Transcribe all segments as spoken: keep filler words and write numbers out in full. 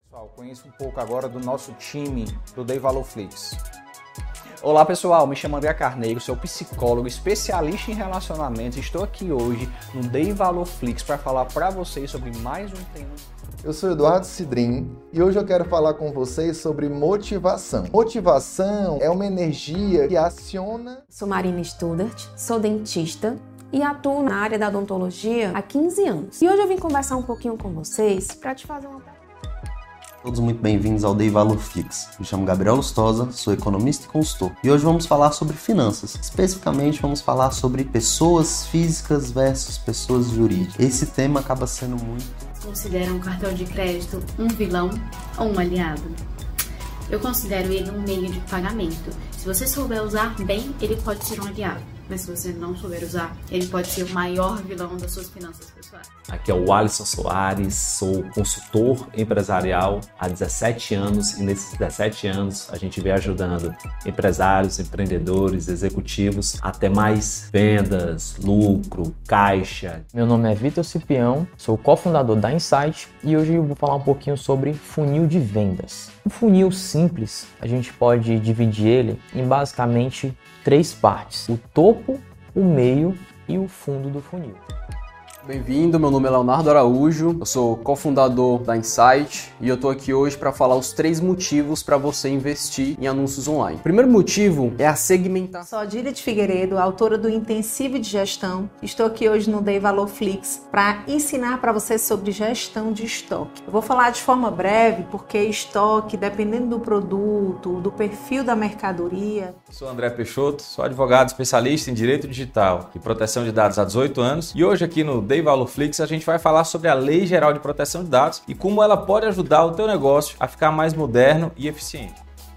Pessoal, conheça um pouco agora do nosso time do Dei Valor Flix. Olá pessoal, me chamo André Carneiro, sou psicólogo, especialista em relacionamentos. Estou aqui hoje no Dei Valor Flix para falar para vocês sobre mais um tema. Eu sou Eduardo Cidrim e hoje eu quero falar com vocês sobre motivação. Motivação é uma energia que aciona... Sou Marina Studart, sou dentista e atuo na área da odontologia há quinze anos. E hoje eu vim conversar um pouquinho com vocês para te fazer uma... Todos muito bem-vindos ao Dei Valor Flix. Me chamo Gabriel Lustosa, sou economista e consultor. E hoje vamos falar sobre finanças. Especificamente vamos falar sobre pessoas físicas versus pessoas jurídicas. Esse tema acaba sendo muito... Considera um cartão de crédito um vilão ou um aliado? Eu considero ele um meio de pagamento. Se você souber usar bem, ele pode ser um aliado. Mas se você não souber usar, ele pode ser o maior vilão das suas finanças pessoais. Aqui é o Alisson Soares, sou consultor empresarial há dezessete anos e nesses dezessete anos a gente vem ajudando empresários, empreendedores, executivos a ter mais vendas, lucro, caixa. Meu nome é Vitor Cipião, sou cofundador da Insight e hoje eu vou falar um pouquinho sobre funil de vendas. Um funil simples, a gente pode dividir ele em basicamente três partes: o topo, o meio e o fundo do funil. Bem-vindo, meu nome é Leonardo Araújo, eu sou cofundador da Insight e eu tô aqui hoje para falar os três motivos para você investir em anúncios online. O primeiro motivo é a segmentação. Sou Adília de Figueiredo, autora do Intensivo de Gestão. Estou aqui hoje no Dei Valor Flix para ensinar para vocês sobre gestão de estoque. Eu vou falar de forma breve porque estoque, dependendo do produto, do perfil da mercadoria. Sou André Peixoto, sou advogado especialista em direito digital e proteção de dados há dezoito anos e hoje aqui no Dei Valor Flix a gente vai falar sobre a Lei Geral de Proteção de Dados e como ela pode ajudar o teu negócio a ficar mais moderno e eficiente.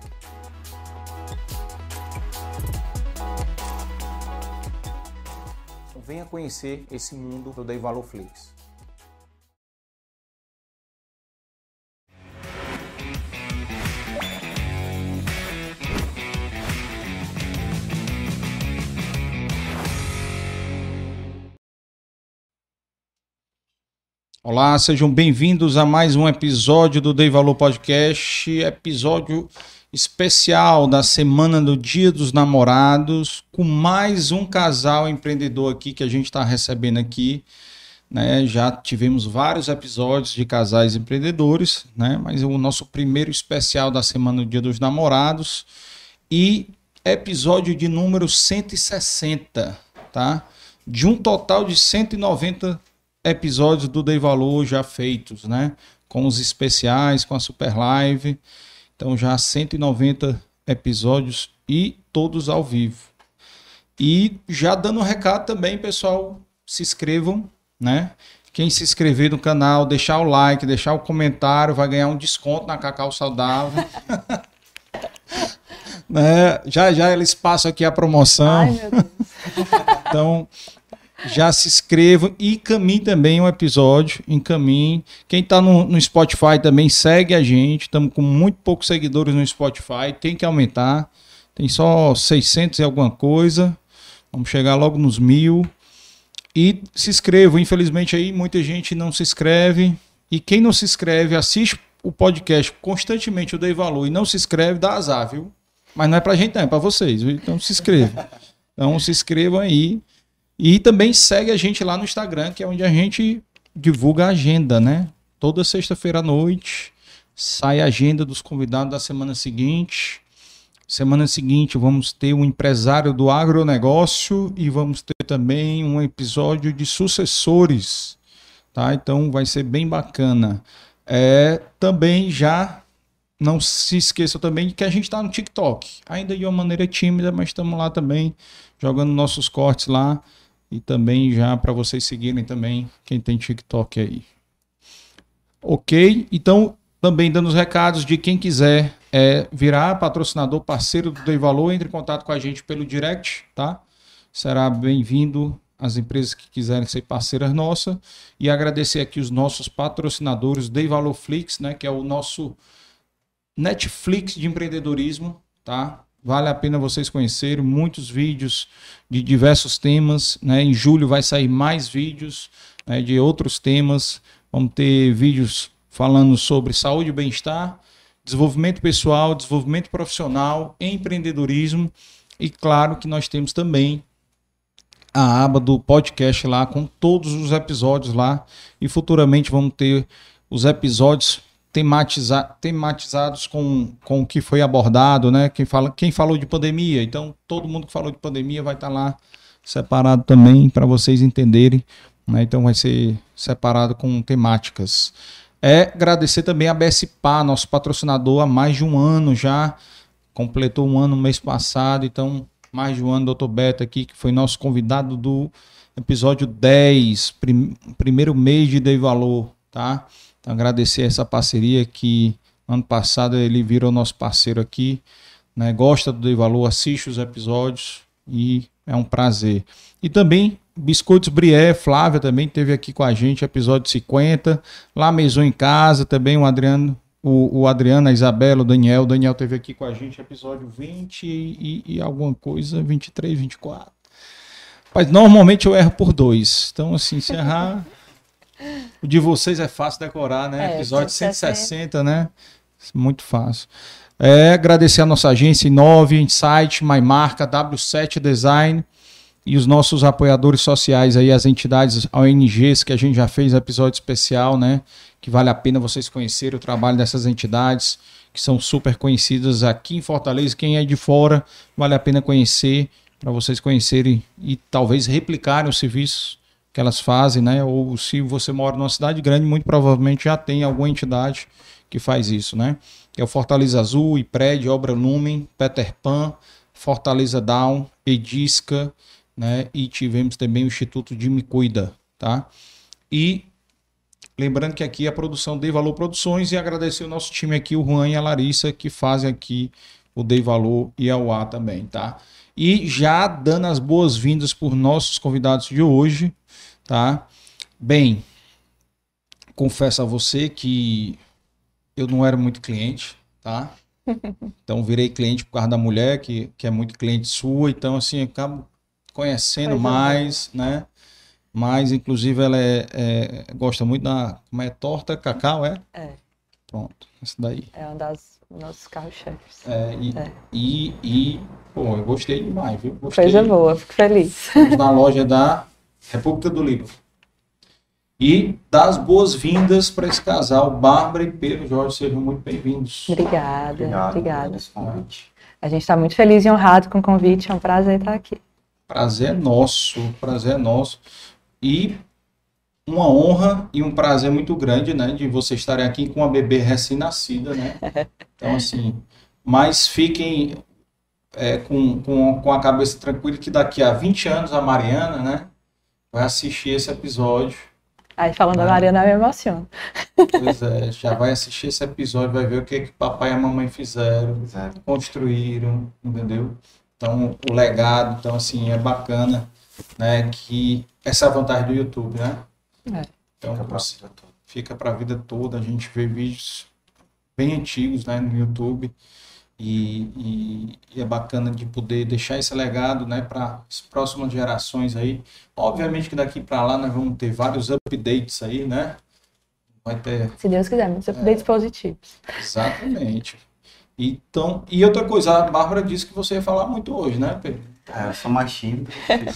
Venha conhecer esse mundo do Dei Valor Flix. Olá, sejam bem-vindos a mais um episódio do Dei Valor Podcast, episódio especial da semana do Dia dos Namorados, com mais um casal empreendedor aqui que a gente está recebendo aqui, né? Já tivemos vários episódios de casais empreendedores, né? Mas o nosso primeiro especial da semana do Dia dos Namorados e episódio de número cento e sessenta, tá? De um total de cento e noventa episódios do Dei Valor já feitos, né? Com os especiais, com a Super Live. Então já cento e noventa episódios e todos ao vivo. E já dando um recado também, pessoal, se inscrevam, né? Quem se inscrever no canal, deixar o like, deixar o comentário, vai ganhar um desconto na Cacau Saudável. Né? Já já eles passam aqui a promoção. Ai, meu Deus. Então... já se inscrevam e encaminhe também um episódio, encaminhe. Quem está no, no Spotify também segue a gente, estamos com muito poucos seguidores no Spotify, tem que aumentar, tem só seiscentos e alguma coisa, vamos chegar logo nos mil. E se inscrevam, infelizmente aí muita gente não se inscreve, e quem não se inscreve, assiste o podcast constantemente, o Dei Valor, e não se inscreve, dá azar, viu? Mas não é pra gente não, é pra vocês, viu? Então se inscrevam. Então se inscrevam aí. E também segue a gente lá no Instagram, que é onde a gente divulga a agenda, né? Toda sexta-feira à noite sai a agenda dos convidados da semana seguinte. Semana seguinte vamos ter um empresário do agronegócio e vamos ter também um episódio de sucessores, tá? Então vai ser bem bacana. É, também já não se esqueça também que a gente está no TikTok, ainda de uma maneira tímida, mas estamos lá também jogando nossos cortes lá. E também já para vocês seguirem também quem tem TikTok aí. Ok? Então, também dando os recados de quem quiser é, virar patrocinador, parceiro do Dei Valor, entre em contato com a gente pelo direct, tá? Será bem-vindo as empresas que quiserem ser parceiras nossas. E agradecer aqui os nossos patrocinadores, Dei Valor Flix, né? Que é o nosso Netflix de empreendedorismo, tá? Vale a pena vocês conhecerem muitos vídeos de diversos temas, né? Em julho vai sair mais vídeos, né, de outros temas. Vamos ter vídeos falando sobre saúde e bem-estar, desenvolvimento pessoal, desenvolvimento profissional, empreendedorismo e claro que nós temos também a aba do podcast lá com todos os episódios lá e futuramente vamos ter os episódios tematiza tematizados com, com o que foi abordado, né? Quem, fala, quem falou de pandemia, então todo mundo que falou de pandemia vai estar lá separado também para vocês entenderem, né? Então vai ser separado com temáticas. É agradecer também a B S P A, nosso patrocinador há mais de um ano já, completou um ano no mês passado, então mais de um ano, doutor Beto aqui, que foi nosso convidado do episódio dez, prim primeiro mês de Dei Valor, tá? Então, agradecer essa parceria que ano passado ele virou nosso parceiro aqui, né? Gosta do Dei Valor, assiste os episódios e é um prazer. E também Biscoitos Brié, Flávia também esteve aqui com a gente, episódio cinquenta, lá Maison em Casa, também o Adriano, o, o Adriano, a Isabela, o Daniel, o Daniel esteve aqui com a gente, episódio vinte e, e alguma coisa, vinte e três, vinte e quatro. Mas normalmente eu erro por dois, então assim, se errar... O de vocês é fácil decorar, né? É, episódio cento e sessenta, né? Muito fácil. É, agradecer a nossa agência Inove, Insight, MyMarca, W sete Design e os nossos apoiadores sociais aí, as entidades O N Gs que a gente já fez episódio especial, né? Que vale a pena vocês conhecerem o trabalho dessas entidades, que são super conhecidas aqui em Fortaleza. Quem é de fora, vale a pena conhecer, para vocês conhecerem e talvez replicarem os serviços que elas fazem, né? Ou se você mora numa cidade grande, muito provavelmente já tem alguma entidade que faz isso, né? É o Fortaleza Azul, IPRED, Obra Lumen, Peter Pan, Fortaleza Down, Edisca, né? E tivemos também o Instituto de Me Cuida, tá? E lembrando que aqui é a produção Dei Valor Produções e agradecer o nosso time aqui, o Juan e a Larissa, que fazem aqui o Dei Valor e a U A também, tá? E já dando as boas-vindas por nossos convidados de hoje, tá? Bem, confesso a você que eu não era muito cliente, tá? Então virei cliente por causa da mulher, que, que é muito cliente sua, então assim, eu acabo conhecendo pois mais, é. né? Mas, inclusive, ela é, é, gosta muito da... Como é? Torta cacau, é? É. Pronto, essa daí. É um das nossos carros-chefes. É, e, é. E, e, pô, eu gostei demais, viu? Gostei. Coisa boa, fico feliz. Estamos na loja da República do Líbano. E das boas-vindas para esse casal, Bárbara e Pedro Jorge, sejam muito bem-vindos. Obrigada, Obrigado, obrigada. A gente está muito feliz e honrado com o convite, é um prazer estar aqui. Prazer é nosso, prazer é nosso. E uma honra e um prazer muito grande, né, de vocês estarem aqui com uma bebê recém-nascida, né? Então, assim, mas fiquem é, com, com, com a cabeça tranquila que daqui a vinte anos a Mariana, né, vai assistir esse episódio. Aí, falando né? da Mariana, eu me emociono. Pois é, já vai assistir esse episódio, vai ver o que, que papai e a mamãe fizeram, Exato. construíram, entendeu? Então, o legado, então, assim, é bacana, né, que essa é a vantagem do YouTube, né? É. Então, fica para a vida toda. A gente vê vídeos bem antigos, né, no YouTube e, e, e é bacana de poder deixar esse legado, né, para as próximas gerações aí. Obviamente que daqui para lá nós vamos ter vários updates aí, né? Vai ter... Se Deus quiser, muitos updates é, positivos. Exatamente. Então, e outra coisa, a Bárbara disse que você ia falar muito hoje, né, Pedro? É, eu sou machinho,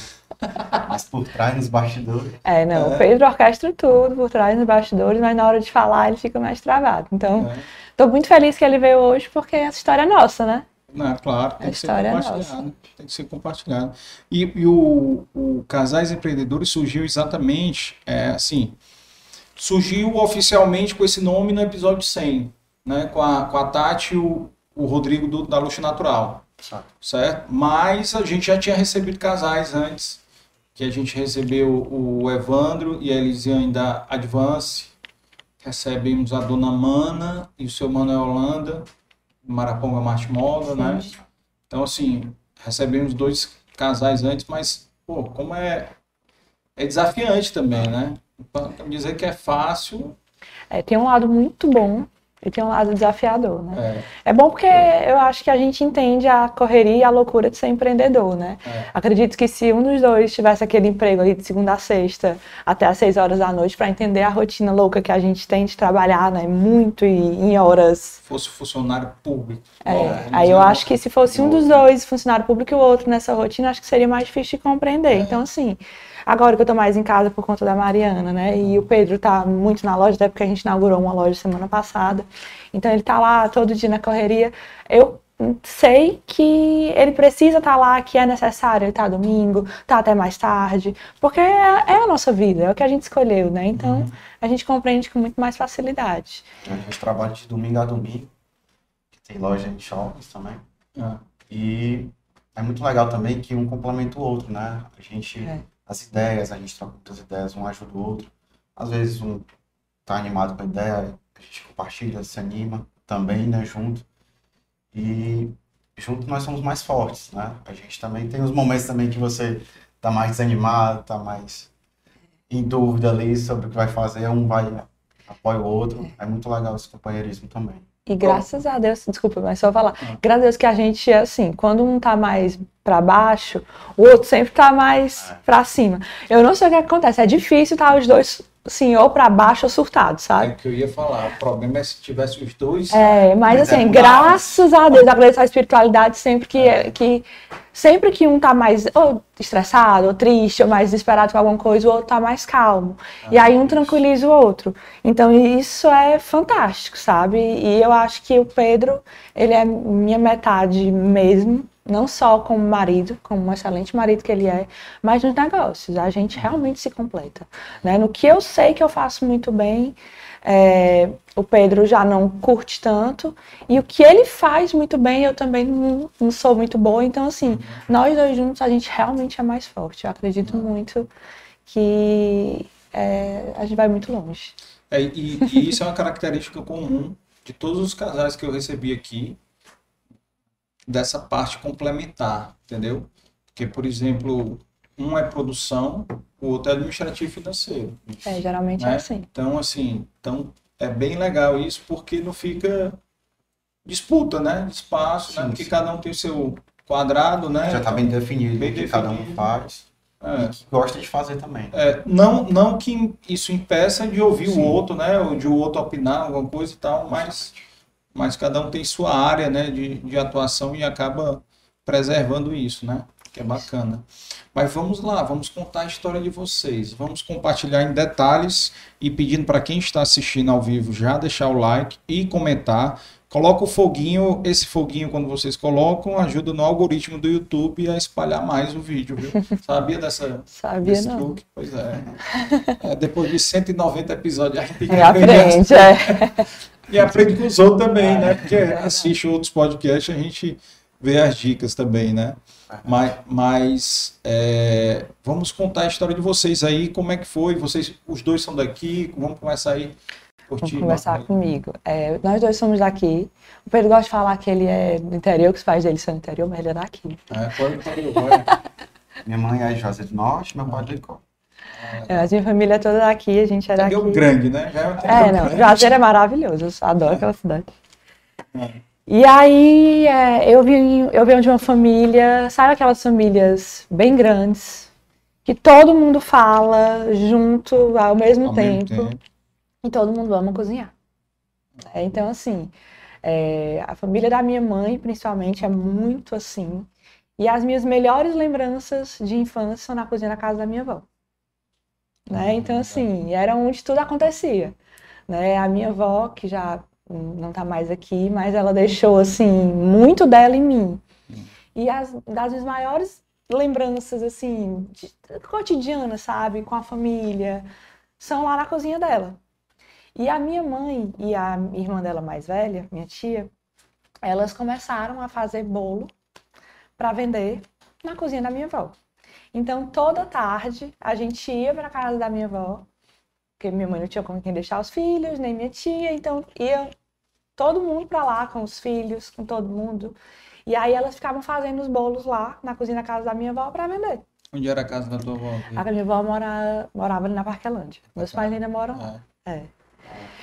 mas por trás, nos bastidores. É, não, é. o Pedro orquestra tudo por trás, nos bastidores, mas na hora de falar ele fica mais travado. Então, estou é. muito feliz que ele veio hoje, porque essa história é nossa, né? Não, claro, tem a que ser É compartilhado. Tem que ser compartilhado. E, e o, o Casais Empreendedores surgiu exatamente, é, assim, surgiu oficialmente com esse nome no episódio cem, né? Com a, com a Tati e o, o Rodrigo do, da Luxo Natural. Certo. certo? Mas a gente já tinha recebido casais antes, que a gente recebeu o Evandro e a Elisiane da Advance, recebemos a Dona Mana e o seu Manuel Holanda, do Maraponga Marte Moda, né? Então, assim, recebemos dois casais antes, mas, pô, como é, é desafiante também, né? Então, dizer que é fácil... É, tem um lado muito bom, E tem um lado desafiador, né? É. é bom porque eu acho que a gente entende a correria e a loucura de ser empreendedor, né? É. Acredito que se um dos dois tivesse aquele emprego ali de segunda a sexta até às seis horas da noite para entender a rotina louca que a gente tem de trabalhar, né? Muito e em horas... Fosse funcionário público. É. Bom, aí eu acho que se fosse um dos dois funcionário público e o outro nessa rotina, acho que seria mais difícil de compreender. É. Então, assim... Agora que eu tô mais em casa por conta da Mariana, né? E o Pedro tá muito na loja, até porque a gente inaugurou uma loja semana passada. Então ele tá lá todo dia na correria. Eu sei que ele precisa estar lá, que é necessário ele tá domingo, tá até mais tarde, porque é, é a nossa vida, é o que a gente escolheu, né? Então uhum. a gente compreende com muito mais facilidade. A gente trabalha de domingo a domingo, tem loja em shoppings também. É. E é muito legal também que um complementa o outro, né? A gente... É. As ideias, a gente troca muitas ideias, um ajuda o outro. Às vezes um tá animado com a ideia, a gente compartilha, se anima também, né, junto. E junto nós somos mais fortes, né? A gente também tem os momentos também que você tá mais desanimado, tá mais em dúvida ali sobre o que vai fazer, um vai apoia o outro. É muito legal esse companheirismo também. E graças a Deus, desculpa, mas só falar, ah. graças a Deus que a gente, assim, quando um tá mais pra baixo, o outro sempre tá mais é. pra cima. Eu não sei o que acontece, é difícil tá os dois, assim, ou pra baixo ou surtados, sabe? É o que eu ia falar, o problema é se tivesse os dois... É, mas, mas assim, é graças a Deus, agradeço a espiritualidade sempre que, é. que... Sempre que um tá mais ou estressado, ou triste, ou mais desesperado com alguma coisa, o outro tá mais calmo. Ah, e aí um tranquiliza o outro. Então isso é fantástico, sabe? E eu acho que o Pedro, ele é minha metade mesmo, não só como marido, como um excelente marido que ele é, mas nos negócios. A gente realmente se completa, né? No que eu sei que eu faço muito bem, é, o Pedro já não curte tanto, e o que ele faz muito bem, eu também não, não sou muito boa, então assim, nós dois juntos, a gente realmente é mais forte. Eu acredito muito que é, a gente vai muito longe. É, e, e isso é uma característica comum de todos os casais que eu recebi aqui, dessa parte complementar, entendeu? Porque, por exemplo, um é produção, o outro é administrativo e financeiro. É, geralmente né? é assim. Então, assim, então é bem legal isso, porque não fica disputa, né? De espaço, sim, né? Porque sim. cada um tem o seu quadrado, né? Já está bem definido, bem o que definido. cada um faz. É. E que gosta de fazer também. É, não, não que isso impeça de ouvir sim. o outro, né? Ou de o outro opinar, alguma coisa e tal, mas, mas cada um tem sua área, né? de, de atuação e acaba preservando isso, né? Que é bacana. Mas vamos lá, vamos contar a história de vocês. Vamos compartilhar em detalhes e pedindo para quem está assistindo ao vivo já deixar o like e comentar. Coloca o foguinho, esse foguinho quando vocês colocam ajuda no algoritmo do YouTube a espalhar mais o vídeo, viu? Sabia dessa, Sabia desse não. truque? Pois é. é. Depois de cento e noventa episódios a gente é aprende, é. E aprende com os outros também, né? Porque assiste outros podcasts a gente vê as dicas também, né? Mas, mas é, vamos contar a história de vocês aí, como é que foi? Vocês, os dois são daqui, vamos começar aí. Vamos conversar comigo. É, nós dois somos daqui. O Pedro gosta de falar que ele é do interior, que os pais dele são do interior, mas ele é daqui. É, foi do interior, foi. Minha mãe é de Juazeiro do Norte, meu pai é de Licó. É, a minha família é toda daqui, a gente é daqui. Interior grande, né? Já é, um é não, grande. Juazeiro é maravilhoso, eu adoro aquela cidade. É. E aí, é, eu, vim, eu venho de uma família, sabe aquelas famílias bem grandes, que todo mundo fala junto ao mesmo, ao tempo, mesmo tempo, e todo mundo ama cozinhar. É, então, assim, é, a família da minha mãe, principalmente, é muito assim, e as minhas melhores lembranças de infância são na cozinha da casa da minha avó. Né? Então, assim, era onde tudo acontecia. Né? A minha avó, que já não tá mais aqui, mas ela deixou, assim, muito dela em mim. E as das minhas maiores lembranças, assim, de, cotidianas, sabe, com a família, são lá na cozinha dela. E a minha mãe e a irmã dela mais velha, minha tia, elas começaram a fazer bolo para vender na cozinha da minha avó. Então, toda tarde, a gente ia para casa da minha avó, porque minha mãe não tinha com quem deixar os filhos, nem minha tia, então ia todo mundo para lá com os filhos, com todo mundo. E aí elas ficavam fazendo os bolos lá na cozinha da casa da minha avó para vender. Onde era a casa da tua avó? A minha avó mora, morava ali na Parquelândia. Meus pais ainda moram lá. É. É.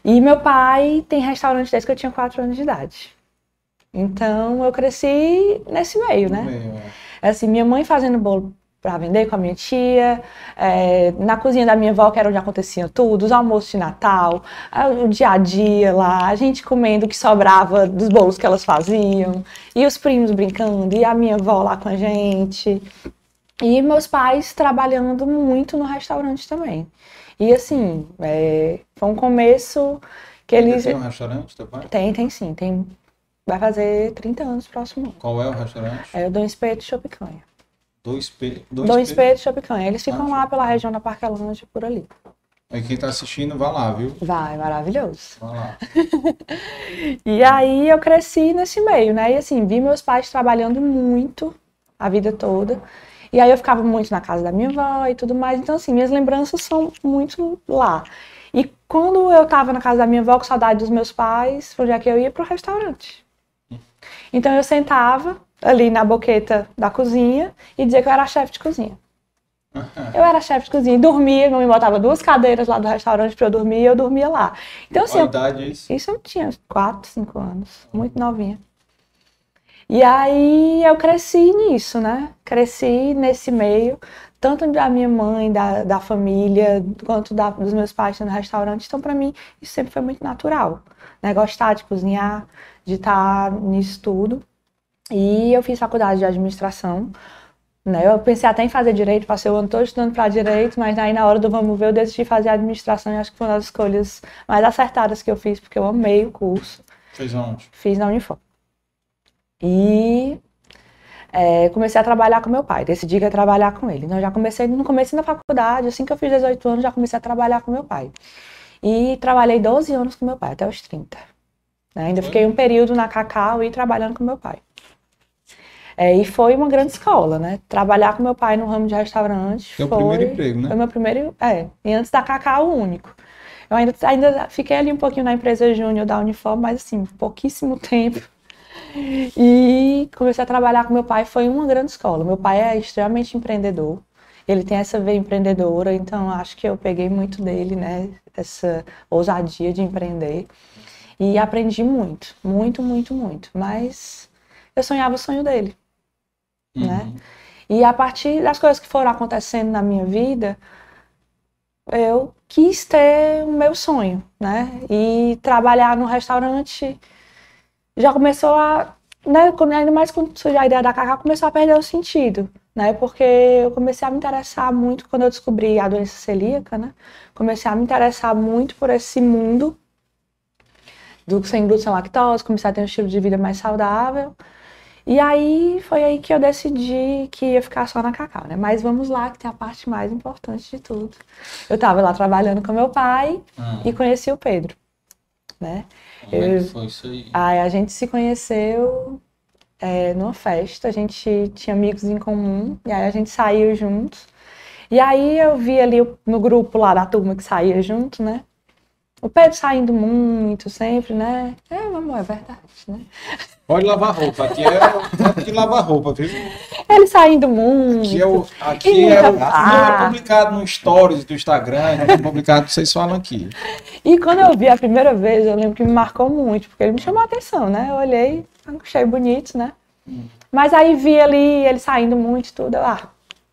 E meu pai tem restaurante desde que eu tinha quatro anos de idade. Então eu cresci nesse meio, né? Meio, é. Assim, minha mãe fazendo bolo para vender com a minha tia, é, na cozinha da minha avó, que era onde acontecia tudo, os almoços de Natal, o dia a dia lá, a gente comendo o que sobrava dos bolos que elas faziam, e os primos brincando, e a minha avó lá com a gente, e meus pais trabalhando muito no restaurante também. E assim, é, foi um começo que eles... Tem um restaurante, teu pai? Tem, tem sim, tem... Vai fazer trinta anos próximo ano. Qual é o restaurante? É o Dom Espeto Chopicanha. Dois Espeto? Dom Espeto Chopicanha. Eles ficam ah, lá pela região da Parquelândia, por ali. Aí quem tá assistindo, vai lá, viu? Vai, maravilhoso. Vai lá. E aí eu cresci nesse meio, né? E assim, vi meus pais trabalhando muito a vida toda. E aí eu ficava muito na casa da minha avó e tudo mais. Então assim, minhas lembranças são muito lá. E quando eu tava na casa da minha avó com saudade dos meus pais, onde é que eu ia? Pro restaurante. Então eu sentava ali na boqueta da cozinha e dizia que eu era chefe de cozinha. Eu era chefe de cozinha, dormia, não me botava duas cadeiras lá do restaurante para eu dormir e eu dormia lá. Então assim, qual idade é isso? Isso eu tinha quatro, cinco anos, muito novinha. E aí eu cresci nisso, né? Cresci nesse meio, tanto da minha mãe, da, da família, quanto da, dos meus pais no restaurante. Então para mim isso sempre foi muito natural, né? Gostar de cozinhar, de estar nisso tudo. E eu fiz faculdade de administração, né? Eu pensei até em fazer direito, passei o ano todo estudando para direito, mas aí na hora do vamos ver eu decidi fazer administração e acho que foi uma das escolhas mais acertadas que eu fiz, porque eu amei o curso. Fez onde? Fiz na Unifor. E é, comecei a trabalhar com meu pai, decidi que ia trabalhar com ele. Então já comecei, no começo da faculdade, assim que eu fiz dezoito anos, já comecei a trabalhar com meu pai. E trabalhei doze anos com meu pai, até os trinta. Né? Ainda fiquei um período na Cacau e trabalhando com meu pai. É, e foi uma grande escola, né? Trabalhar com meu pai no ramo de restaurante. Foi o foi, primeiro emprego, né? Foi meu primeiro, é. E antes da Cacau, o único. Eu ainda, ainda fiquei ali um pouquinho na empresa júnior da Unifor, mas assim, pouquíssimo tempo. E comecei a trabalhar com meu pai, foi uma grande escola. Meu pai é extremamente empreendedor. Ele tem essa veia empreendedora, então acho que eu peguei muito dele, né? Essa ousadia de empreender. E aprendi muito, muito, muito, muito. Mas eu sonhava o sonho dele. Uhum. Né? E a partir das coisas que foram acontecendo na minha vida, eu quis ter o meu sonho, né? E trabalhar no restaurante já começou a, né? Ainda mais quando surgiu a ideia da Cacau, começou a perder o sentido, né? Porque eu comecei a me interessar muito quando eu descobri a doença celíaca, né? Comecei a me interessar muito por esse mundo do sem glúten, sem lactose, comecei a ter um estilo de vida mais saudável. E aí foi aí que eu decidi que ia ficar só na Cacau, né? Mas vamos lá, que tem a parte mais importante de tudo. Eu tava lá trabalhando com meu pai hum. e conheci o Pedro, né? Como eu, é que foi isso aí? Aí a gente se conheceu é, numa festa, a gente tinha amigos em comum, e aí a gente saiu juntos. E aí eu vi ali no grupo lá da turma que saía junto, né? O Pedro saindo muito, sempre, né? É, amor, é verdade, né? Pode lavar roupa, aqui é o que lavar roupa, viu? Ele saindo muito. Aqui é o, aqui é o não é publicado no Stories do Instagram, não é publicado, vocês falam aqui. E quando eu vi a primeira vez, eu lembro que me marcou muito, porque ele me chamou a atenção, né? Eu olhei, achei bonito, né? Hum. Mas aí vi ali ele saindo muito e tudo, eu, ah,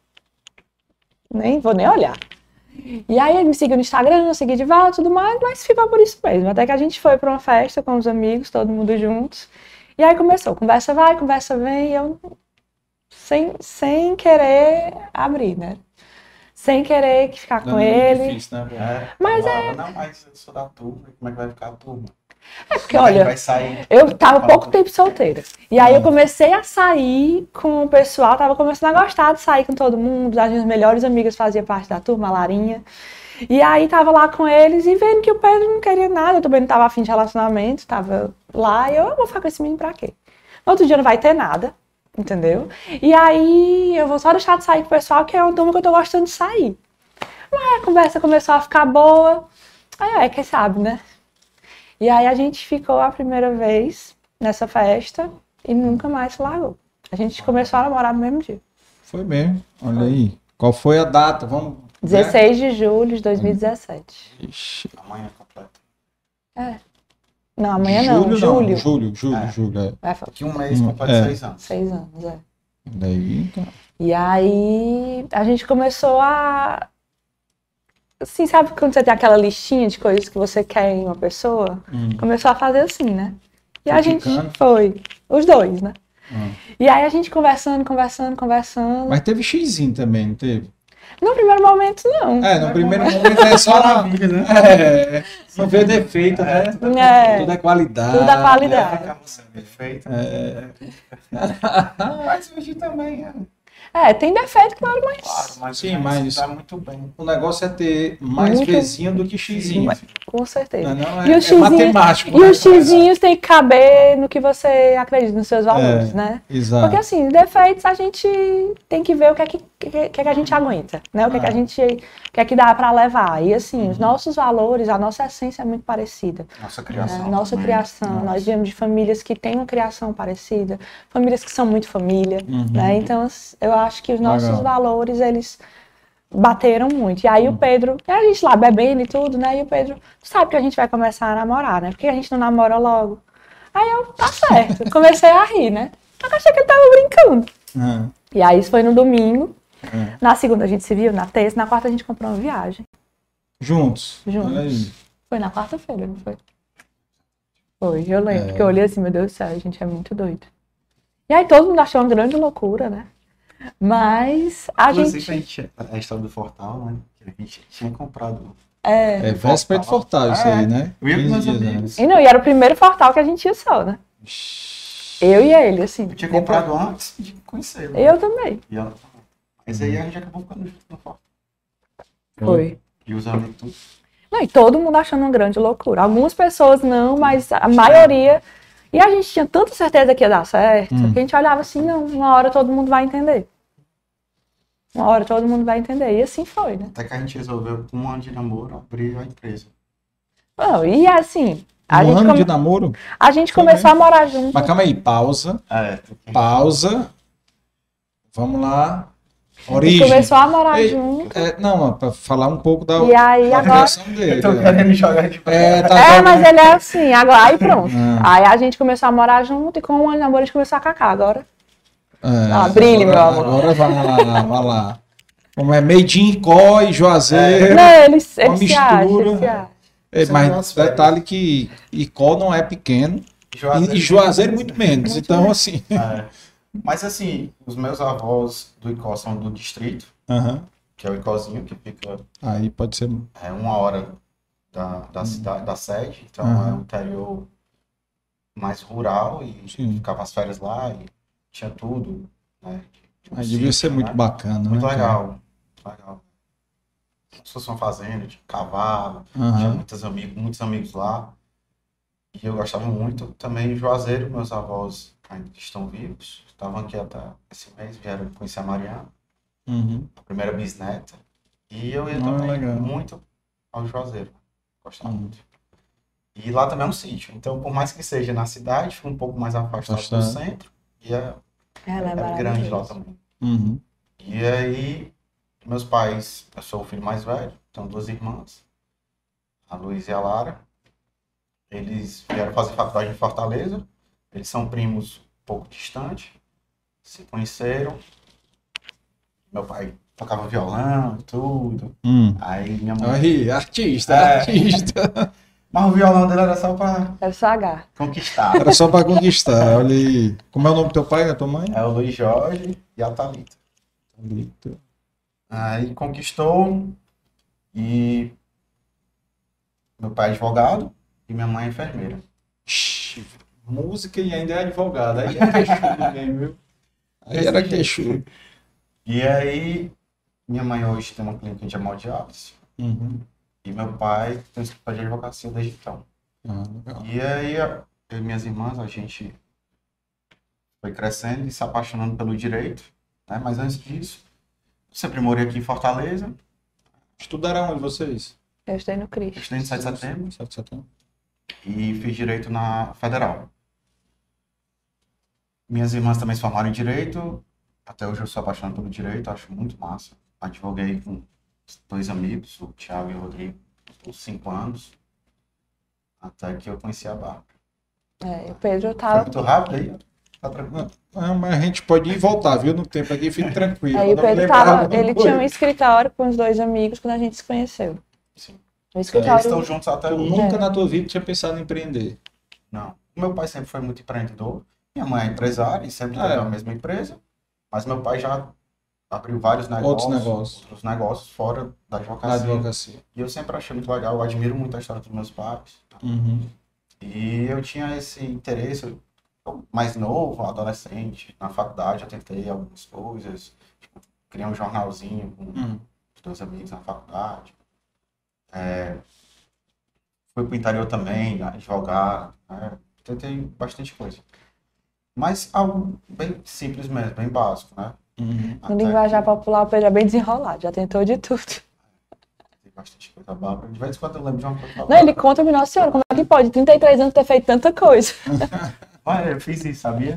nem vou nem olhar. E aí ele me seguiu no Instagram, eu segui de volta e tudo mais, mas ficou por isso mesmo. Até que a gente foi para uma festa com os amigos, todo mundo juntos. E aí começou, conversa vai, conversa vem, e eu sem, sem querer abrir, né? Sem querer ficar não, com é ele. Difícil, né? É, mas falava, é... Não, mas eu sou da turma, como é que vai ficar a turma? É porque, olha, vai sair, eu tava pouco tempo solteira. E aí eu comecei a sair com o pessoal, tava começando a gostar de sair com todo mundo. As minhas melhores amigas faziam parte da turma, a Larinha. E aí tava lá com eles e vendo que o Pedro não queria nada, eu também não tava afim de relacionamento, tava lá e eu, eu vou ficar com esse menino pra quê? No outro dia não vai ter nada, entendeu? E aí eu vou só deixar de sair com o pessoal, que é uma turma que eu tô gostando de sair. Mas a conversa começou a ficar boa, aí é, quem sabe, né? E aí a gente ficou a primeira vez nessa festa e nunca mais se largou. A gente começou a namorar no mesmo dia. Foi mesmo, olha aí. Qual foi a data? Vamos... dezesseis de julho de dois mil e dezessete. Ixi. Amanhã completa. É. Não, amanhã não, Julho, julho. não, julho, julho, É. julho. É. Vai, fa- Daqui um mês Hum, completa é. seis anos. Seis anos, é. Daí, tá. E aí a gente começou a. Assim, sabe quando você tem aquela listinha de coisas que você quer em uma pessoa? Hum. Começou a fazer assim, né? E Foi a gente ficando? foi, os dois, né? Hum. E aí a gente conversando, conversando, conversando. Mas teve xizinho também, não teve? No primeiro momento, não. É, no primeiro momento é só Maravilha, né? É, não vê defeito, né? É. Tudo é qualidade. Tudo é qualidade. Ficar você perfeito. É. Mas hoje também, é. É, tem defeito, claro, mas. Claro, mas Sim, a gente mas- dá muito bem. O negócio é ter mais Muito. vezinho do que xizinho. Com certeza. Não, não, E é, os é xizinhos- matemático. E né? os xizinhos têm que caber no que você acredita, nos seus valores, É, né? Exato. Porque assim, defeitos a gente tem que ver o que é que, que, que, é que a gente aguenta, né? O que é que a gente, o que é que dá pra levar. E assim, os nossos valores, a nossa essência é muito parecida. Nossa né? criação. Nossa também. criação, Nossa. nós viemos de famílias que têm uma criação parecida, famílias que são muito família, Uhum. né? Então eu acho que os nossos Legal. valores, eles bateram muito. E aí Uhum. o Pedro, e a gente lá bebendo e tudo, né? E o Pedro, sabe que a gente vai começar a namorar, né? Porque a gente não namora logo. Aí eu, tá certo, comecei a rir, né? Eu achei que ele tava brincando. Ah, E aí isso foi no domingo. ah. Na segunda a gente se viu, na terça, na quarta a gente comprou uma viagem. Juntos. Juntos. Olha aí. Foi na quarta-feira, não foi? Foi, eu lembro, É. que eu olhei assim, meu Deus do céu, a gente é muito doido. E aí todo mundo achou uma grande loucura, né? Mas a Inclusive, gente... a gente. A história do Fortal, né? Que a gente tinha comprado. É. É véspera de Fortal isso aí, né? Eu ia com meus quinze dias amigos. antes. E não, e era o primeiro Fortal que a gente ia só, né? Eu e ele, assim. Eu tinha depois- comprado antes de conhecê-lo. Eu também. E ela também. Mas aí a gente acabou ficando junto no Fortal. Foi. E os amigos tudo. Não, e todo mundo achando uma grande loucura. Algumas pessoas não, mas a maioria. E a gente tinha tanta certeza que ia dar certo, Hum. que a gente olhava assim, não, uma hora todo mundo vai entender. Uma hora todo mundo vai entender. E assim foi, né? Até que a gente resolveu, com um ano de namoro, abrir a empresa. Não, e assim, a Um gente, ano come- de namoro? a gente Também. começou a morar junto. Mas calma aí, pausa. É, Pausa. Vamos lá. A gente Origem. começou a morar Ei, junto. É, não, para falar um pouco da, E aí, da agora- criação dele. Eu tô querendo jogar de É, tá É, jogando- mas ele é assim, agora, aí pronto. Ah. Aí a gente começou a morar junto e com um ano de namoro a gente começou a cacar agora. É, Ah, brilhe, meu agora- amor. Agora vai lá, vai lá. Como é Meidinho, Icó e Juazeiro. Não, ele, ele uma se acha, mistura. ele se acha. É, São mas nossas detalhe que Icó não é pequeno Juazeiro. e, e Juazeiro muito menos. Então, assim. É. Mas assim, os meus avós do Icó são do distrito, Aham. que é o Icózinho, que fica Aí pode ser. é, uma hora da, da cidade, da sede. Então Aham. é um interior mais rural e Sim. ficava as férias lá e tinha tudo. Né? Tinha um Aí devia sítio, ser muito né? bacana, Muito né? cara? legal. Legal. Se fosse uma fazenda, tinha cavalo, Aham. tinha muitos amigos, muitos amigos lá. E eu gostava muito. Também em Juazeiro, meus avós ainda estão vivos. Estavam aqui até esse mês, vieram conhecer a Mariana, Uhum. a primeira bisneta. E eu ia Ah, também legal. muito ao Juazeiro. Gostava Uhum. muito. E lá também é um sítio. Então, por mais que seja na cidade, fica um pouco mais afastado do Afastado. centro. E é, Ela é, é grande lá maravilhosa. também. Uhum. E aí, meus pais, eu sou o filho mais velho, tenho duas irmãs, a Luísa e a Lara. Eles vieram fazer faculdade em Fortaleza. Eles são primos um pouco distantes. Se conheceram. Meu pai tocava violão e tudo. Hum. Aí minha mãe... Aí, artista, É. artista. Mas o violão dele era só pra Era só H. conquistar. Era só pra conquistar. Olha aí. Como é o nome do teu pai e da tua mãe? É o Luiz Jorge e a Thalita. Thalita. Aí conquistou e meu pai é advogado e minha mãe é enfermeira. Shhh, música e ainda é advogado. Aí é queixudo mesmo, viu? Aí era queixudo. E aí, minha mãe hoje tem uma clínica de hemodiálise Uhum. e meu pai tem um escritório de advocacia desde então. Ah, legal. E aí, eu e minhas irmãs, a gente foi crescendo e se apaixonando pelo direito, né? Mas antes disso, eu sempre morei aqui em Fortaleza, Estudaram onde vocês? Eu estudei no Cristo. estudei em sete de setembro sete de setembro. e fiz direito na Federal. Minhas irmãs também se formaram em direito. Até hoje eu sou apaixonado pelo direito, acho muito massa. Advoguei com dois amigos, o Thiago e o Rodrigo, por cinco anos. Até que eu conheci a Bárbara. É, o Pedro Foi tava... muito rápido aí? Tá tranquilo? Não, mas a gente pode ir e voltar, viu? No tempo aqui, fique tranquilo. Aí o Eu não me Pedro lembrava tava... do Ele coisa. tinha um escritório com os dois amigos quando a gente se conheceu. Sim. O escritório... Eles estão juntos até Tu hoje. nunca É. na tua vida tinha pensado em empreender? Não. Meu pai sempre foi muito empreendedor. Minha mãe é empresária e sempre teve É. a mesma empresa. Mas meu pai já abriu vários negócios, Outros negócios. outros negócios fora da Na advocacia. advocacia. E eu sempre achei muito legal. Eu admiro muito a história dos meus pais. Uhum. E eu tinha esse interesse, eu, mais novo, adolescente, na faculdade eu tentei algumas coisas, tipo, criei um jornalzinho com Uhum. os dois amigos na faculdade. É, fui pro interior também, advogar, né? Tentei bastante coisa. Mas algo bem simples mesmo, bem básico, né? Uhum. No linguajar popular, o Pedro é bem desenrolado, já tentou de tudo. Tem bastante coisa, a Bárbara. De vez em quando eu lembro de uma coisa. Não, ele conta, nossa senhora, como é que pode? trinta e três anos ter feito tanta coisa. Olha, eu fiz isso, sabia?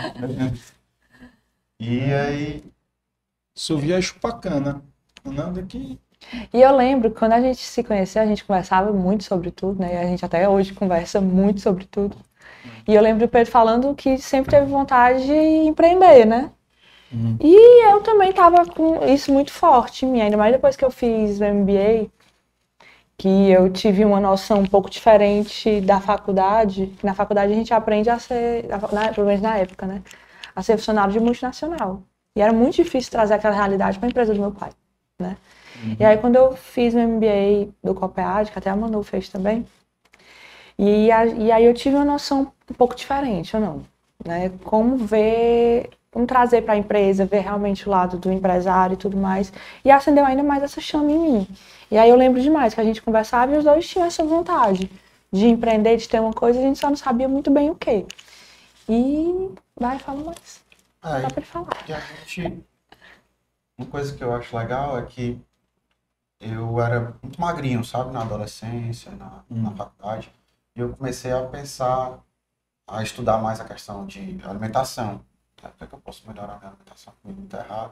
E aí. Suvia chupacana. Não, daqui. E eu lembro, quando a gente se conheceu, a gente conversava muito sobre tudo, né? E a gente até hoje conversa muito sobre tudo. E eu lembro do Pedro falando que sempre teve vontade de empreender, né? Uhum. E eu também tava com isso muito forte em mim, ainda mais depois que eu fiz o M B A, que eu tive uma noção um pouco diferente da faculdade. Na faculdade a gente aprende a ser, na, pelo menos na época, né? A ser funcionário de multinacional. E era muito difícil trazer aquela realidade para a empresa do meu pai, né? Uhum. E aí quando eu fiz o M B A do COPEAD, que até a Manu fez também, e, a, e aí eu tive uma noção um pouco diferente, ou não, né? Como ver, como trazer para a empresa, ver realmente o lado do empresário e tudo mais, e acendeu ainda mais essa chama em mim. E aí eu lembro demais que a gente conversava e os dois tinham essa vontade de empreender, de ter uma coisa, a gente só não sabia muito bem o quê. E vai, fala mais. Aí, Dá pra ele falar. E a gente, uma coisa que eu acho legal é que eu era muito magrinho, sabe, na adolescência, na, Hum. na faculdade, e eu comecei a pensar, a estudar mais a questão de alimentação. Né? Como é que eu posso melhorar a minha alimentação? Comigo muito errado.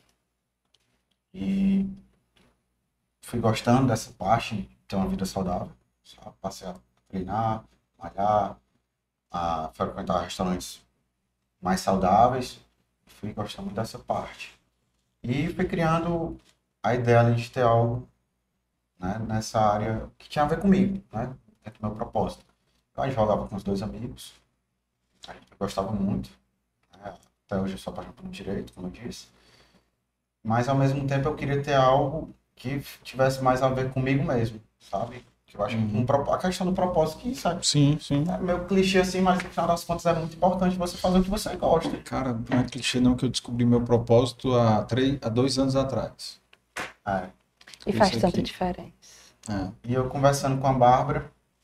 E fui gostando dessa parte de ter uma vida saudável, sabe? Passei a treinar, malhar, a frequentar restaurantes mais saudáveis, fui gostando muito dessa parte. E fui criando a ideia ali de ter algo, né, nessa área que tinha a ver comigo, né, dentro do meu propósito. Eu advogava com os dois amigos, a gente gostava muito, né, até hoje eu sou apaixonado pelo direito, como eu disse, mas ao mesmo tempo eu queria ter algo que tivesse mais a ver comigo mesmo, sabe? Que eu acho que um, propo- a questão do propósito, que sabe? Sim, sim. É meio clichê assim, mas no final das contas é muito importante você fazer o que você gosta. Cara, não é clichê não que eu descobri meu propósito há, três, há dois anos atrás. É. E faz Isso tanta aqui. diferença. É. E eu conversando com a Bárbara,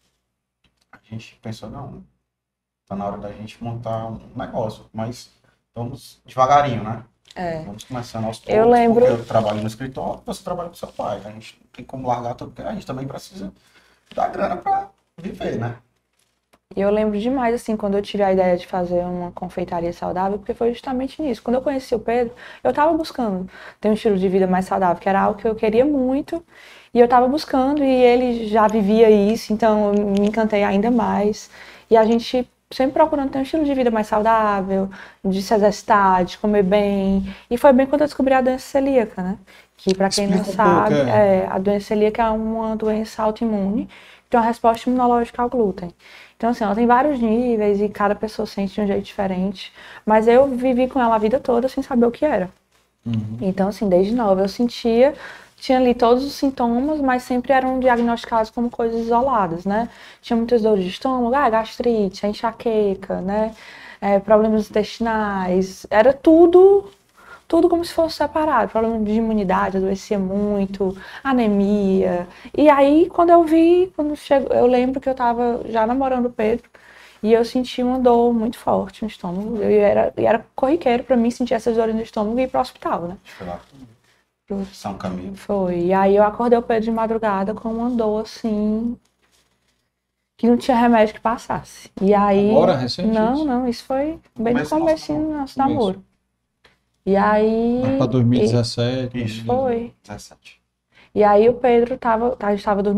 a gente pensou, não, tá na hora da gente montar um negócio, mas vamos devagarinho, né? É. Vamos começando aos poucos, Eu lembro- porque eu trabalho no escritório, você trabalha com seu pai, a gente não tem como largar tudo, porque a gente também precisa dar grana pra viver, né? E eu lembro demais, assim, quando eu tive a ideia de fazer uma confeitaria saudável, porque foi justamente nisso. Quando eu conheci o Pedro, eu tava buscando ter um estilo de vida mais saudável, que era algo que eu queria muito, e eu tava buscando, e ele já vivia isso, então eu me encantei ainda mais. E a gente sempre procurando ter um estilo de vida mais saudável, de se exercitar, de comer bem. E foi bem quando eu descobri a doença celíaca, né? Que, pra quem não Explica um pouco, sabe, é. é, a doença celíaca é uma doença autoimune, que tem uma resposta imunológica ao glúten. Então, assim, ela tem vários níveis e cada pessoa sente de um jeito diferente. Mas eu vivi com ela a vida toda sem saber o que era. Uhum. Então, assim, desde nova eu sentia, tinha ali todos os sintomas, mas sempre eram diagnosticados como coisas isoladas, né? Tinha muitas dores de estômago, ah, gastrite, enxaqueca, né? É, problemas intestinais, era tudo... Tudo como se fosse separado, problema de imunidade, adoecia muito, anemia. E aí, quando eu vi, quando chegou, eu lembro que eu tava já namorando o Pedro e eu senti uma dor muito forte no estômago. Eu era, e era corriqueiro pra mim sentir essas dores no estômago e ir pro hospital, né? Foi lá pro São Camilo. Foi. E aí eu acordei o Pedro de madrugada com uma dor assim, que não tinha remédio que passasse. E aí... Agora, recente Não, isso? não, isso foi bem no Começo do começo do nosso nosso namoro. namoro. E aí... Lá pra dois mil e dezessete. Isso. Foi. dezessete. E aí o Pedro tava, a gente tava dormindo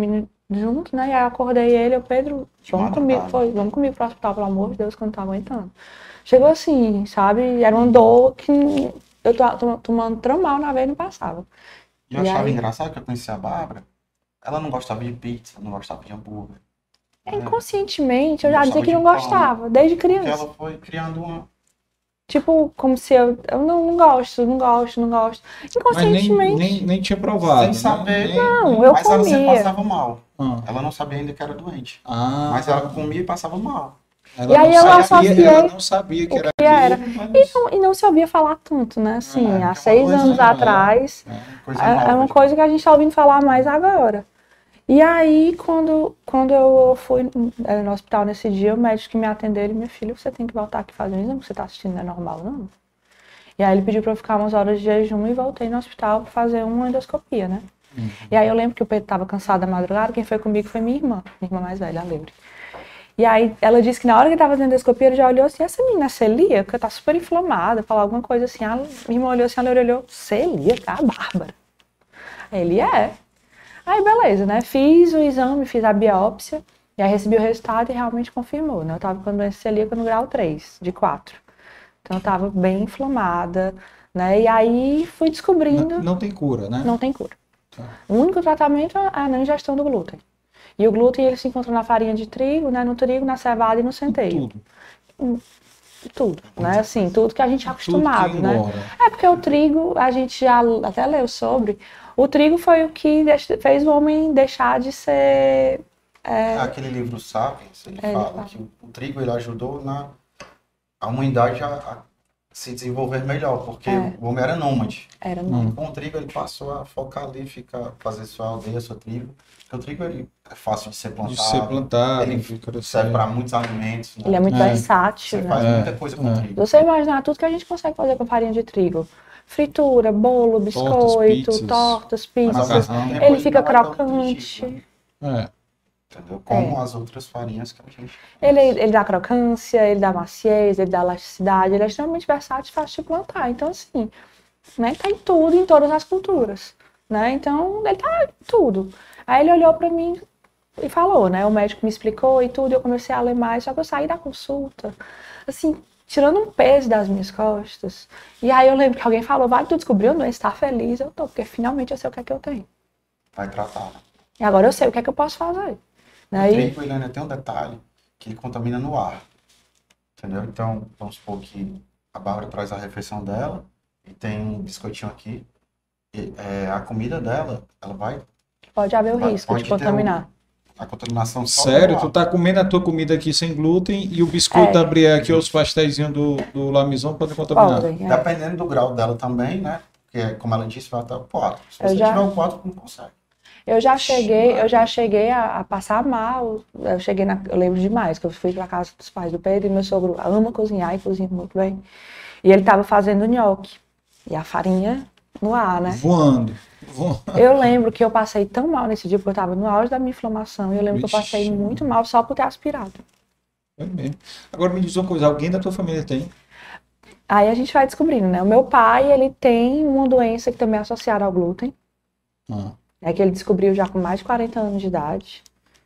junto, né? E aí eu acordei ele, eu, Pedro, vamos comigo, madrugada. foi, vamos comigo pro hospital, pelo amor de Deus, que eu não tô aguentando. Chegou assim, sabe? Era uma dor que eu tô, tô tomando tramal na veia e não passava. E eu E achava aí- engraçado que eu conhecia a Bárbara, ela não gostava de pizza, não gostava de hambúrguer. Inconscientemente, eu já dizia Gostava que de não pão, gostava, desde Porque criança. ela foi criando uma... Tipo, como se eu, eu não, não gosto, não gosto, não gosto. Mas nem, Inconscientemente. nem, nem tinha provado. Sem né? saber. Nem- Não, eu Mas ela sempre comia. passava mal. Ah. Ela não sabia ainda que era doente. Ah. Mas ela comia e passava mal. Ela E aí não eu sabia, associei ela não sabia que o era que era. aquilo, mas- E não, e não se ouvia falar tanto, né? Assim, É, há é seis uma coisa anos nova, atrás, Coisa é, nova, é uma tipo. coisa que a gente tá ouvindo falar mais agora. E aí, quando, quando eu fui eh, no hospital nesse dia, o médico que me atendeu, ele, minha filha, você tem que voltar aqui fazer um exame, que você tá assistindo, não é normal, não? E aí ele pediu pra eu ficar umas horas de jejum e voltei no hospital pra fazer uma endoscopia, né? Uhum. E aí eu lembro que o Pedro tava cansado da madrugada, quem foi comigo foi minha irmã, minha irmã mais velha, a Lebre. E aí ela disse que na hora que tava fazendo a endoscopia, ele já olhou assim, essa menina é celíaca, tá super inflamada, falou alguma coisa assim. A minha irmã olhou assim, a Lebre olhou, celíaca, a Bárbara. Aí ele é. Aí beleza, né? Fiz o exame, fiz a biópsia, e aí recebi o resultado e realmente confirmou, né? Eu tava com doença celíaca no grau três, de quatro. Então eu tava bem inflamada, né? E aí fui descobrindo... Não, não tem cura, né? Não tem cura. O único tratamento é a não ingestão do glúten. E o glúten ele se encontra na farinha de trigo, né? No trigo, na cevada e no centeio. Tudo. Tudo, né? Assim, tudo que a gente é acostumado, que né? engorda. É porque o trigo, a gente já até leu sobre, o trigo foi o que deix- fez o homem deixar de ser... é, Aquele livro Sapiens, ele É, ele fala fala. que o, o trigo ele ajudou na a humanidade a, a se desenvolver melhor, porque É. o homem era nômade. Era Hum. Com o trigo ele passou a focar ali, ficar, fazer sua aldeia, sua tribo. Porque o trigo ele é fácil de ser plantado. De ser plantado, ele de crescer. serve para muitos alimentos. Né? Ele é muito É. versátil, Você né? faz É. muita coisa com É. trigo. Se você imaginar tudo que a gente consegue fazer com farinha de trigo. Fritura, bolo, biscoito, pizzas. tortas, Mas, ao pizzas. mesmo tempo, Ele fica não é tão crocante. nutritivo, né? É. Entendeu? Como É. as outras farinhas que a gente... Ele, ele dá crocância, ele dá maciez, ele dá elasticidade, ele é extremamente versátil e fácil de plantar. Então, assim, né, tá em tudo, em todas as culturas, né? Então, ele tá em tudo. Aí ele olhou pra mim e falou, né? O médico me explicou e tudo, eu comecei a ler mais, só que eu saí da consulta, assim, tirando um peso das minhas costas. E aí eu lembro que alguém falou, vai, tu descobriu, não está feliz? Eu tô, porque finalmente eu sei o que é que eu tenho. Vai tratar, né? E agora eu sei o que é que eu posso fazer. O Aí, trigo ele ainda tem um detalhe que ele contamina no ar. Entendeu? Então, vamos supor que a Bárbara traz a refeição dela e tem um biscoitinho aqui. E, é, a comida dela, ela vai... pode haver o vai- risco pode de ter contaminar. o- a contaminação só Sério? no Tu ar. tá comendo a tua comida aqui sem glúten e o biscoito É. da Brié aqui, os pastéisinhos do, do Lamizão podem contaminar. Podem, é. Dependendo do grau dela também, né? Porque, como ela disse, vai até o quatro. Se Eu você já- tiver o quatro, não consegue. Eu já cheguei, eu já cheguei a, a passar mal. Eu cheguei na, eu lembro demais que eu fui pra casa dos pais do Pedro e meu sogro ama cozinhar e cozinha muito bem. E ele tava fazendo nhoque e a farinha no ar, né? Voando. Voando. Eu lembro que eu passei tão mal nesse dia porque eu tava no auge da minha inflamação. E eu lembro que eu Vixe. passei muito mal só por ter aspirado. É mesmo. Agora me diz uma coisa, alguém da tua família tem? Aí a gente vai descobrindo, né? O meu pai, ele tem uma doença que também é associada ao glúten. Ah. É que ele descobriu já com mais de quarenta anos de idade,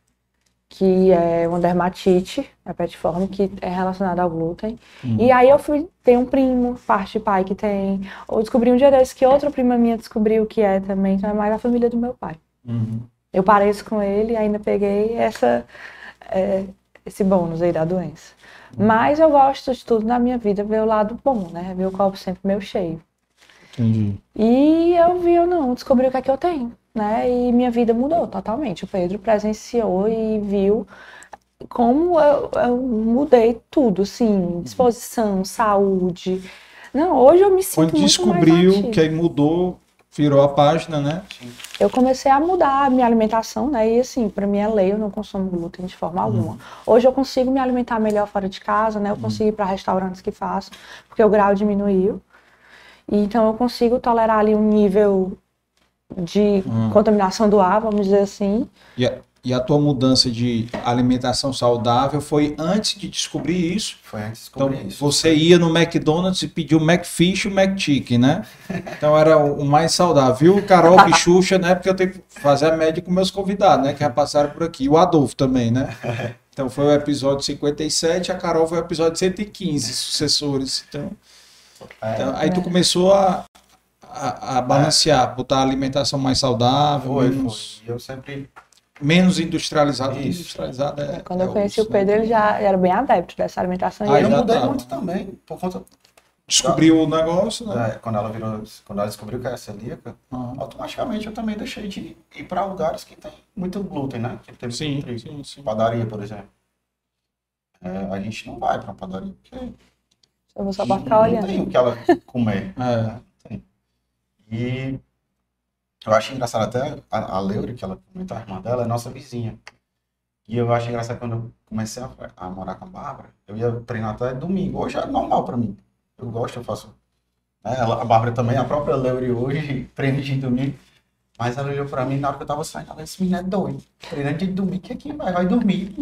que é uma dermatite herpetiforme que é relacionada ao glúten. Hum. E aí eu fui, tem um primo, parte de pai que tem, ou descobri um dia desses que outra prima minha descobriu que é também, então é mais a família do meu pai. Uhum. Eu pareço com ele e ainda peguei essa, é, esse bônus aí da doença. Mas eu gosto de tudo na minha vida, ver o lado bom, né? Ver o copo sempre meio cheio. Entendi. E eu vi, eu não, descobri o que é que eu tenho, né? E minha vida mudou totalmente. O Pedro presenciou e viu como eu, eu mudei tudo, assim, disposição, saúde. Não, hoje eu me sinto Quando muito descobriu mais ativa. que aí mudou, virou a página, né? Eu comecei a mudar a minha alimentação, né? E assim, pra mim é lei, eu não consumo glúten de forma alguma. Hoje eu consigo me alimentar melhor fora de casa, né? Eu consigo ir para restaurantes que faço, porque o grau diminuiu. E então eu consigo tolerar ali um nível de Hum. contaminação do ar, vamos dizer assim. E a, E a tua mudança de alimentação saudável foi antes de descobrir isso? Foi antes de descobrir então, isso. Você ia no McDonald's e pediu o McFish e o McChicken, né? Então era o mais saudável. Viu, Carol Bichucha, né? Porque eu tenho que fazer a média com meus convidados, né? Que já passaram por aqui. O Adolfo também, né? Então foi o episódio cinquenta e sete, a Carol foi o episódio cento e quinze, sucessores. Então, é, então aí tu começou a, a, a balancear, é. botar a alimentação mais saudável. Foi, menos... foi. Eu sempre... Menos industrializado. Industrializado é, Quando é eu conheci osso, o Pedro, né? ele já era bem adepto dessa alimentação. Aí e eu ele... mudei tá. muito também, por conta... Descobriu o negócio, né? É, quando ela virou, quando ela descobriu que era celíaca, uhum. automaticamente eu também deixei de ir para lugares que tem muito glúten, né? Que tem muito sim, trigo. sim, sim. Padaria, por exemplo. É, a gente não vai para uma padaria porque eu vou só pra ficar olhando. Não tem o que ela comer. É. Né? Tem. E eu acho engraçado até a, a Leure, que ela comentou, a irmã dela, é nossa vizinha. E eu acho engraçado quando eu comecei a, a morar com a Bárbara, eu ia treinar até domingo. Hoje é normal para mim. Eu gosto, eu faço. Né? Ela, a Bárbara também, a própria Leure hoje, treina de domingo. Mas ela olhou pra mim na hora que eu tava saindo, ela disse, esse menino é doido. Treinando de domingo, que aqui vai, vai dormir.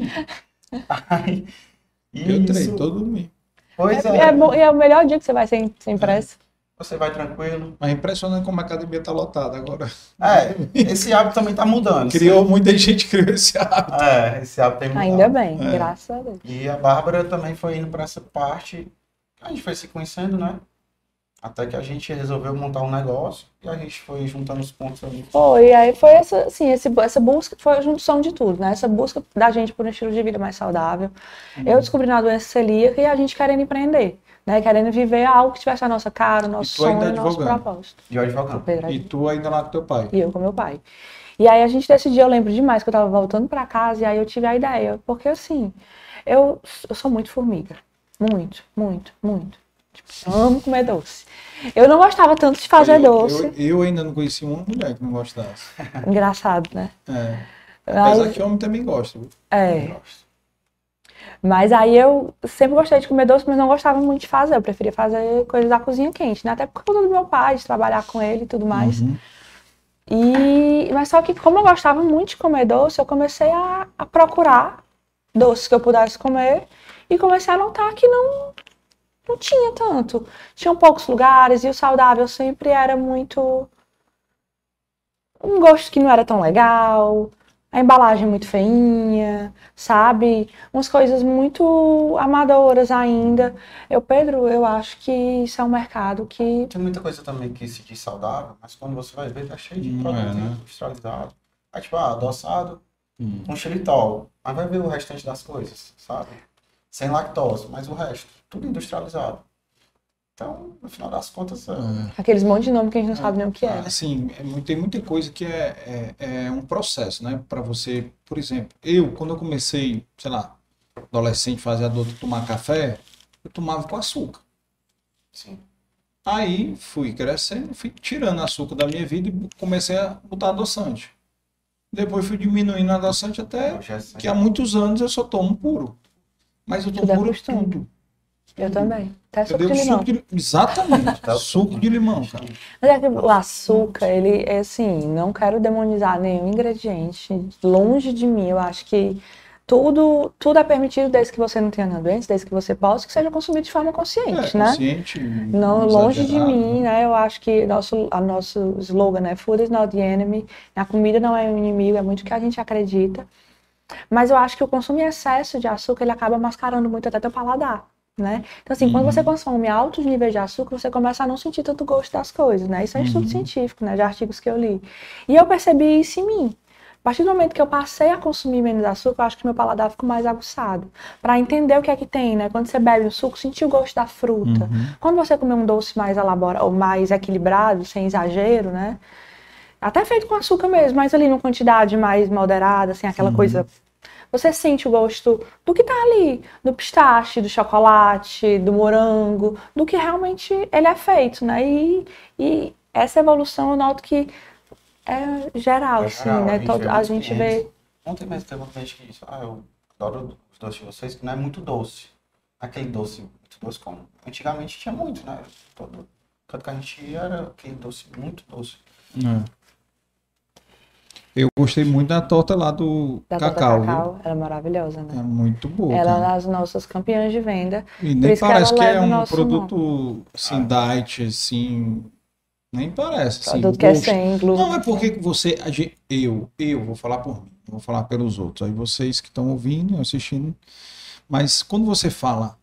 Aí, eu isso... treino todo domingo. Pois é. É, é, é o melhor dia que você vai sem, sem pressa. Você vai tranquilo. Mas é impressionante como a academia tá lotada agora. É, esse hábito também tá mudando. Criou, muita gente criou esse hábito. É, esse hábito tem mudado. Ainda bem, é. graças a Deus. E a Bárbara também foi indo pra essa parte, a gente foi se conhecendo, né? Até que a gente resolveu montar um negócio e a gente foi juntando os pontos ali. Foi, e aí foi essa, assim, esse, essa busca, foi a junção de tudo, né? Essa busca da gente por um estilo de vida mais saudável. Uhum. Eu descobri a doença celíaca e a gente querendo empreender, né? Querendo viver algo que tivesse a nossa cara, o nosso sonho, o nosso propósito. E eu advogando. E tu ainda lá com teu pai. E eu com meu pai. E aí a gente decidiu, eu lembro demais que eu tava voltando pra casa e aí eu tive a ideia, porque assim, eu, eu sou muito formiga. Muito, muito, muito. Tipo, amo comer doce. Eu não gostava tanto de fazer eu, doce. Eu, eu ainda não conheci uma mulher que não gostasse. Engraçado, né? É. Apesar aí, que homem também gosta. Viu? É. Mas aí eu sempre gostei de comer doce, mas não gostava muito de fazer. Eu preferia fazer coisas da cozinha quente, né? Até por conta do meu pai, de trabalhar com ele e tudo mais. Uhum. E, mas só que como eu gostava muito de comer doce, eu comecei a, a procurar doces que eu pudesse comer e comecei a notar que não... Não tinha tanto. Tinham poucos lugares e o saudável sempre era muito... Um gosto que não era tão legal, a embalagem muito feinha, sabe? Umas coisas muito amadoras ainda. Eu, Pedro, eu acho que isso é um mercado que... Tem muita coisa também que se diz saudável, mas quando você vai ver, tá cheio de Não produto é, né? industrializado. Aí tipo, ah, adoçado hum. com xilitol. Mas vai ver o restante das coisas, sabe? Sem lactose, mas o resto, tudo industrializado. Então, no final das contas... É... Aqueles monte de nome que a gente não é. sabe nem o que é. Assim, é muito, tem muita coisa que é, é, é um processo, né? Para você, por exemplo, eu, quando eu comecei, sei lá, adolescente, fazer adulto, tomar café, eu tomava com açúcar. Sim. Aí, fui crescendo, fui tirando açúcar da minha vida e comecei a botar adoçante. Depois fui diminuindo adoçante até que há muitos anos eu só tomo puro. Mas eu tomo tudo puro é tudo. Eu tudo. também. Até suco eu de limão. Suco de... Exatamente. Suco de limão, cara. Mas é que o açúcar, ele é assim, não quero demonizar nenhum ingrediente. Longe de mim, eu acho que tudo, tudo é permitido desde que você não tenha doença, desde que você possa, que seja consumido de forma consciente, é, né? Consciente. Não, longe de mim, né? Eu acho que nosso, a nosso slogan, né? Food is not the enemy. A comida não é o inimigo, é muito o que a gente acredita. Mas eu acho que o consumo em excesso de açúcar, ele acaba mascarando muito até teu paladar, né? Então, assim, uhum. quando você consome altos níveis de açúcar, você começa a não sentir tanto gosto das coisas, né? Isso é um estudo uhum. científico, né? De artigos que eu li. E eu percebi isso em mim. A partir do momento que eu passei a consumir menos açúcar, eu acho que meu paladar ficou mais aguçado. Pra entender o que é que tem, né? Quando você bebe um suco, sentir o gosto da fruta. Uhum. Quando você comer um doce mais elaborado, ou mais equilibrado, sem exagero, né? Até feito com açúcar mesmo, mas ali numa quantidade mais moderada, assim, aquela Sim. coisa... Você sente o gosto do que tá ali, do pistache, do chocolate, do morango, do que realmente ele é feito, né? E, e essa evolução eu noto que é geral, é assim, geral, né? A gente, Todo, a gente vê... Ontem mesmo teve um cliente que disse, ah, eu adoro os doces de vocês, que não é muito doce. Aquele doce, muito doce como... Antigamente tinha muito, né? Todo canto que a gente ia era aquele doce muito doce. É. Eu gostei muito da torta lá do Da cacau. torta cacau, Viu? ela é maravilhosa, né? É muito boa. Ela é cara. uma das nossas campeãs de venda. E por nem isso parece que, que, ela é leva o um nosso produto nome. assim, diet, assim. Nem parece. Assim, Produto o que é gosto. sem glúten. Não, é porque você. a gente- eu, eu vou falar por mim, não vou falar pelos outros. Aí vocês que estão ouvindo, assistindo. Mas quando você fala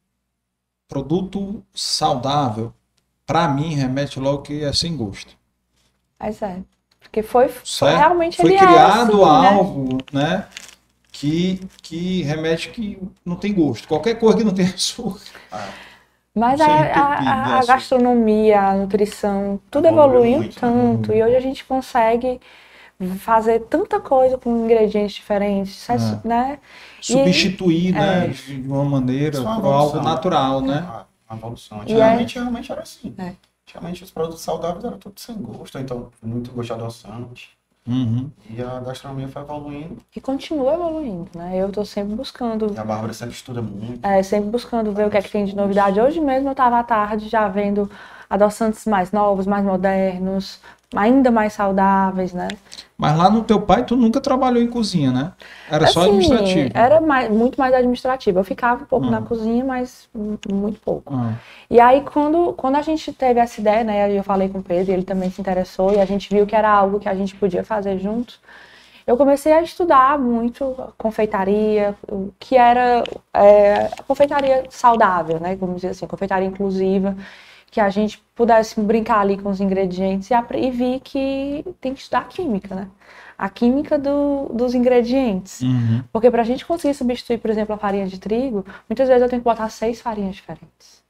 produto saudável, pra mim remete logo que é sem gosto. Mas é. Porque foi, foi Certo? realmente Foi ele criado é assim, né? algo, né? Que, que remete que não tem gosto. Qualquer coisa que não tem açúcar. Mas Sem a, pepino, a- né, a açúcar. gastronomia, a nutrição, tudo Evoluiu evoluiu muito, tanto. E hoje a gente consegue fazer tanta coisa com ingredientes diferentes, É. né? E- Substituir, né? é. De uma maneira, Isso é uma por algo evolução. natural, né? Uma, uma evolução. E Antigamente, é- realmente era assim. É. Antigamente os produtos saudáveis eram tudo sem gosto, ou então muito gosto adoçante. Uhum. E a gastronomia foi evoluindo. E continua evoluindo, né? Eu tô sempre buscando, E a Bárbara sempre estuda muito. é, sempre buscando ver o que é que tem de novidade. Hoje mesmo eu tava à tarde já vendo adoçantes mais novos, mais modernos, ainda mais saudáveis, né? Mas lá no teu pai, tu nunca trabalhou em cozinha, né? Era só Assim, administrativo. Era mais, muito mais administrativo. Eu ficava um pouco Ah. na cozinha, mas m- muito pouco. Ah. E aí, quando, quando a gente teve essa ideia, né, eu falei com o Pedro, e ele também se interessou, e a gente viu que era algo que a gente podia fazer juntos, eu comecei a estudar muito confeitaria, o que era é, a confeitaria saudável, né, vamos dizer assim, confeitaria inclusiva, que a gente pudesse brincar ali com os ingredientes e, apre- e vi que tem que estudar química, né? A química do, dos ingredientes. Uhum. Porque para a gente conseguir substituir, por exemplo, a farinha de trigo, muitas vezes eu tenho que botar seis farinhas diferentes.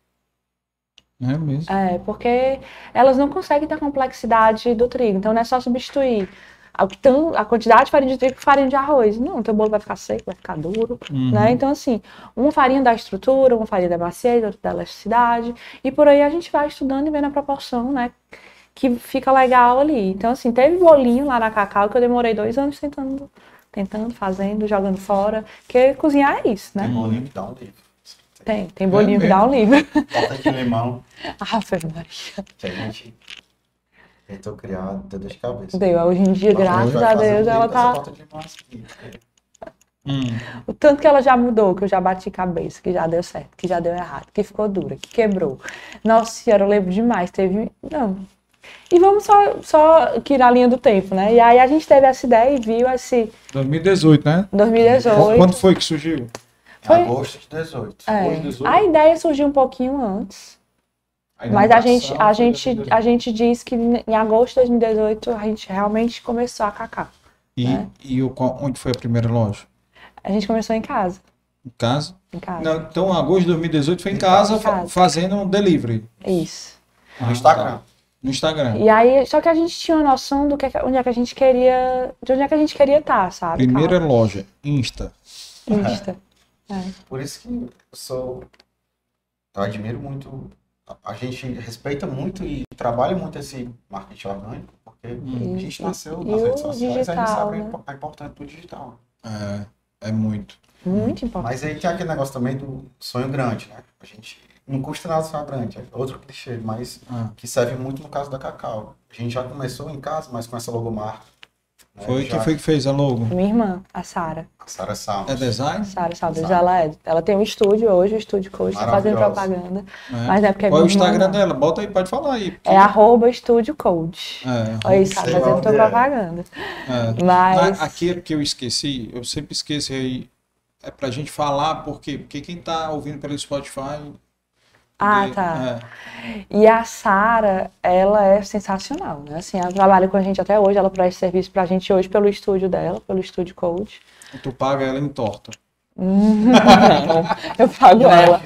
É mesmo. É, porque elas não conseguem ter a complexidade do trigo. Então não é só substituir a, tan- a quantidade de farinha de trigo por farinha de arroz. Não, o teu bolo vai ficar seco, vai ficar duro. Uhum. Né? Então, assim, uma farinha dá estrutura, uma farinha dá maciez, outra dá elasticidade. E por aí a gente vai estudando e vendo a proporção, né? Que fica legal ali. Então, assim, teve bolinho lá na Cacau que eu demorei dois anos tentando, tentando, fazendo, jogando fora. Porque cozinhar é isso, né? Tem bolinho que dá um livro. Tem, tem bolinho É que dá um livro. Torta de limão, Ah, Maria. que a gente tentou criar, deu dor de cabeça. Deu, hoje em dia, Mas graças vai a fazer um Deus, livro ela dessa tá... torta de limão aqui. Hum. O tanto que ela já mudou, que eu já bati cabeça, que já deu certo, que já deu errado, que ficou dura, que quebrou. Nossa senhora, eu lembro demais, teve... Não. E vamos só, só aqui na linha do tempo, né? E aí a gente teve essa ideia e viu esse dois mil e dezoito, né? dois mil e dezoito. Quando foi que surgiu? Foi- Em agosto de dezoito. É, Agosto de dezoito? a ideia surgiu um pouquinho antes, Aí, mas no a gente, passado, a, foi gente, dois mil e a gente diz que em agosto de dois mil e dezoito a gente realmente começou a Cacau. E, né? e o, qual- onde foi a primeira loja? A gente começou em casa, Em casa? em casa. Não, então, agosto de dois mil e dezoito foi em casa, Em fa- casa. fazendo um delivery. Isso. Ah, Instagram. tá. No Instagram. E aí, só que a gente tinha uma noção do que, onde é que a gente queria, de onde é que a gente queria estar, sabe? Primeira loja, Insta. Insta. É. Por isso que eu sou. Eu admiro muito. A gente respeita muito e trabalha muito esse marketing orgânico, porque a gente nasceu E nas o redes sociais, a gente digital, sabe né? a importância do digital. É, é muito. Muito importante. Mas aí tem aquele negócio também do sonho grande, né? A gente não custa nada sonhar grande, é outro clichê, mas Ah. que serve muito no caso da Cacau. A gente já começou em casa, mas com essa logomarca. né? Foi Já- quem foi que fez a logo? Minha irmã, a Sara. A Sara Salles. É design? Sara Salves, Sara. ela, é, ela tem um estúdio hoje, o Estúdio Coach, tá fazendo Maravilhosa. propaganda. É. Mas é porque é Qual é o minha irmã, Instagram não. dela? Bota aí, pode falar aí. porque- É arroba Estúdio Coach. É, Olha isso, tá sei fazendo lá tua onde é. propaganda. É. Mas- Na- Aquele que eu esqueci, eu sempre esqueço aí, é pra gente falar, por quê? Porque quem tá ouvindo pelo Spotify... Ah, de- tá. é. E a Sara, ela é sensacional, né? Assim, ela trabalha com a gente até hoje, ela presta serviço pra gente hoje pelo estúdio dela, pelo Estúdio Coach. E tu paga ela em torta. Não, eu pago ela.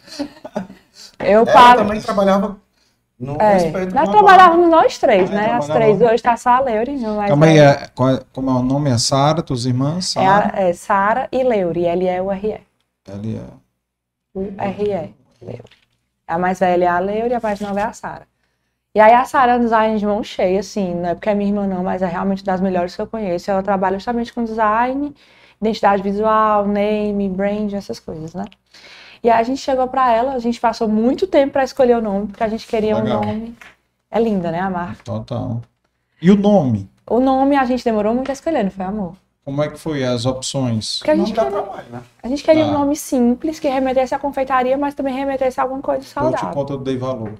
Eu Ela pago. também trabalhava no É, respeito nós com a trabalhávamos nós três, Ah, né? As trabalhava três. lá. Hoje tá só a Leuri, não mais Calma aí, ela. é, qual é- como é o nome? É Sara, tuas irmãs? É, Sara? a- é Sara e Leuri, L E U R E. Ela é... U R E, Leuri. A mais velha é a Leuri e a mais nova é a Sara. E aí a Sara é um design de mão cheia, assim, não é porque é minha irmã não, mas é realmente das melhores que eu conheço. Ela trabalha justamente com design, identidade visual, name, brand, essas coisas, né? E aí a gente chegou pra ela, a gente passou muito tempo pra escolher o nome, porque a gente queria Legal. um nome. É linda, né, a marca? Total. E o nome? O nome a gente demorou muito a escolher, não foi, amor? Como é que foi as opções? Porque a gente, Não dá queria, trabalho, né? a gente queria Ah. um nome simples, que remetesse à confeitaria, mas também remetesse a alguma coisa Eu te saudável. conto, eu dei valor.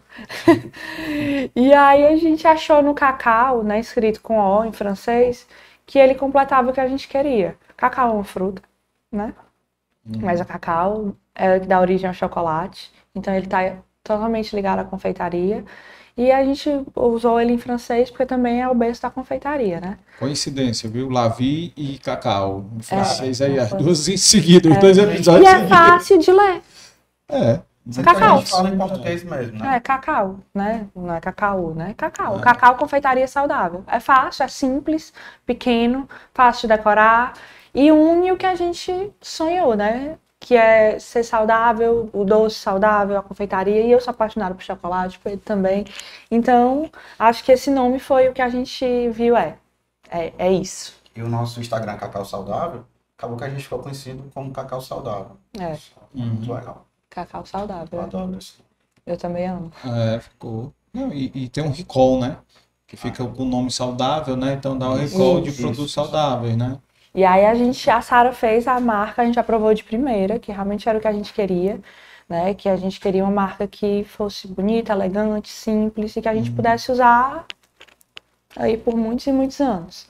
E aí a gente achou no cacau, né, escrito com O em francês, que ele completava o que a gente queria. Cacau é uma fruta, né? Mas o cacau é o que dá origem ao chocolate, então ele está totalmente ligado à confeitaria. E a gente usou ele em francês porque também é o berço da confeitaria, né? Coincidência, viu? Lavi e cacau. Em francês É, aí, as foi. duas em seguida, os É. dois E episódios é seguidos. fácil de ler. É. Sempre a Cacau. gente fala em português mesmo, né? É, cacau, né? Não é cacau, né? Cacau. É. Cacau, confeitaria saudável. É fácil, é simples, pequeno, fácil de decorar e une o que a gente sonhou, né? Que é ser saudável, o doce saudável, a confeitaria. E eu sou apaixonada por chocolate, por ele também. Então, acho que esse nome foi o que a gente viu, é. É, é isso. E o nosso Instagram Cacau Saudável, acabou que a gente ficou conhecido como Cacau Saudável. É, Muito legal. cacau saudável. Eu adoro isso. Eu também amo. É, ficou. Não, e, e tem um recall, né? Que fica com o nome saudável, né? Então dá um Isso, recall de isso, produtos isso. saudáveis, né? E aí a gente, a Sara fez a marca, a gente aprovou de primeira, que realmente era o que a gente queria, né? Que a gente queria uma marca que fosse bonita, elegante, simples e que a gente pudesse usar aí por muitos e muitos anos.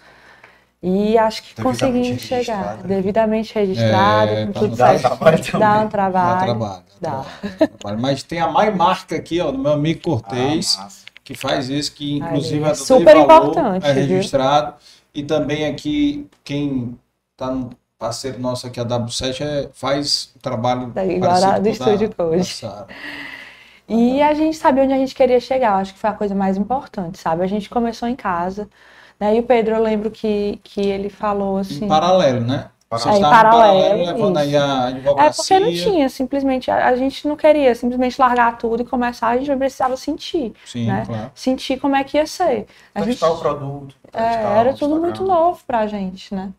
E acho que Devidamente conseguimos chegar, registrada. devidamente registrado, É, com pra tudo não dar certo. trabalho Dá também. um Dá trabalho. trabalho. Dá. Dá trabalho. Mas tem a mais marca aqui, ó, do meu amigo Cortez, Ah, massa. que faz isso, que Ah, inclusive ele é é do super Dei Valor, importante, é viu? registrado. E também aqui, quem tá no parceiro nosso aqui, a W sete, é, faz um trabalho Da- igual parecido a do com o Estúdio da, Code. da Sara. E a gente sabia onde a gente queria chegar, eu acho que foi a coisa mais importante, sabe? A gente começou em casa, né? E o Pedro, eu lembro que, que ele falou assim... Em paralelo, né? Vocês É, em estavam paralelo, levando aí isso. a É advocacia. porque não tinha, simplesmente, a, a gente não queria simplesmente largar tudo e começar, a gente precisava sentir, Sim, né? claro. Sentir como é que ia ser. A gente, Testar o produto. é, testar era o tudo Instagram. muito novo pra gente, né?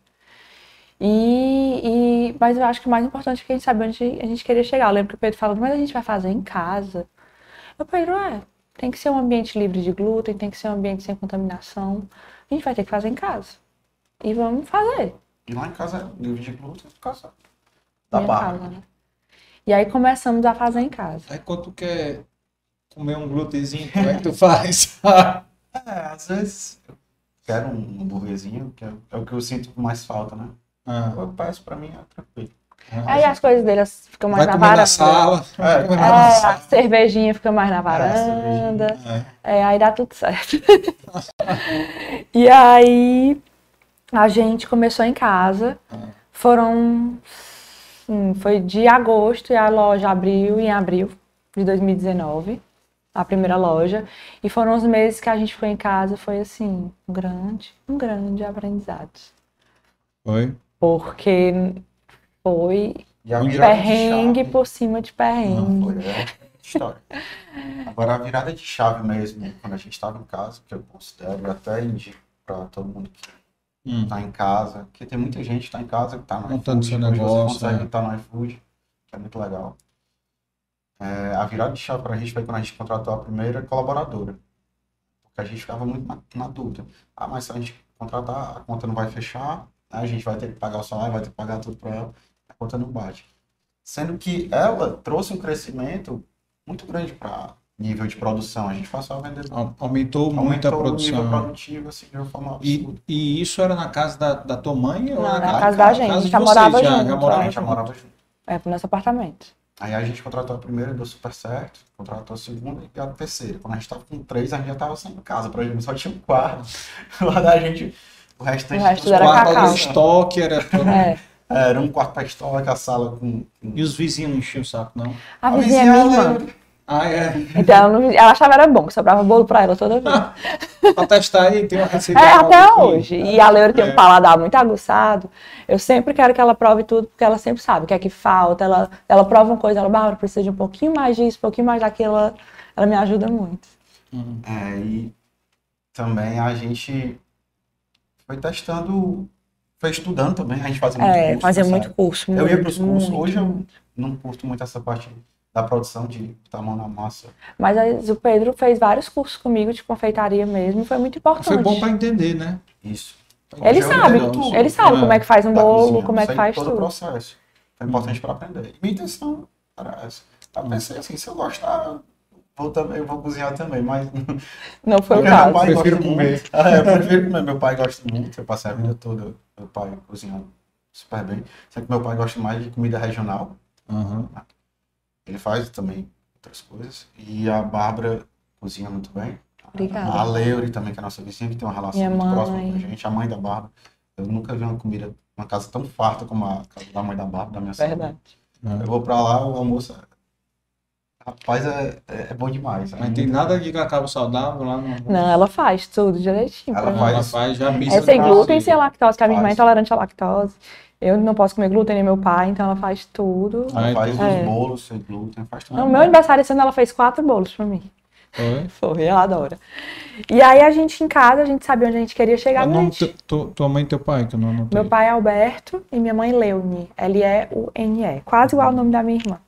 E, e, mas eu acho que o mais importante é que a gente sabia onde a gente queria chegar. Eu lembro que o Pedro falou, mas a gente vai fazer em casa. Eu, Pedro, é, tem que ser um ambiente livre de glúten, tem que ser um ambiente sem contaminação. A gente vai ter que fazer em casa. E vamos fazer. E lá em casa é livre de glúten, por causa da Minha barra. casa, né? E aí começamos a fazer em casa. Aí quando tu quer comer um glutenzinho, como é que tu faz? É, às vezes eu quero um hambúrguerzinho, que é, é o que eu sinto mais falta, né? Ah. Eu peço, pra mim é tranquilo. Aí as coisas deles ficam mais Vai na comer varanda. na sala. Vai comer É, na a sala. cervejinha fica mais na É, a varanda. cervejinha. É, aí dá tudo certo. E aí a gente começou em casa. Foram. Sim, foi de agosto e a loja abriu em abril de dois mil e dezenove. A primeira loja. E foram os meses que a gente foi em casa. Foi assim, um grande, um grande aprendizado. Foi? Porque foi E a virada de perrengue chave- por cima de perrengue. Não, foi é, história. Agora, a virada de chave mesmo, quando a gente estava em casa, que eu considero, eu até indico para todo mundo que Hum. está em casa, porque tem muita gente que está em casa, que está no Montando iFood, seu hoje negócio, você consegue é. estar no iFood, que é muito legal. É, a virada de chave para a gente foi quando a gente contratou a primeira colaboradora, porque a gente ficava muito na, na dúvida. Ah, mas se a gente contratar, a conta não vai fechar, né? A gente vai ter que pagar o salário, vai ter que pagar tudo para ela, a conta não bate. Sendo que ela trouxe um crescimento muito grande para nível de produção. A gente passou a vender. Aumentou muito a Aumentou o produção. nível produtivo, assim, de uma forma E, absurda. e isso era na casa da, da tua mãe? ou Não, era na casa da gente, a gente já morava já, junto, já morava é. A gente já junto. morava junto. É, pro nosso apartamento. Aí a gente contratou a primeira, deu super certo. Contratou a segunda e a terceira. Quando a gente tava com três, a gente já tava saindo de casa. Pra gente só tinha um quarto. Lá da gente, o restante... O resto dos era quartos- cacau. O estoque era todo. É. É, era um quarto para estoque, a sala com... com... E os vizinhos não enchiam o saco, não? A vizinha é minha irmã. Ah, é. Então ela, não- ela achava era bom, que sobrava bolo pra ela toda vez. Pra testar aí, tem uma receita. É, nova até aqui. hoje. E a Leora tem É. um paladar muito aguçado. Eu sempre quero que ela prove tudo, porque ela sempre sabe o que é que falta. Ela, ela prova uma coisa, ela, Bárbara, precisa de um pouquinho mais disso, um pouquinho mais daquilo. Ela, ela me ajuda muito. É, e também a gente foi testando, foi estudando também, a gente fazia muito É, curso. fazia nessa muito época. curso, Eu ia muito, para os cursos, muito, hoje eu muito. não curto muito essa parte da produção, de botar a mão na massa. Mas aí, o Pedro fez vários cursos comigo de confeitaria mesmo, e foi muito importante. Foi bom para entender, né? Isso. Ele Já sabe, tudo. ele sabe É. como é que faz um Da bolo, cozinha, como é que sei faz todo tudo. o processo. Foi importante para aprender. E minha intenção era essa. Eu pensei assim, se eu gostar, vou também, vou cozinhar também, mas Não foi o porque caso. meu pai Prefiro gosta comer. muito. É, eu prefiro comer. Meu pai gosta muito. Eu passei a vida toda meu pai cozinhando super bem. Só que meu pai gosta mais de comida regional. Uhum. Ele faz também outras coisas. E a Bárbara cozinha muito bem. Obrigada. A Leure também, que é a nossa vizinha, que tem uma relação Minha muito mãe. próxima com a gente. A mãe da Bárbara. Eu nunca vi uma comida, uma casa tão farta como a casa da mãe da Bárbara, da minha sogra. Verdade. Eu vou pra lá, o almoço, rapaz, é, é, é bom demais. Mas tem nada de cacau saudável lá no... Não, ela faz tudo direitinho. Ela pra faz- mim. Ela faz já É sem glúten e sem lactose, que a minha irmã é Faz. intolerante à lactose. Eu não posso comer glúten, nem meu pai, então ela faz tudo. Ela faz É. os bolos sem glúten, faz tudo. No meu aniversário esse ano ela fez quatro bolos pra mim. Foi? Foi, ela adora. E aí a gente em casa, a gente sabia onde a gente queria chegar. O mas a nome gente- tu- tu- tua mãe e teu pai, que eu não anotei. Meu pai é Alberto e minha mãe Leune. L E U N E. Quase igual ao nome da minha irmã.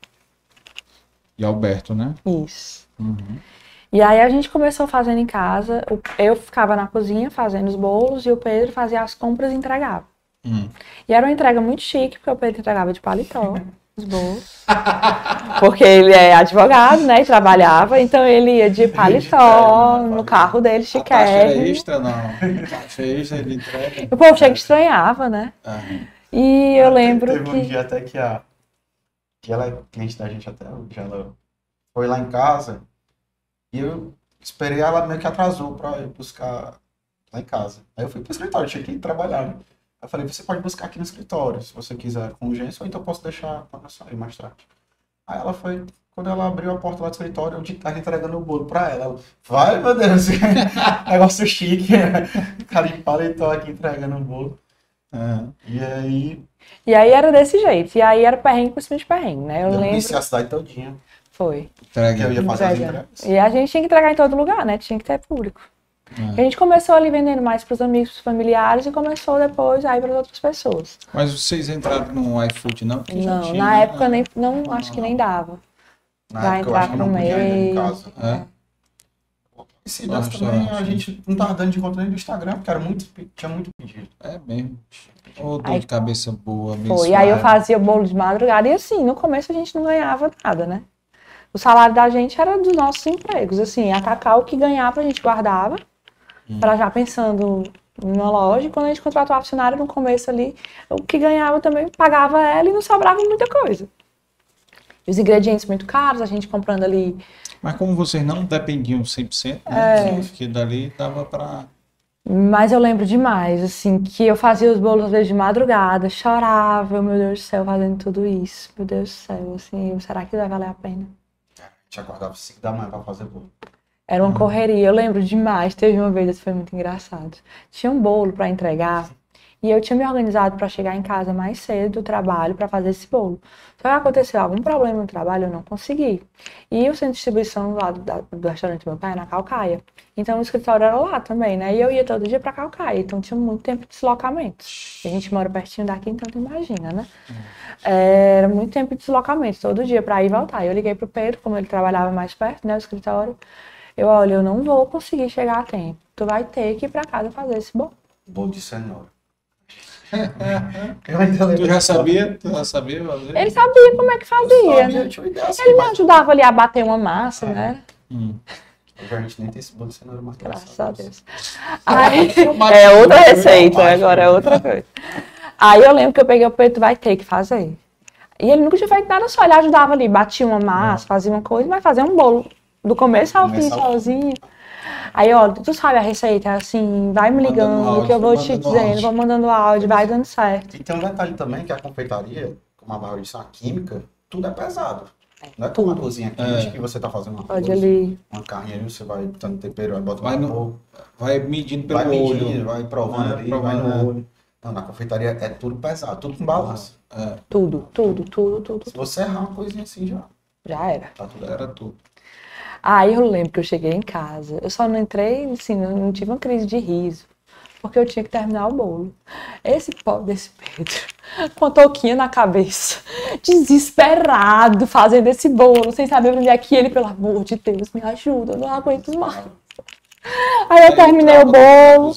E Alberto, né? Isso. Uhum. E aí a gente começou fazendo em casa. o- Eu ficava na cozinha fazendo os bolos e o Pedro fazia as compras e entregava. Hum. E era uma entrega muito chique, porque o Pedro entregava de paletó os bolos. Porque ele é advogado, né? E trabalhava, então ele ia de paletó no carro dele, A taxa era chiquérrimo. extra, não. A taxa extra de entrega. O povo chega e estranhava, né? Aham. E eu lembro Teve um que. dia até que a. Que ela é cliente da gente até hoje. Ela foi lá em casa e eu esperei, ela meio que atrasou pra ir buscar lá em casa. Aí eu fui pro escritório, eu tinha que ir trabalhar, né? Eu falei, você pode buscar aqui no escritório, se você quiser com urgência, ou então eu posso deixar pra eu sair mais tarde. Aí ela foi, quando ela abriu a porta lá do escritório, eu estava entregando o bolo pra ela. Ela, vai, meu Deus, negócio chique, cara de paletó aqui entregando o bolo. Aham. E aí, E aí era desse jeito. E aí era perrengue por cima de perrengue, né? Eu eu lembro. conheci a cidade todinha, Foi. que eu Entrega. ia fazer as Entregando. entregas. E a gente tinha que entregar em todo lugar, né? Tinha que ter público. É. E a gente começou ali vendendo mais pros amigos, pros familiares e começou depois aí para outras pessoas. Mas vocês entraram no iFood, não? Porque já Não, tinha, na né? época nem, não, acho que nem dava. Na Vai época eu entrar acho que eu não pro podia ir em meio. casa. É? E se desse Ah, também, a restaurante. gente não tava dando de conta nem do Instagram, porque era muito, tinha muito pedido. É mesmo. Ô, dor Aí- de cabeça boa, Foi. abençoada. E aí eu fazia bolo de madrugada e assim, no começo a gente não ganhava nada, né? O salário da gente era dos nossos empregos. Assim, a Cacau que ganhava a gente guardava, para já pensando numa loja. E quando a gente contratou a funcionária no começo ali, o que ganhava também pagava ela e não sobrava muita coisa. E os ingredientes muito caros, a gente comprando ali. Mas como vocês não dependiam cem por cento, né? É. Que dali dava pra... Mas eu lembro demais, assim, que eu fazia os bolos às vezes de madrugada, chorava, meu Deus do céu, fazendo tudo isso. Meu Deus do céu, assim, será que vai valer a pena? A gente acordava às cinco da manhã pra fazer bolo. Era uma correria, eu lembro demais. Teve uma vez, isso foi muito engraçado. Tinha um bolo para entregar e eu tinha me organizado para chegar em casa mais cedo do trabalho para fazer esse bolo. Só que aconteceu algum problema no trabalho, eu não consegui. E o centro de distribuição lá do, da- do restaurante do meu pai é na Caucaia. Então o escritório era lá também, né? E eu ia todo dia para Caucaia, então tinha muito tempo de deslocamento. E a gente mora pertinho daqui, então tu imagina, né? É, era muito tempo de deslocamento, todo dia para ir e voltar. Eu liguei pro Pedro, como ele trabalhava mais perto, né, do escritório. Eu, olha, eu não vou conseguir chegar a tempo. Tu vai ter que ir pra casa fazer esse bolo. Bolo de cenoura. Eu ainda lembro Tu já disso. sabia? Tu já sabia fazer? Ele sabia como é que fazia. sabia, eu tinha uma ideia assim, Ele me mas- ajudava ali a bater uma massa, né? Hum. Hoje a gente nem tem esse bolo de cenoura mais. Graças a Deus. Aí, é outra receita, agora é outra coisa. Aí eu lembro que eu peguei o Pedro, tu vai ter que fazer. E ele nunca tinha feito nada só, ele ajudava ali, batia uma massa, fazia uma coisa, mas fazia um bolo do começo ao fim Começo ao fim. sozinho. Aí, ó, tu sabe a receita, assim, vai me Mandando ligando, áudio, que eu vou vai te mandando dizendo, áudio. vou mandando áudio, vai dando certo. E tem um detalhe também, que a confeitaria, como a Bárbara disse, a química, tudo é pesado. Não é como a cozinha química É. que você tá fazendo uma Pode coisa, ali. uma carne ali, você vai botando tempero, vai botando Vai no no- fogo, Vai medindo pelo vai medindo, olho. vai provando É, ali, provando, vai é. no olho. Não, na confeitaria é tudo pesado, tudo com balança. É, Tudo, tudo, tudo, tudo. Se você errar uma coisinha assim, já Já era. tá tudo era tudo. Aí eu lembro que eu cheguei em casa. Eu só não entrei, assim, não não tive uma crise de riso. porque eu tinha que terminar o bolo. Esse pobre desse Pedro, com a touquinha na cabeça, desesperado, fazendo esse bolo, sem saber onde é que ele, pelo amor de Deus, me ajuda, eu não aguento mais. Aí eu terminei o bolo.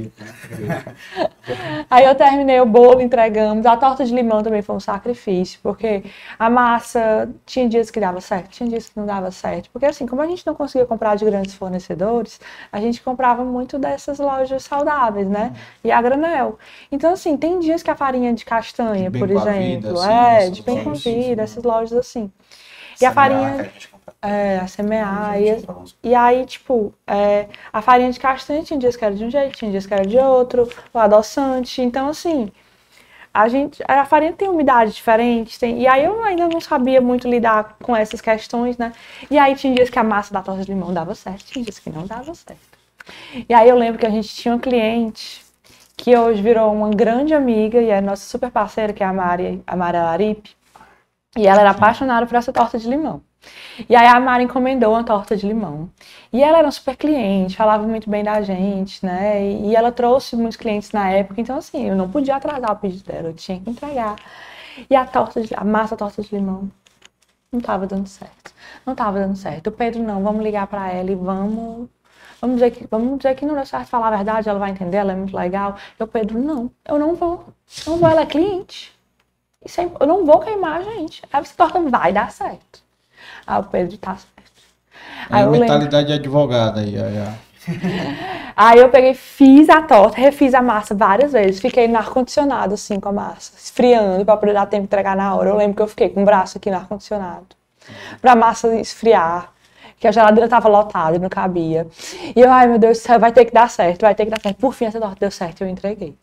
Aí eu terminei o bolo, entregamos. A torta de limão também foi um sacrifício, porque a massa tinha dias que dava certo, tinha dias que não dava certo. Porque assim, como a gente não conseguia comprar de grandes fornecedores, a gente comprava muito dessas lojas saudáveis, né? E a granel. Então assim, tem dias que a farinha de castanha, De por bem com a exemplo, vida, assim, é, essas de bem com a lojas, vida, essas lojas assim. E a farinha... É, a semear. E, e aí, tipo, é, a farinha de castanha tinha dias que era de um jeito, tinha dias que era de outro, o adoçante. Então, assim, a gente, a farinha tem umidade diferente, tem, e aí eu ainda não sabia muito lidar com essas questões, né? E aí tinha dias que a massa da torta de limão dava certo, tinha dias que não dava certo. E aí eu lembro que a gente tinha um cliente que hoje virou uma grande amiga e é nossa super parceira, que é a Mari, a Mari Laripe, e ela era apaixonada por essa torta de limão. E aí a Mari encomendou uma torta de limão. E ela era um super cliente, falava muito bem da gente, né? E ela trouxe muitos clientes na época, então assim, eu não podia atrasar o pedido dela, eu tinha que entregar. E a torta de, a massa da torta de limão não tava dando certo. Não tava dando certo. O Pedro, não, vamos ligar pra ela e vamos... Vamos dizer, que, vamos dizer que não deu certo, falar a verdade, ela vai entender, ela é muito legal. E o Pedro, não, eu não vou. Não vou, ela é cliente. Isso é, eu não vou queimar a gente. Essa torta vai dar certo. Aí o Pedro, tá certo. Aí é a mentalidade lembro... de advogada aí, aí, aí. Aí eu peguei, fiz a torta, refiz a massa várias vezes. Fiquei no ar-condicionado, assim, com a massa, esfriando, pra poder dar tempo de entregar na hora. Eu lembro que eu fiquei com o braço aqui no ar-condicionado, pra massa esfriar, que a geladeira tava lotada, não cabia. E eu, ai meu Deus do céu, vai ter que dar certo, vai ter que dar certo. Por fim, essa torta deu certo e eu entreguei.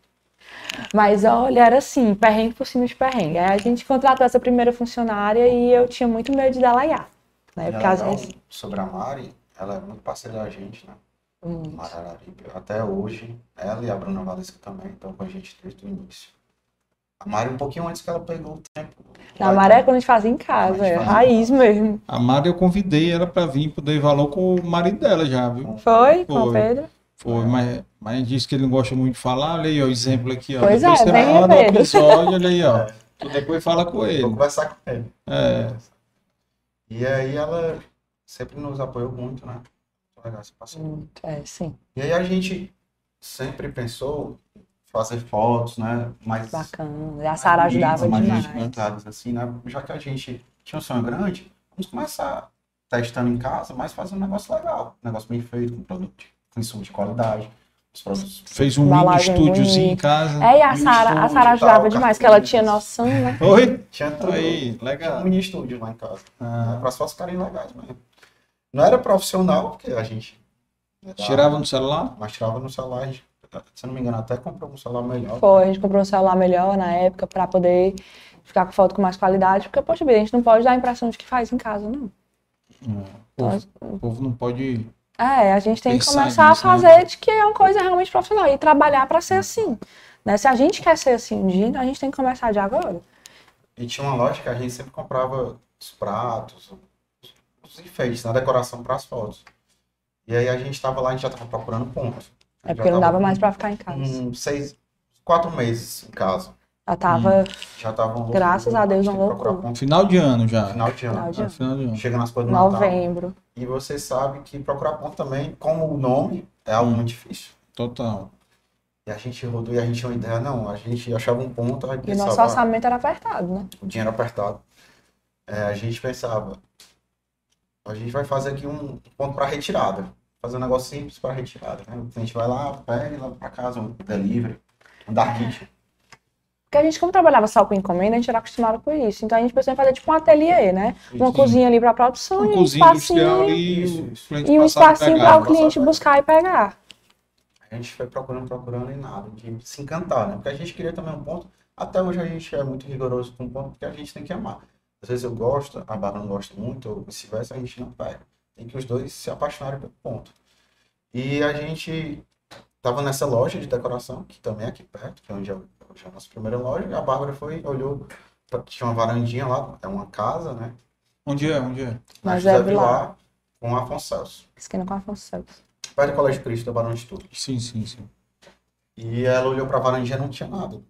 Mas olha, era assim, perrengue por cima de perrengue. Aí a gente contratou essa primeira funcionária e eu tinha muito medo de delegar. Né? Porque às vezes... Sobre a Mari, ela é muito parceira da gente, né? Hum. Até hoje, ela e a Bruna Valesca também estão com a gente desde o início. A Mari um pouquinho antes que ela pegou o tempo. A Mari é quando a gente fazia em casa, é raiz mesmo. A Mari eu convidei ela para vir pro Dei Valor com o marido dela já, viu? Foi, Foi. com o Pedro? Foi, mas, mas disse que ele não gosta muito de falar. Olha aí, ó, exemplo aqui, ó. Pois depois é, você bem manda um episódio, olha aí, ó. Tu depois fala com ele. Vou conversar com ele. É. E aí ela sempre nos apoiou muito, né? Legal essa parceria. Muito, é, sim. E aí a gente sempre pensou em fazer fotos, né? Mais bacana. A Sara ajudava mais demais. Assim, né? Já que a gente tinha um sonho grande, vamos começar testando em casa, mas fazer um negócio legal. Um negócio bem feito, com produto, com insumo de qualidade. Os produtos. Fez um mini estúdiozinho em casa. É, e a Sara, a Sara ajudava tal, demais, que ela tinha noção, né? Oi? Tinha tudo. Aí, legal. Tinha um mini estúdio lá em casa. Ah. Para as fotos ficarem legais mesmo. Não era profissional, porque a gente... Tirava no celular? Mas tirava no celular, a gente, se eu não me engano, até comprou um celular melhor. Foi, a gente comprou um celular melhor na época para poder ficar com foto com mais qualidade, porque, poxa vida, a gente não pode dar a impressão de que faz em casa, não. Não. Então, o, povo, o povo não pode... É, a gente tem que começar nisso, a fazer né? de que é uma coisa realmente profissional e trabalhar para ser assim. Né? Se a gente quer ser assim um dia, a gente tem que começar de agora. E tinha uma loja que a gente sempre comprava os pratos, os enfeites, na decoração para as fotos. E aí a gente estava lá, a gente já estava procurando ponto. É porque não dava mais para ficar em casa. Um, seis, quatro meses em casa. Já tava, hum. já tava um graças a Deus, um louco. Final de ano já. Final de ano. Final de ano. É, final de ano. Chega nas coisas do Novembro. Natal. E você sabe que procurar ponto também, como o nome, é algo hum. muito difícil. Total. E a gente rodou e a gente tinha uma ideia, não, a gente achava um ponto... A gente e pensava, nosso orçamento era apertado, né? O dinheiro apertado. É, a gente pensava, a gente vai fazer aqui um ponto para retirada. Fazer um negócio simples para retirada. Né? A gente vai lá, pega e leva para casa, um delivery, um dark kitchen. Porque a gente, como trabalhava só com encomenda, a gente era acostumado com isso. Então a gente pensou em fazer tipo um ateliê, né? Uma Sim. cozinha ali para produção uma e um espacinho, ali, e um espacinho para o cliente buscar e pegar. A gente foi procurando, procurando e nada, de se encantar, né? Porque a gente queria também um ponto. Até hoje a gente é muito rigoroso com um ponto, porque a gente tem que amar. Às vezes eu gosto, a Bárbara não gosta muito, ou vice-versa, a gente não pega. Tem que os dois se apaixonarem pelo ponto. E a gente tava nessa loja de decoração, que também é aqui perto, que é onde é a nossa primeira loja, e a Bárbara foi, olhou, tinha uma varandinha lá, é uma casa, né? Onde é? Onde é? Na José Vilar. Com a Afonso Celso. Esquina com a Afonso Celso. Perto do Colégio Cristo, da Barão de Tudo. Sim, sim, sim. E ela olhou pra varandinha e não tinha nada.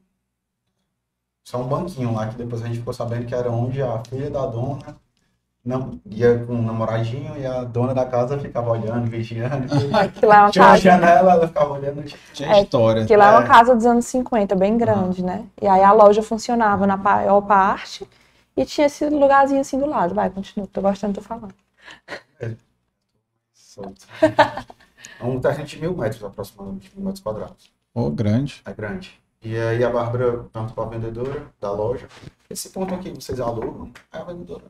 Só um banquinho lá, que depois a gente ficou sabendo que era onde a filha da dona não, ia com um namoradinho e a dona da casa ficava olhando, vigiando. Que lá é uma tinha uma casa... janela, ela ficava olhando. Tinha é, história. Que lá é uma casa dos anos cinquenta, bem grande, uhum. né? E aí a loja funcionava na maior parte e tinha esse lugarzinho assim do lado. Vai, continua, tô gostando do que tô falando. É. Solto. É um terreno de mil metros, aproximadamente, mil metros quadrados. Oh, grande. É grande. E aí a Bárbara perguntou para a vendedora da loja, esse ponto aqui, vocês alugam? Aí a vendedora,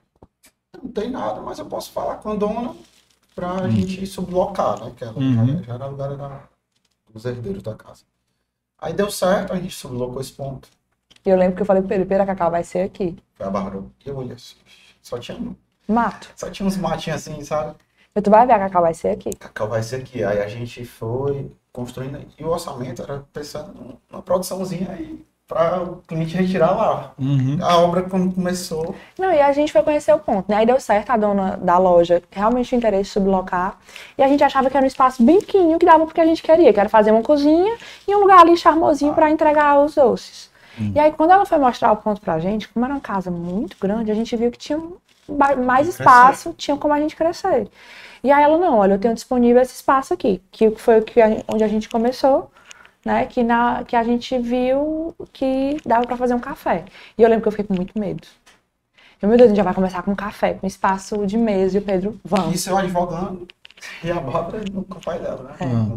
não tem nada, mas eu posso falar com a dona para a hum. gente sublocar, né? Que ela uhum. já, já era lugar da, dos herdeiros da casa. Aí deu certo, a gente sublocou esse ponto. E eu lembro que eu falei pro Pedro, Pedro, a Cacau vai ser aqui. Foi a Bárbara, eu olhei assim, só tinha mato. Só tinha uns matinhos assim, sabe? Eu, tu vai ver, a Cacau vai ser aqui. Cacau vai ser aqui. Aí a gente foi construindo, e o orçamento era pensando numa produçãozinha aí para o cliente retirar lá. Uhum. A obra quando começou... Não, e a gente foi conhecer o ponto, né? Aí deu certo, a dona da loja realmente tinha interesse em sublocar, e a gente achava que era um espaço bem pequenininho que dava porque a gente queria, que era fazer uma cozinha e um lugar ali charmosinho ah. para entregar os doces. Uhum. E aí quando ela foi mostrar o ponto pra gente, como era uma casa muito grande, a gente viu que tinha mais espaço, tinha como a gente crescer. E aí ela, não, olha, eu tenho disponível esse espaço aqui, que foi o que a, onde a gente começou, né, que, na, que a gente viu que dava pra fazer um café. E eu lembro que eu fiquei com muito medo. Eu, meu Deus, a gente já vai começar com um café, com espaço de mesa, e o Pedro, vamos. Isso eu advogando, e a Bárbara com o pai dela, né? É. Não,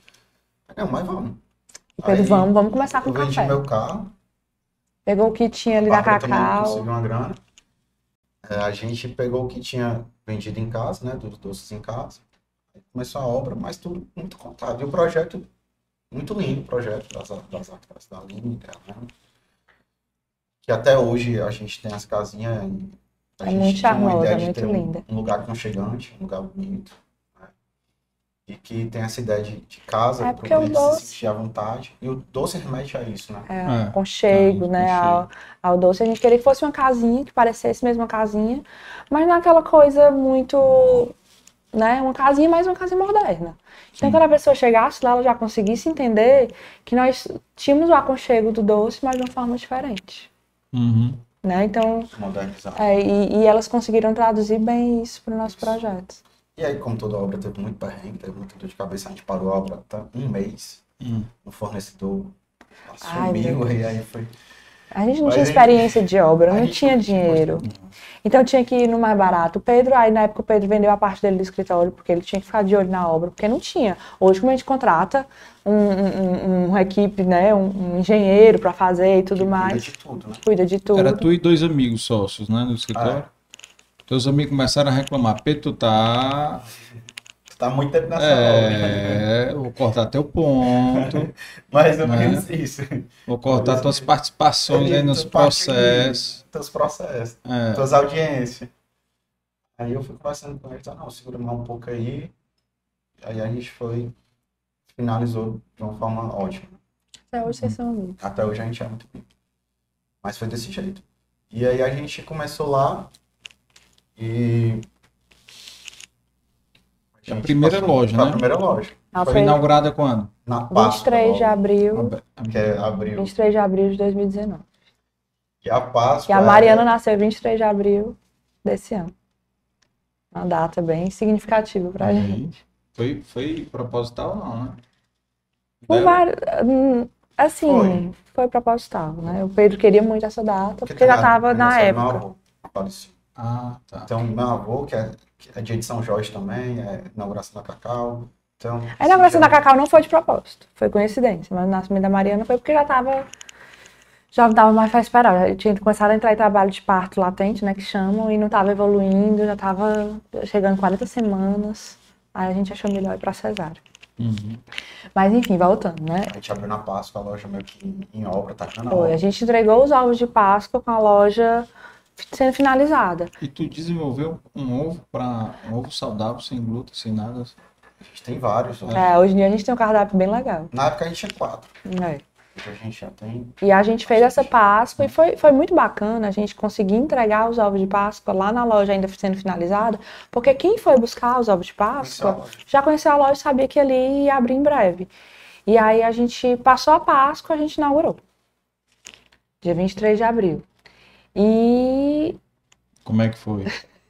não, mas vamos. O Pedro, aí, vamos, vamos começar com o café. Eu vendi meu carro. Pegou o que tinha ali da Cacau. Conseguiu uma grana. É, a gente pegou o que tinha vendido em casa, né, dos doces em casa. Começou a obra, mas tudo muito contado. E o projeto, muito lindo, o projeto das, das artes da Aline, né? Que até hoje a gente tem as casinhas. A é gente muito charmosa, é muito um, linda. Um lugar aconchegante, um lugar bonito. Né? E que tem essa ideia de, de casa, é para o cliente doce... se sentir à vontade. E o doce remete a isso, né? É, é. aconchego, é, né? Ao, ao doce. A gente queria que fosse uma casinha, que parecesse mesmo uma casinha, mas não aquela coisa muito... né? Uma casinha, mas uma casinha moderna. Então, Sim. quando a pessoa chegasse lá, ela já conseguisse entender que nós tínhamos o aconchego do doce, mas de uma forma diferente. Uhum. Né? Então, é, e, e elas conseguiram traduzir bem isso para o nosso projeto. E aí, como toda obra teve muito perrengue, teve muita dor de cabeça, a gente parou a obra até um mês. Hum. O fornecedor sumiu, e aí foi... A gente não Mas tinha experiência gente... de obra, não tinha dinheiro. Então tinha que ir no mais barato. O Pedro, aí na época o Pedro vendeu a parte dele do escritório, porque ele tinha que ficar de olho na obra, porque não tinha. Hoje, como a gente contrata um, um, uma equipe, né, um, um engenheiro para fazer e tudo que mais. Cuida de tudo, né? Cuida de tudo. Era tu e dois amigos sócios, né, no escritório? Ah, é. Teus amigos começaram a reclamar. Pedro, tu tá... Tá muito tempo nessa é, obra. Vou cortar teu ponto. Mais ou menos né? isso. Vou cortar Mas, tuas participações aí nos processos. Teus processos, é. tuas audiências. Aí eu fui conversando com ele, não, segura mais um pouco aí. Aí a gente foi, finalizou de uma forma ótima. Até hoje vocês são amigos. Até hoje a gente é muito amigo. Mas foi desse jeito. E aí a gente começou lá e... A primeira loja, né? A primeira loja. Ah, foi, foi inaugurada quando? Na Páscoa. vinte e três de abril. Que é abril. vinte e três de abril de dois mil e dezenove. E a Páscoa. E a Mariana é... nasceu vinte e três de abril desse ano. Uma data bem significativa pra uhum. gente. Foi, foi proposital ou não, né? Por vários, assim, foi. foi proposital, né? O Pedro queria muito essa data, porque, porque já estava na época. Meu avô, ah, tá. Então, meu avô, que é, que é dia de São Jorge também, é inauguração da Cacau. Então, a inauguração já... da Cacau não foi de propósito, foi coincidência, mas o nascimento da Mariana foi porque já estava já não dava mais para esperar. Eu tinha começado a entrar em trabalho de parto latente, né, que chamam, e não estava evoluindo, já estava chegando quarenta semanas, aí a gente achou melhor ir para cesárea. Uhum. Mas enfim, voltando, né? A gente abriu na Páscoa a loja meio que em obra, tá na Foi, obra. A gente entregou os ovos de Páscoa com a loja sendo finalizada. E tu desenvolveu um ovo para um ovo saudável, sem glúten, sem nada? A gente tem vários. Né? É, hoje em dia a gente tem um cardápio bem legal. Na época a gente tinha quatro. É. Hoje a gente já tem... E a gente fez essa Páscoa e foi, foi muito bacana a gente conseguir entregar os ovos de Páscoa lá na loja ainda sendo finalizada, porque quem foi buscar os ovos de Páscoa já conheceu a loja e sabia que ali ia abrir em breve. E aí a gente passou a Páscoa, a gente inaugurou. Dia vinte e três de abril. E... Como é que foi?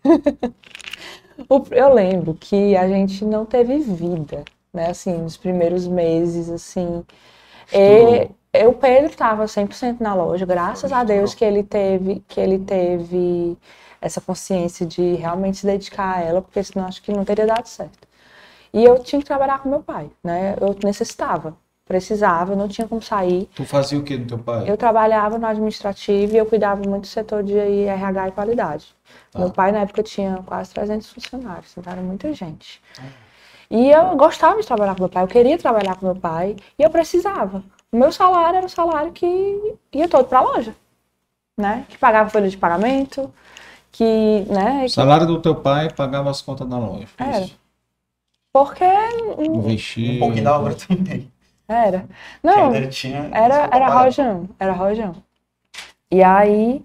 Eu lembro que a gente não teve vida, né? Assim, nos primeiros meses, assim... E, e o Pedro estava cem por cento na loja, graças a Deus que ele teve, que ele teve essa consciência de realmente se dedicar a ela, porque senão acho que não teria dado certo. E eu tinha que trabalhar com meu pai, né? Eu necessitava, precisava, eu não tinha como sair. Tu fazia o que no teu pai? Eu trabalhava no administrativo e eu cuidava muito do setor de R H e qualidade. Tá. Meu pai, na época, tinha quase trezentos funcionários, então era muita gente. E eu gostava de trabalhar com meu pai, eu queria trabalhar com meu pai e eu precisava. O meu salário era o salário que ia todo para a loja, né? Que pagava folha de pagamento, que, né? O salário do teu pai pagava as contas da loja. Era. Isso. Porque... Investir... Um pouquinho da obra também. Era. Não, tinha, era, era rojão, era rojão. E aí,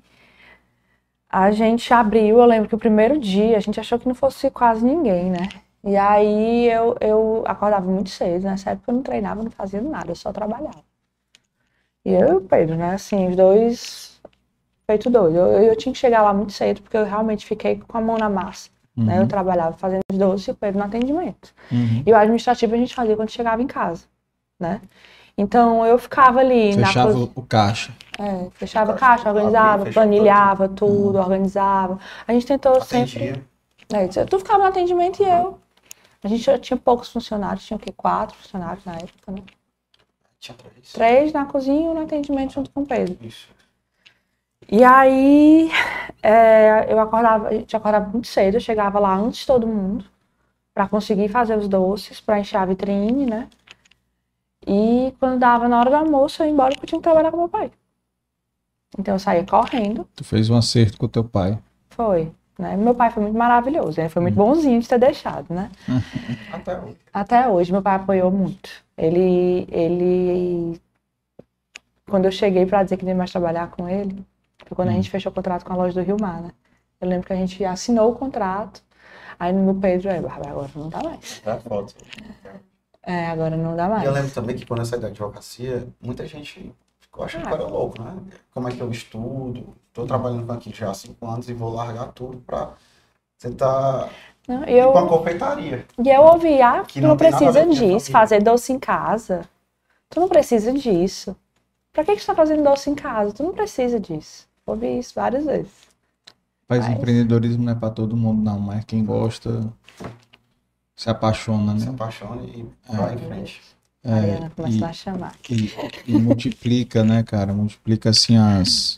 a gente abriu, eu lembro que o primeiro dia, a gente achou que não fosse quase ninguém, né? E aí, eu, eu acordava muito cedo, nessa época eu não treinava, não fazia nada, eu só trabalhava. E eu e o Pedro, né, assim, os dois, feito doido. Eu, eu tinha que chegar lá muito cedo, porque eu realmente fiquei com a mão na massa. Uhum. Né? Eu trabalhava fazendo os doces e o Pedro no atendimento. Uhum. E o administrativo a gente fazia quando chegava em casa, né? Então eu ficava ali... Fechava na o, o caixa. É, fechava o caixa, organizava, planilhava tudo, uhum. organizava. A gente tentou Atendia. sempre... É, tu ficava no atendimento e eu. A gente já tinha poucos funcionários, tinha o quê? Quatro funcionários na época, né? Tinha três. Três na cozinha e no atendimento junto com o Pedro. Isso. E aí, é, eu acordava, a gente acordava muito cedo, eu chegava lá antes de todo mundo, para conseguir fazer os doces, para encher a vitrine, né? E quando dava na hora do almoço, eu ia embora porque eu tinha que trabalhar com meu pai. Então eu saía correndo. Tu fez um acerto com o teu pai. Foi, né? Meu pai foi muito maravilhoso, ele foi muito bonzinho de ter deixado, né? Até hoje. Até hoje, meu pai apoiou muito. Ele, ele... Quando eu cheguei para dizer que não ia mais trabalhar com ele, foi quando hum. a gente fechou o contrato com a loja do Rio Mar, né? Eu lembro que a gente assinou o contrato, aí no Pedro, é, agora não dá mais. Dá foto. É, agora não dá mais. E eu lembro também que quando eu saí da advocacia, muita gente ficou achando ah. que eu era louco, né? Como é que eu estudo? Estou trabalhando com aquilo já há cinco anos e vou largar tudo para tentar não, eu... ir com a confeitaria. E eu ouvi, ah, que tu não, não precisa disso, fazer doce em casa. Tu não precisa disso. Pra que que tu tá fazendo doce em casa? Tu não precisa disso. Ouvi isso várias vezes. Mas, mas... empreendedorismo não é pra todo mundo, não. Mas quem gosta se apaixona, né? Se apaixona e é. vai em frente. É, a Mariana começa e, a chamar. E, e multiplica, né, cara? Multiplica, assim, as...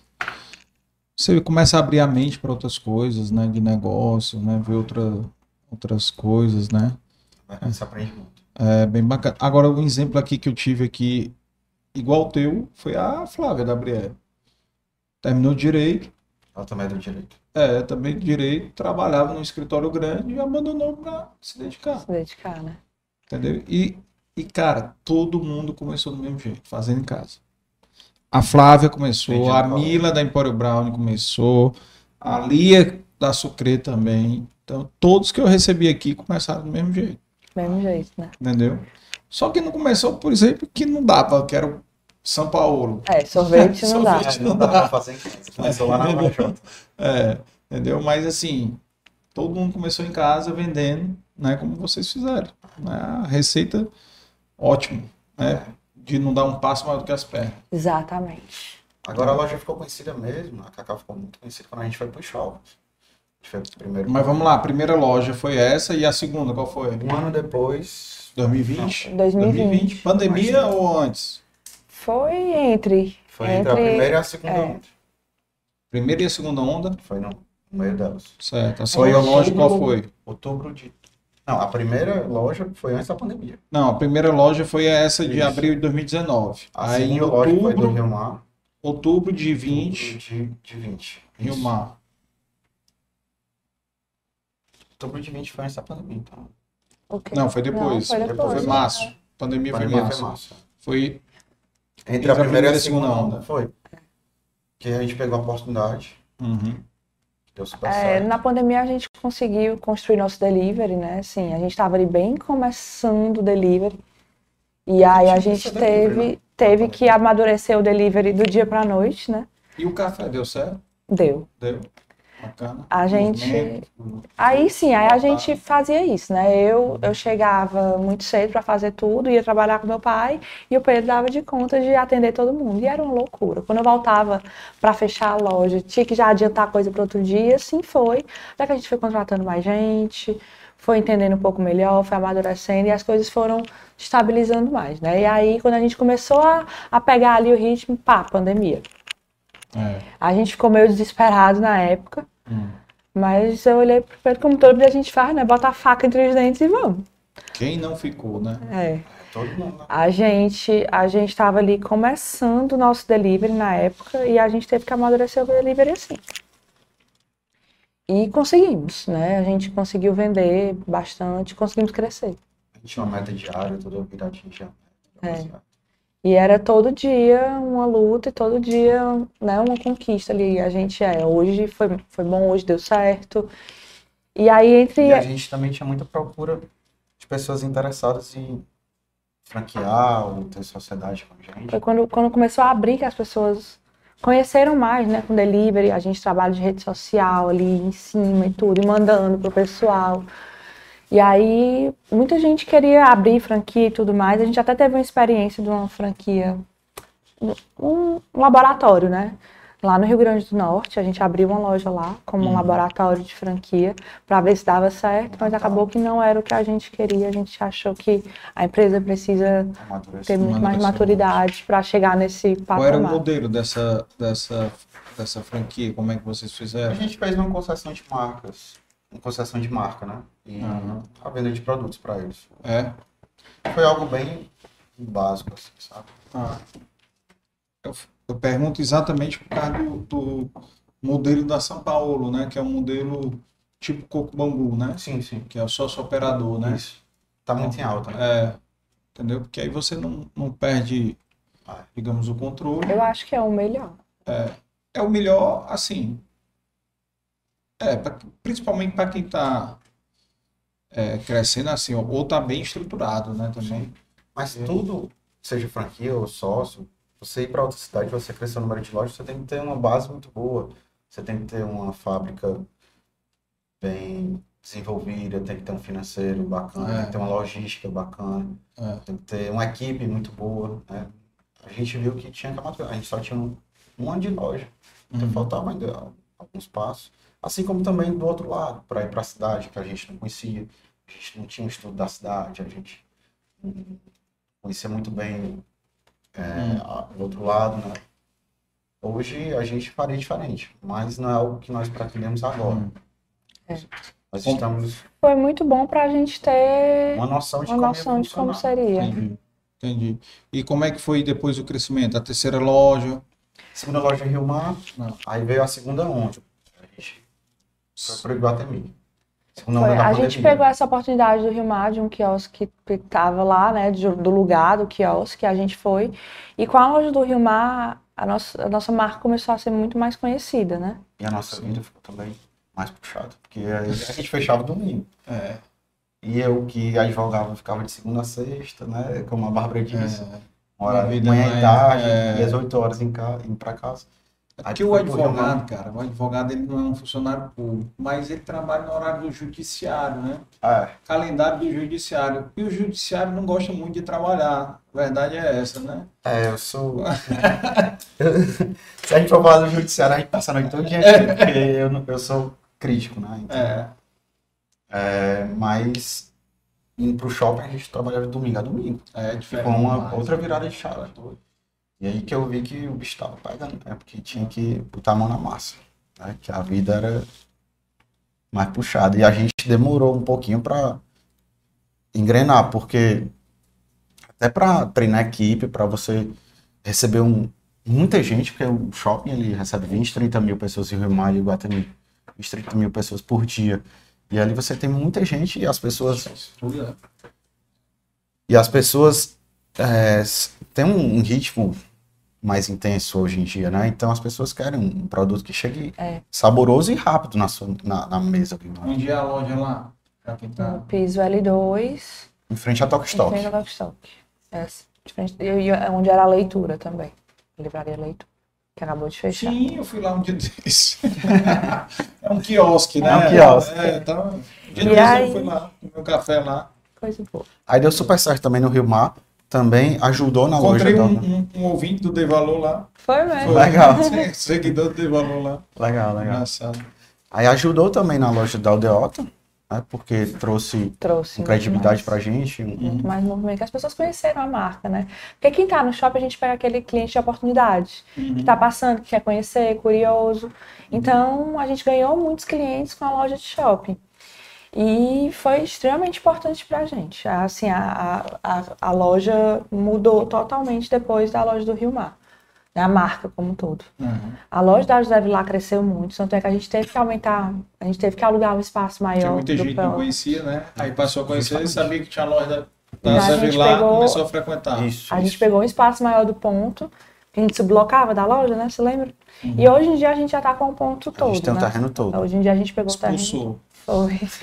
Você começa a abrir a mente para outras coisas, né? De negócio, né? Ver outra, outras coisas, né? Você aprende muito. É bem bacana. Agora, um exemplo aqui que eu tive aqui, igual o teu, foi a Flávia Gabriela. Terminou direito. Ela também é do direito. É, também direito, trabalhava num escritório grande e abandonou para se dedicar. Se dedicar, né? Entendeu? E, e, cara, todo mundo começou do mesmo jeito, fazendo em casa. A Flávia começou, a Mila da Empório Brownie começou, a Lia da Sucre também. Então, todos que eu recebi aqui começaram do mesmo jeito. Mesmo jeito, né? Entendeu? Só que não começou, por exemplo, que não dava, que era o São Paulo. É, sorvete não dá. Sorvete não dá pra fazer em casa. Começou lá na Major. É, entendeu? Mas assim, todo mundo começou em casa vendendo, né? Como vocês fizeram. Né? A receita, ótimo, né? De não dar um passo maior do que as pernas. Exatamente. Agora a loja ficou conhecida mesmo, a Cacau ficou muito conhecida quando a gente foi pro shopping. Foi o primeiro. Mas vamos lá, a primeira loja foi essa e a segunda qual foi? Um ano depois. dois mil e vinte? Não, dois mil e vinte. dois mil e vinte. Pandemia Mas, ou antes? Foi entre. Foi entre, entre a primeira e a segunda é. onda. Primeira e a segunda onda? Foi no, no meio delas. Certo. A segunda loja qual foi? Outubro de. Não, a primeira loja foi antes da pandemia. Não, a primeira loja foi essa de Isso. abril de dois mil e dezenove. A Aí segunda outubro, loja foi do Rio Mar. Outubro de vinte. Outubro de, de vinte. Rio Isso. Mar. Outubro de vinte foi antes da pandemia, então. Okay. Não, foi depois. Não, foi, depois. foi março. É. Pandemia, pandemia foi março. Foi, março. foi entre, entre a primeira, primeira e a segunda onda. onda. Foi. Que a gente pegou a oportunidade. Uhum. Deu super é, certo. Na pandemia a gente conseguiu construir nosso delivery, né? Assim, a gente estava ali bem começando o delivery. E aí a gente teve, teve que amadurecer o delivery do dia para a noite, né? E o café deu certo? Deu. Deu. Bacana. A gente... Aí sim, aí a gente fazia isso, né? Eu, eu chegava muito cedo para fazer tudo, ia trabalhar com meu pai e o Pedro dava de conta de atender todo mundo. E era uma loucura. Quando eu voltava para fechar a loja, tinha que já adiantar coisa para outro dia, assim foi. Até que a gente foi contratando mais gente, foi entendendo um pouco melhor, foi amadurecendo e as coisas foram estabilizando mais, né? E aí, quando a gente começou a, a pegar ali o ritmo, pá, pandemia. É. A gente ficou meio desesperado na época, hum. mas eu olhei pro Pedro como todo mundo a gente faz, né? Bota a faca entre os dentes e vamos. Quem não ficou, né? É. Todo mundo. A gente a gente estava ali começando o nosso delivery na época e a gente teve que amadurecer o delivery assim. E conseguimos, né? A gente conseguiu vender bastante, conseguimos crescer. A gente tinha uma meta diária, toda viradinha já. É. E era todo dia uma luta e todo dia, né, uma conquista ali. A gente é, hoje foi, foi bom, hoje deu certo. E aí entre... E a gente também tinha muita procura de pessoas interessadas em franquear ou ter sociedade com a gente. Foi quando, quando começou a abrir que as pessoas conheceram mais, né, com delivery. A gente trabalha de rede social ali em cima e tudo, e mandando pro pessoal. E aí, muita gente queria abrir franquia e tudo mais. A gente até teve uma experiência de uma franquia, um laboratório, né? Lá no Rio Grande do Norte, a gente abriu uma loja lá, como um uhum. laboratório de franquia, para ver se dava certo, mas acabou que não era o que a gente queria. A gente achou que a empresa precisa ter muito mais maturidade para chegar nesse patamar. Qual era o modelo dessa, dessa, dessa franquia? Como é que vocês fizeram? A gente fez uma concessão de marcas. Uma concessão de marca, né? E uhum. a venda de produtos para eles. É? Foi algo bem básico, assim, sabe? Ah. Eu, eu pergunto exatamente por causa do, do modelo da São Paulo, né? Que é um modelo tipo coco bambu, né? Sim, sim. Que é o sócio operador, né? Isso. Tá muito em alta, né? É. Entendeu? Porque aí você não, não perde, digamos, o controle. Eu acho que é o melhor. É, é o melhor, assim... É, pra, principalmente para quem está é, crescendo assim, ou está bem estruturado, né, também. Sim. Mas é. tudo, seja franquia ou sócio, você ir para outra cidade, você crescer o número de lojas, você tem que ter uma base muito boa. Você tem que ter uma fábrica bem desenvolvida, tem que ter um financeiro bacana, é. tem que ter uma logística bacana, é. tem que ter uma equipe muito boa, né? A gente viu que tinha que amaturar, a gente só tinha um, um ano de loja, então uhum. faltava ainda alguns passos. Assim como também do outro lado, para ir para a cidade, que a gente não conhecia, a gente não tinha um estudo da cidade, a gente não conhecia muito bem é, hum. a, o outro lado, né? Hoje a gente faria diferente, mas não é algo que nós pretendemos agora. Hum. É. Nós estamos... Foi muito bom para a gente ter uma noção de, uma como, noção de como seria. Entendi. Entendi. E como é que foi depois o crescimento? A terceira loja? Segunda loja em Rio Mar, não. Aí veio a segunda onde? Foi para o Iguatemi. Foi, a gente pegou essa oportunidade do Rio Mar, de um quiosque que estava lá, né, do lugar do quiosque, a gente foi. E com a loja do Rio Mar, a nossa, a nossa marca começou a ser muito mais conhecida, né? E a nossa vida ficou também mais puxada, porque a gente fechava domingo. É. E eu que advogava ficava de segunda a sexta, né, como a Bárbara disse. É. Hora, manhã e tarde, é... e às oito horas em casa, indo para casa. Porque o advogado, cara, o advogado ele não é um funcionário público, mas ele trabalha no horário do judiciário, né? É. Calendário do judiciário. E o judiciário não gosta muito de trabalhar. A verdade é essa, né? É, eu sou... Se a gente for falar do judiciário, a gente passa a noite todo dia aqui, porque eu, eu sou crítico, né? Então, é. É, mas indo pro shopping a gente trabalhava de domingo a domingo. É, diferente. Com uma outra virada de chave. E aí que eu vi que o bicho estava pegando, né? Porque tinha que botar a mão na massa, né? Que a vida era mais puxada. E a gente demorou um pouquinho para engrenar, porque até para treinar a equipe, para você receber um, muita gente, porque o shopping ele recebe vinte, trinta mil pessoas em Rio Mar e Iguatemi, vinte, trinta mil pessoas por dia. E ali você tem muita gente e as pessoas... E as pessoas... É, tem um ritmo mais intenso hoje em dia, né? Então as pessoas querem um produto que chegue é. saboroso e rápido na, sua, na, na mesa. Onde é a loja lá? No piso L dois. Em frente à Tok Stock. Em frente à Tok Stock. É, diferente, e onde era a leitura também. A livraria Leitura, que acabou de fechar. Sim, eu fui lá um dia desse. É um quiosque, né? É um quiosque. É, então, um dia E desse aí- eu fui lá, tomei um café lá. Coisa boa. Aí deu super certo também no Rio Mar. Também ajudou na Encontrei loja. um, da- um, um ouvinte do Dei Valor lá. Foi mesmo. Foi. Legal. Seguidor do Dei Valor lá. Legal, legal. Engraçado. Aí ajudou também na loja da Aldeota, né? Porque trouxe, Trouxe uma credibilidade muito pra gente. um- Muito mais movimento, que as pessoas conheceram a marca, né? Porque quem tá no shopping, a gente pega aquele cliente de oportunidade, que tá passando, que quer conhecer, curioso. Então, a gente ganhou muitos clientes com a loja de shopping. E foi extremamente importante pra gente. Assim, a, a, a, a loja mudou totalmente depois da loja do Rio Mar. Né? A marca como um todo. Uhum. A loja da José Vilar cresceu muito, tanto é que a gente teve que aumentar, a gente teve que alugar um espaço maior. Tinha muita do gente que não próprio. conhecia, né? Aí passou a conhecer e sabia que tinha loja da, E a da Zé gente Vilar, pegou- começou a frequentar. Isso, A gente isso. pegou um espaço maior do ponto, que a gente sublocava da loja, né? Você lembra? Uhum. E hoje em dia a gente já tá com o ponto todo. A gente tem o né? terreno todo. Hoje em dia a gente pegou Expulsou. o terreno. Foi.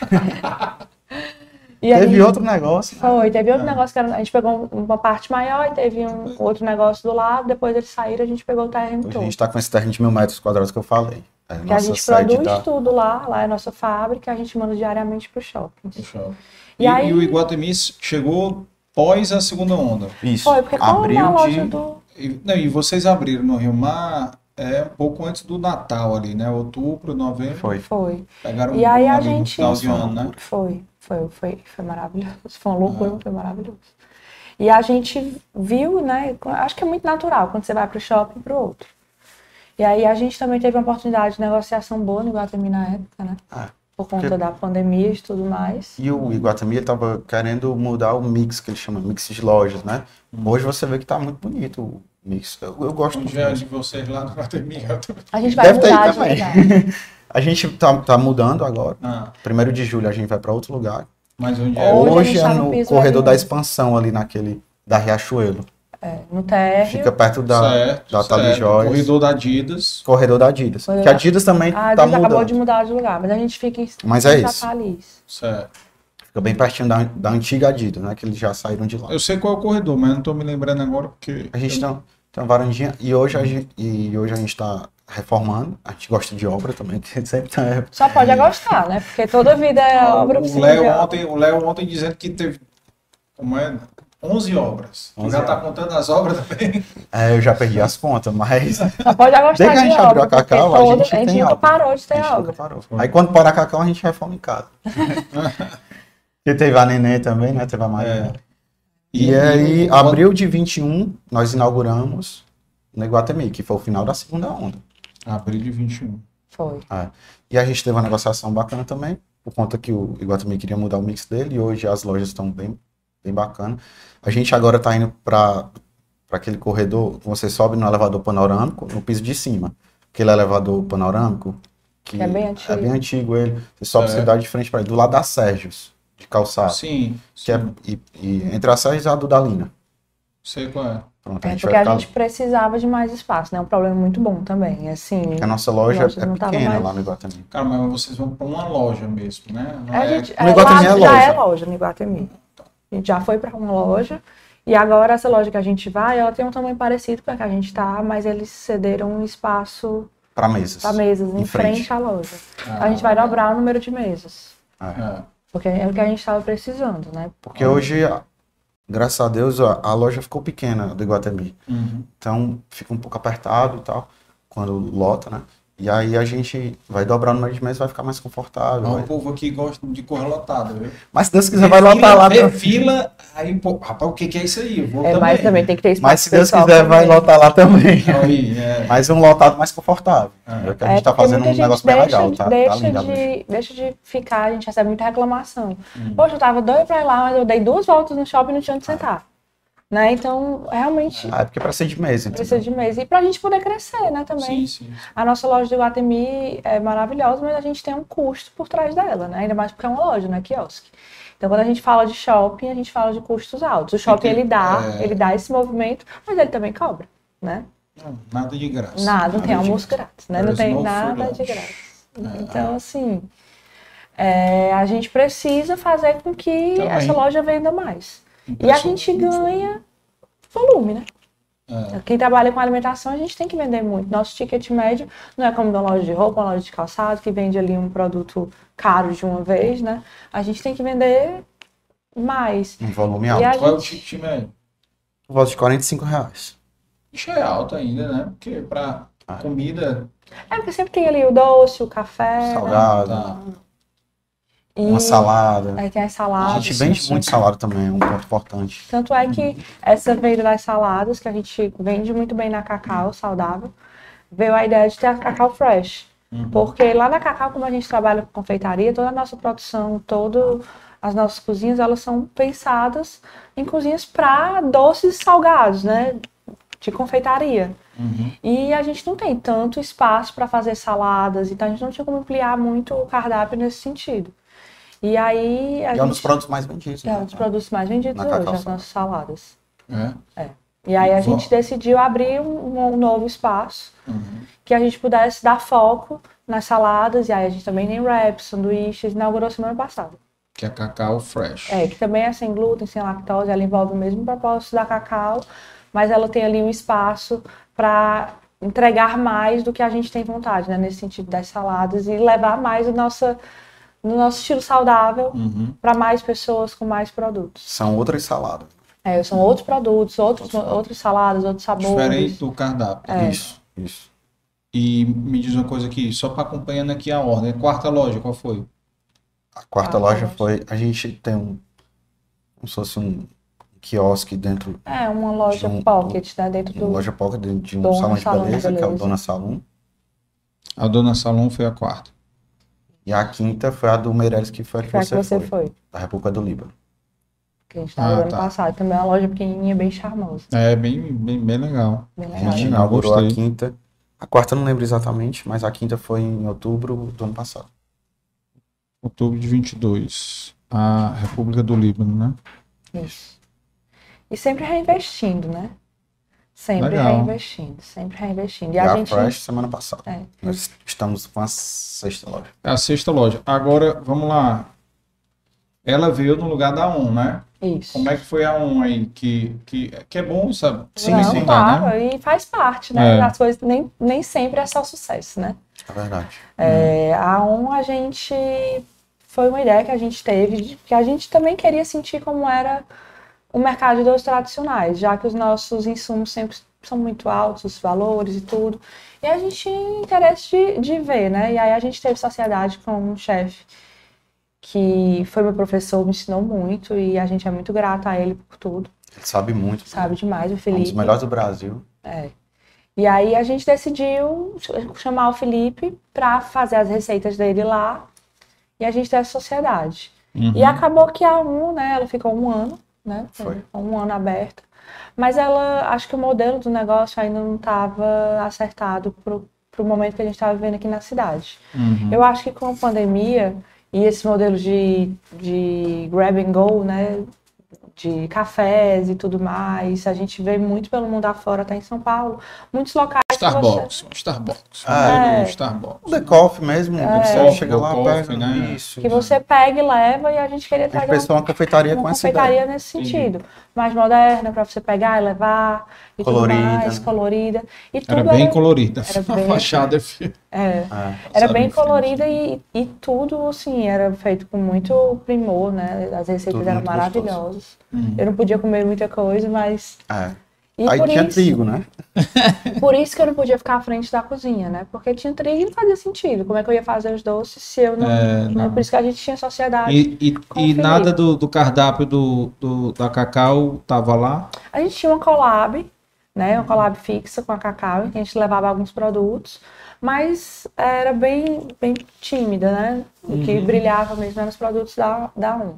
E a Teve gente- outro negócio. né? Foi, teve outro negócio que era, a gente pegou uma parte maior e teve um outro negócio do lado, depois eles saíram, a gente pegou o terreno Hoje a todo. gente tá com esse terreno de mil metros quadrados que eu falei. É a Que a nossa gente sede produz da- tudo lá, lá é a nossa fábrica, a gente manda diariamente pro shopping. Show. E E, aí- e o Iguatemi chegou pós a segunda onda. Isso. Foi, porque como Abril a loja de... do... E, não, e vocês abriram no Rio Mar é, um pouco antes do Natal ali, né? Outubro, novembro. Foi. Foi. Pegaram E um aí bom a ali no gente... final de ano, né? Foi, foi, foi, foi maravilhoso. Foi uma loucura, mas foi maravilhoso. E a gente viu, né? Acho que é muito natural quando você vai pro shopping e pro outro. E aí a gente também teve uma oportunidade de negociação boa no Iguatemi na época, né? Ah, Por conta porque- da pandemia e tudo mais. E o Iguatemi ele tava querendo mudar o mix, que ele chama mix de lojas, né? Hoje você vê que tá muito bonito o mix. Eu, eu gosto Um muito. dia de vocês lá no Iguatemi. eu tô- A gente vai Deve ter mudar aí de também. lugar. A gente tá, tá mudando agora. Ah, Primeiro de julho a gente vai para outro lugar. mas onde é? Hoje a Hoje, gente é tá no no piso corredor ali, da né? expansão ali naquele da Riachuelo. É, no térreo. Fica perto da, certo, da Tali certo. Joias. Corredor da Adidas. Corredor da Adidas. Corredor Que a da- Adidas também A tá Adidas mudando. acabou de mudar de lugar, mas a gente fica em Mas é já isso. tá ali. Certo. Fica bem pertinho da, da antiga Adidas, né? Que eles já saíram de lá. Eu sei qual é o corredor, mas não tô me lembrando agora porque. A gente tem, tem uma varandinha e hoje a gente, e hoje a gente tá reformando. A gente gosta de obra também, que sempre tá. Só pode é gostar, né? Porque toda vida é obra O precisa Léo de obra. ontem, o Léo ontem dizendo que teve. Como é? onze obras. Tu onze já tá obras. contando as obras também. É, eu já perdi as contas, mas. Só pode é gostar Desde que a de gente obra, abriu a porque Cacau, a todo- gente a gente tem nunca obra. parou de ter A gente obra. nunca parou. Aí quando parar a Cacau, a gente reforma em casa. Porque teve a Nenê também, né? Teve a Maria. É. E, E- aí, e- abril de vinte e um, nós inauguramos no Iguatemi, que foi o final da segunda onda. Abril de vinte e um. Foi. É. E a gente teve uma negociação bacana também, por conta que o Iguatemi queria mudar o mix dele, e hoje as lojas estão bem, bem bacanas. A gente agora está indo para aquele corredor, que você sobe no elevador panorâmico, no piso de cima. Aquele elevador panorâmico, que Que é bem antigo. é bem antigo ele. Você sobe, É. você dá de frente para ele, do lado da Sérgios, de calçado. Sim. Que é, e, e entre a Sérgios e a Dudalina. Sei qual é. Pronto, a É gente porque vai a ficar... gente precisava de mais espaço, né? Um problema muito bom também. Assim, Porque a nossa loja loja é não tava pequena mais- lá no Iguatemi. Cara, mas vocês vão para uma loja mesmo, né? Não A é- gente, No é, Iguatemi lá é já loja. é loja no Iguatemi. A gente já foi para uma loja e agora essa loja que a gente vai, ela tem um tamanho parecido com a que a gente tá, mas eles cederam um espaço Para mesas. para mesas em, Em frente. frente. à loja. Ah, a gente vai dobrar o número de mesas, é. porque é o que a gente estava precisando, né? Porque hoje, a- graças a Deus, a, a loja ficou pequena do Iguatemi. Uhum. Então fica um pouco apertado e tal, quando lota, né? E aí a gente vai dobrar o número de mesas, vai ficar mais confortável. Mas vai- o povo aqui gosta de cor lotada, viu? Mas se Deus quiser, vai lotar lá. Vê também. fila, aí, pô, rapaz, o que que é isso aí? Eu vou É, também. mas também tem que ter espaço Mas se Deus pessoal quiser, vai também. lotar lá também. Aí, é. Mas um lotado mais confortável. É. É o que a gente tá porque fazendo um muita negócio gente bem deixa, legal, tá? Tá Deixa, lindo a loja. de, deixa de ficar, a gente recebe muita reclamação. Hum. Poxa, eu tava doida pra ir lá, mas eu dei duas voltas no shopping e não tinha onde sentar. Né? Então, realmente, Ah, é porque é pra ser de mesa, precisa entendeu? de mesa. E pra gente poder crescer, né, também. Sim, sim. A nossa loja de Iguatemi é maravilhosa, mas a gente tem um custo por trás dela, né? Ainda mais porque é uma loja, não é quiosque. Então, quando a gente fala de shopping, a gente fala de custos altos. O shopping, Entendi. ele dá, É. ele dá esse movimento, mas ele também cobra, né? Não, nada de graça. Nada, não tem de almoço graça. grátis, né? Não There is tem no nada free de lunch. grátis. Então, assim, é, a gente precisa fazer com que Também. essa loja venda mais. E a Impressionante. gente ganha volume, né? É. Quem trabalha com alimentação, a gente tem que vender muito. Nosso ticket médio não é como uma loja de roupa, uma loja de calçado, que vende ali um produto caro de uma vez, né? A gente tem que vender mais. Um volume E alto. a Qual é o gente- ticket médio? Por volta de quarenta e cinco reais. Isso é alto ainda, né? Porque pra comida... É porque sempre tem ali o doce, o café, Salgado. Tá. E- Uma salada. Aí tem as A saladas. gente vende muito salada também, é um ponto importante. Tanto é que essa venda das saladas, que a gente vende muito bem na Cacau Saudável, veio a ideia de ter a Cacau Fresh. Porque lá na Cacau, como a gente trabalha com confeitaria, toda a nossa produção, todas as nossas cozinhas, elas são pensadas em cozinhas para doces salgados, né? De confeitaria. E a gente não tem tanto espaço para fazer saladas, então a gente não tinha como ampliar muito o cardápio nesse sentido. E aí. A E é gente... um dos produtos mais vendidos. É um dos produtos mais vendidos Na hoje, Cacau as Saudável. nossas saladas. É? É. E aí a Bom. gente decidiu abrir um, um novo espaço que a gente pudesse dar foco nas saladas, e aí a gente também tem wraps, sanduíches, inaugurou semana passada. Que é Cacau Fresh. É, que também é sem glúten, sem lactose, ela envolve o mesmo propósito da Cacau, mas ela tem ali um espaço para entregar mais do que a gente tem vontade, né, nesse sentido das saladas, e levar mais o nosso, no nosso estilo saudável Uhum. para mais pessoas com mais produtos. São outras saladas. É, são outros produtos, outros, outras saladas, outros sabores. Diferente do cardápio. É. Isso, isso. E me diz uma coisa aqui, só para acompanhando aqui a ordem. A quarta loja, qual foi? A quarta Ah, loja loja. foi. A gente tem um. Como se fosse um quiosque dentro. É, uma loja de um- pocket, né, dentro Uma do... loja pocket dentro de um Dona salão de Salão de beleza, que é o Beleza. Dona Salão. A Dona Salom foi a quarta. E a quinta foi a do Meirelles, que foi a que Foi a que você, você foi. foi. Da República do Líbano. Que a gente estava Ah, ano tá. passado. Também é uma loja pequenininha, bem charmosa. É, bem, bem, bem legal. Bem A legal. gente Legal, inaugurou gostei. a quinta. A quarta eu não lembro exatamente, mas a quinta foi em outubro do ano passado. Outubro de vinte e dois. A República do Líbano, né? Isso. E sempre reinvestindo, né? Sempre Legal. reinvestindo, sempre reinvestindo. E E a a gente... Fresh semana passada. É. Nós estamos com a sexta loja. É a sexta loja. Agora, vamos lá. Ela veio no lugar da ON, né? Isso. Como é que foi a ON aí? Que, que, que é bom, sabe? Não, Contar, claro, né? e faz parte, né? É. As coisas nem, nem sempre é só sucesso, né? É verdade. É, a ON, a gente... Foi uma ideia que a gente teve, de- que a gente também queria sentir como era o mercado de doces tradicionais, já que os nossos insumos sempre são muito altos, os valores e tudo. E a gente tinha interesse de, de ver, né? E aí a gente teve sociedade com um chefe que foi meu professor, me ensinou muito, e a gente é muito grato a ele por tudo. Ele sabe muito. Sabe demais, o É um Felipe. dos melhores do Brasil. É. E aí a gente decidiu chamar o Felipe para fazer as receitas dele lá, e a gente tem essa sociedade. Uhum. E acabou que a um, né, ela ficou um ano, né? Foi. Ficou um ano aberta. Mas ela, acho que o modelo do negócio ainda não estava acertado pro, pro momento que a gente estava vivendo aqui na cidade. Uhum. Eu acho que com a pandemia e esse modelo de, de grab and go, né? De cafés e tudo mais, a gente vê muito pelo mundo afora, até em São Paulo, muitos locais que Starbucks, você... um Starbucks. Ah, um é. Starbucks. O The Coffee mesmo. Você Coffee, chega lá, coffee, pega né? isso. que você pega e leva, e a gente queria A gente trazer pensou uma confeitaria uma com essa confeitaria ideia. nesse sentido, mais moderna, para você pegar e levar, e Colorida, tudo mais, né? colorida. E tudo Era bem colorida. era A bem- fachada é É, Ah, era sabe, bem enfim. colorida e, e tudo, assim, era feito com muito primor, né? As receitas Tudo eram muito maravilhosas. Uhum. Eu não podia comer muita coisa, mas... é. E Aí por tinha isso, trigo, né? por isso que eu não podia ficar à frente da cozinha, né? Porque tinha trigo e não fazia sentido. Como é que eu ia fazer os doces se eu não... É, né? não. Por isso que a gente tinha sociedade. E, e, com o e Felipe. nada do, do cardápio do, do, da Cacau tava lá? A gente tinha uma collab, né, uma collab fixa com a Cacau, em que a gente levava alguns produtos, mas era bem, bem tímida, né? O que Uhum. brilhava mesmo eram os produtos da, da um.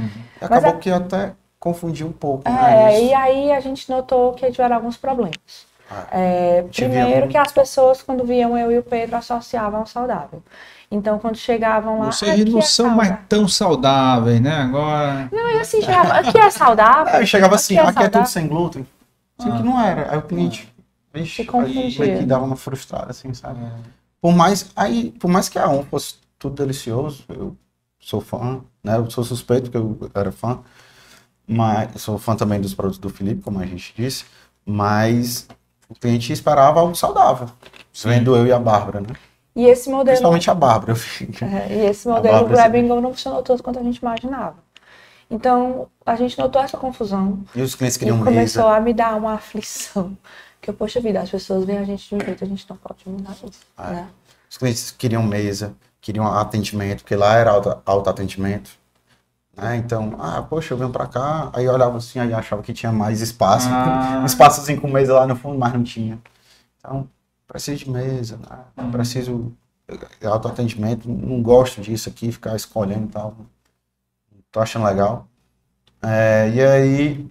E acabou a- que até confundiu um pouco. É, né? e aí a gente notou que tiveram alguns problemas. Ah, É, te primeiro viam- que as pessoas, quando viam eu e o Pedro, associavam ao saudável. Então, quando chegavam lá... Vocês "Ah, aqui não é são saudável." mais tão saudáveis, né? Agora. Não, e assim, chegava, aqui é saudável? Aí eu chegava assim, Aqui é aqui é tudo saudável? sem glúten. Sendo Ah. que não era. Aí o cliente, vixe, Se aí confundia. meio que dava uma frustrada, assim, sabe? Por mais, aí, por mais que a ON fosse tudo delicioso, eu sou fã, né? Eu sou suspeito porque eu era fã. mas eu sou fã também dos produtos do Felipe, como a gente disse, mas o cliente esperava algo saudável, vendo eu e a Bárbara, né? E esse modelo... Principalmente a Bárbara. Eu fico... é, e esse modelo do Grab and Go não funcionou tanto quanto a gente imaginava. Então, a gente notou essa confusão. E os clientes queriam e mesa. começou a me dar uma aflição. Que eu, poxa vida, as pessoas veem a gente de um jeito, a gente não pode mudar isso, é. né? Os clientes queriam mesa, queriam atendimento, porque lá era auto, autoatendimento. Né? Então, ah, poxa, eu venho pra cá, aí eu olhava assim, aí achava que tinha mais espaço, ah. um espaçozinho com mesa lá no fundo, mas não tinha. Então, preciso de mesa, né? Hum. Preciso de autoatendimento, não gosto disso aqui, ficar escolhendo e tal. Tô achando legal. É, e aí,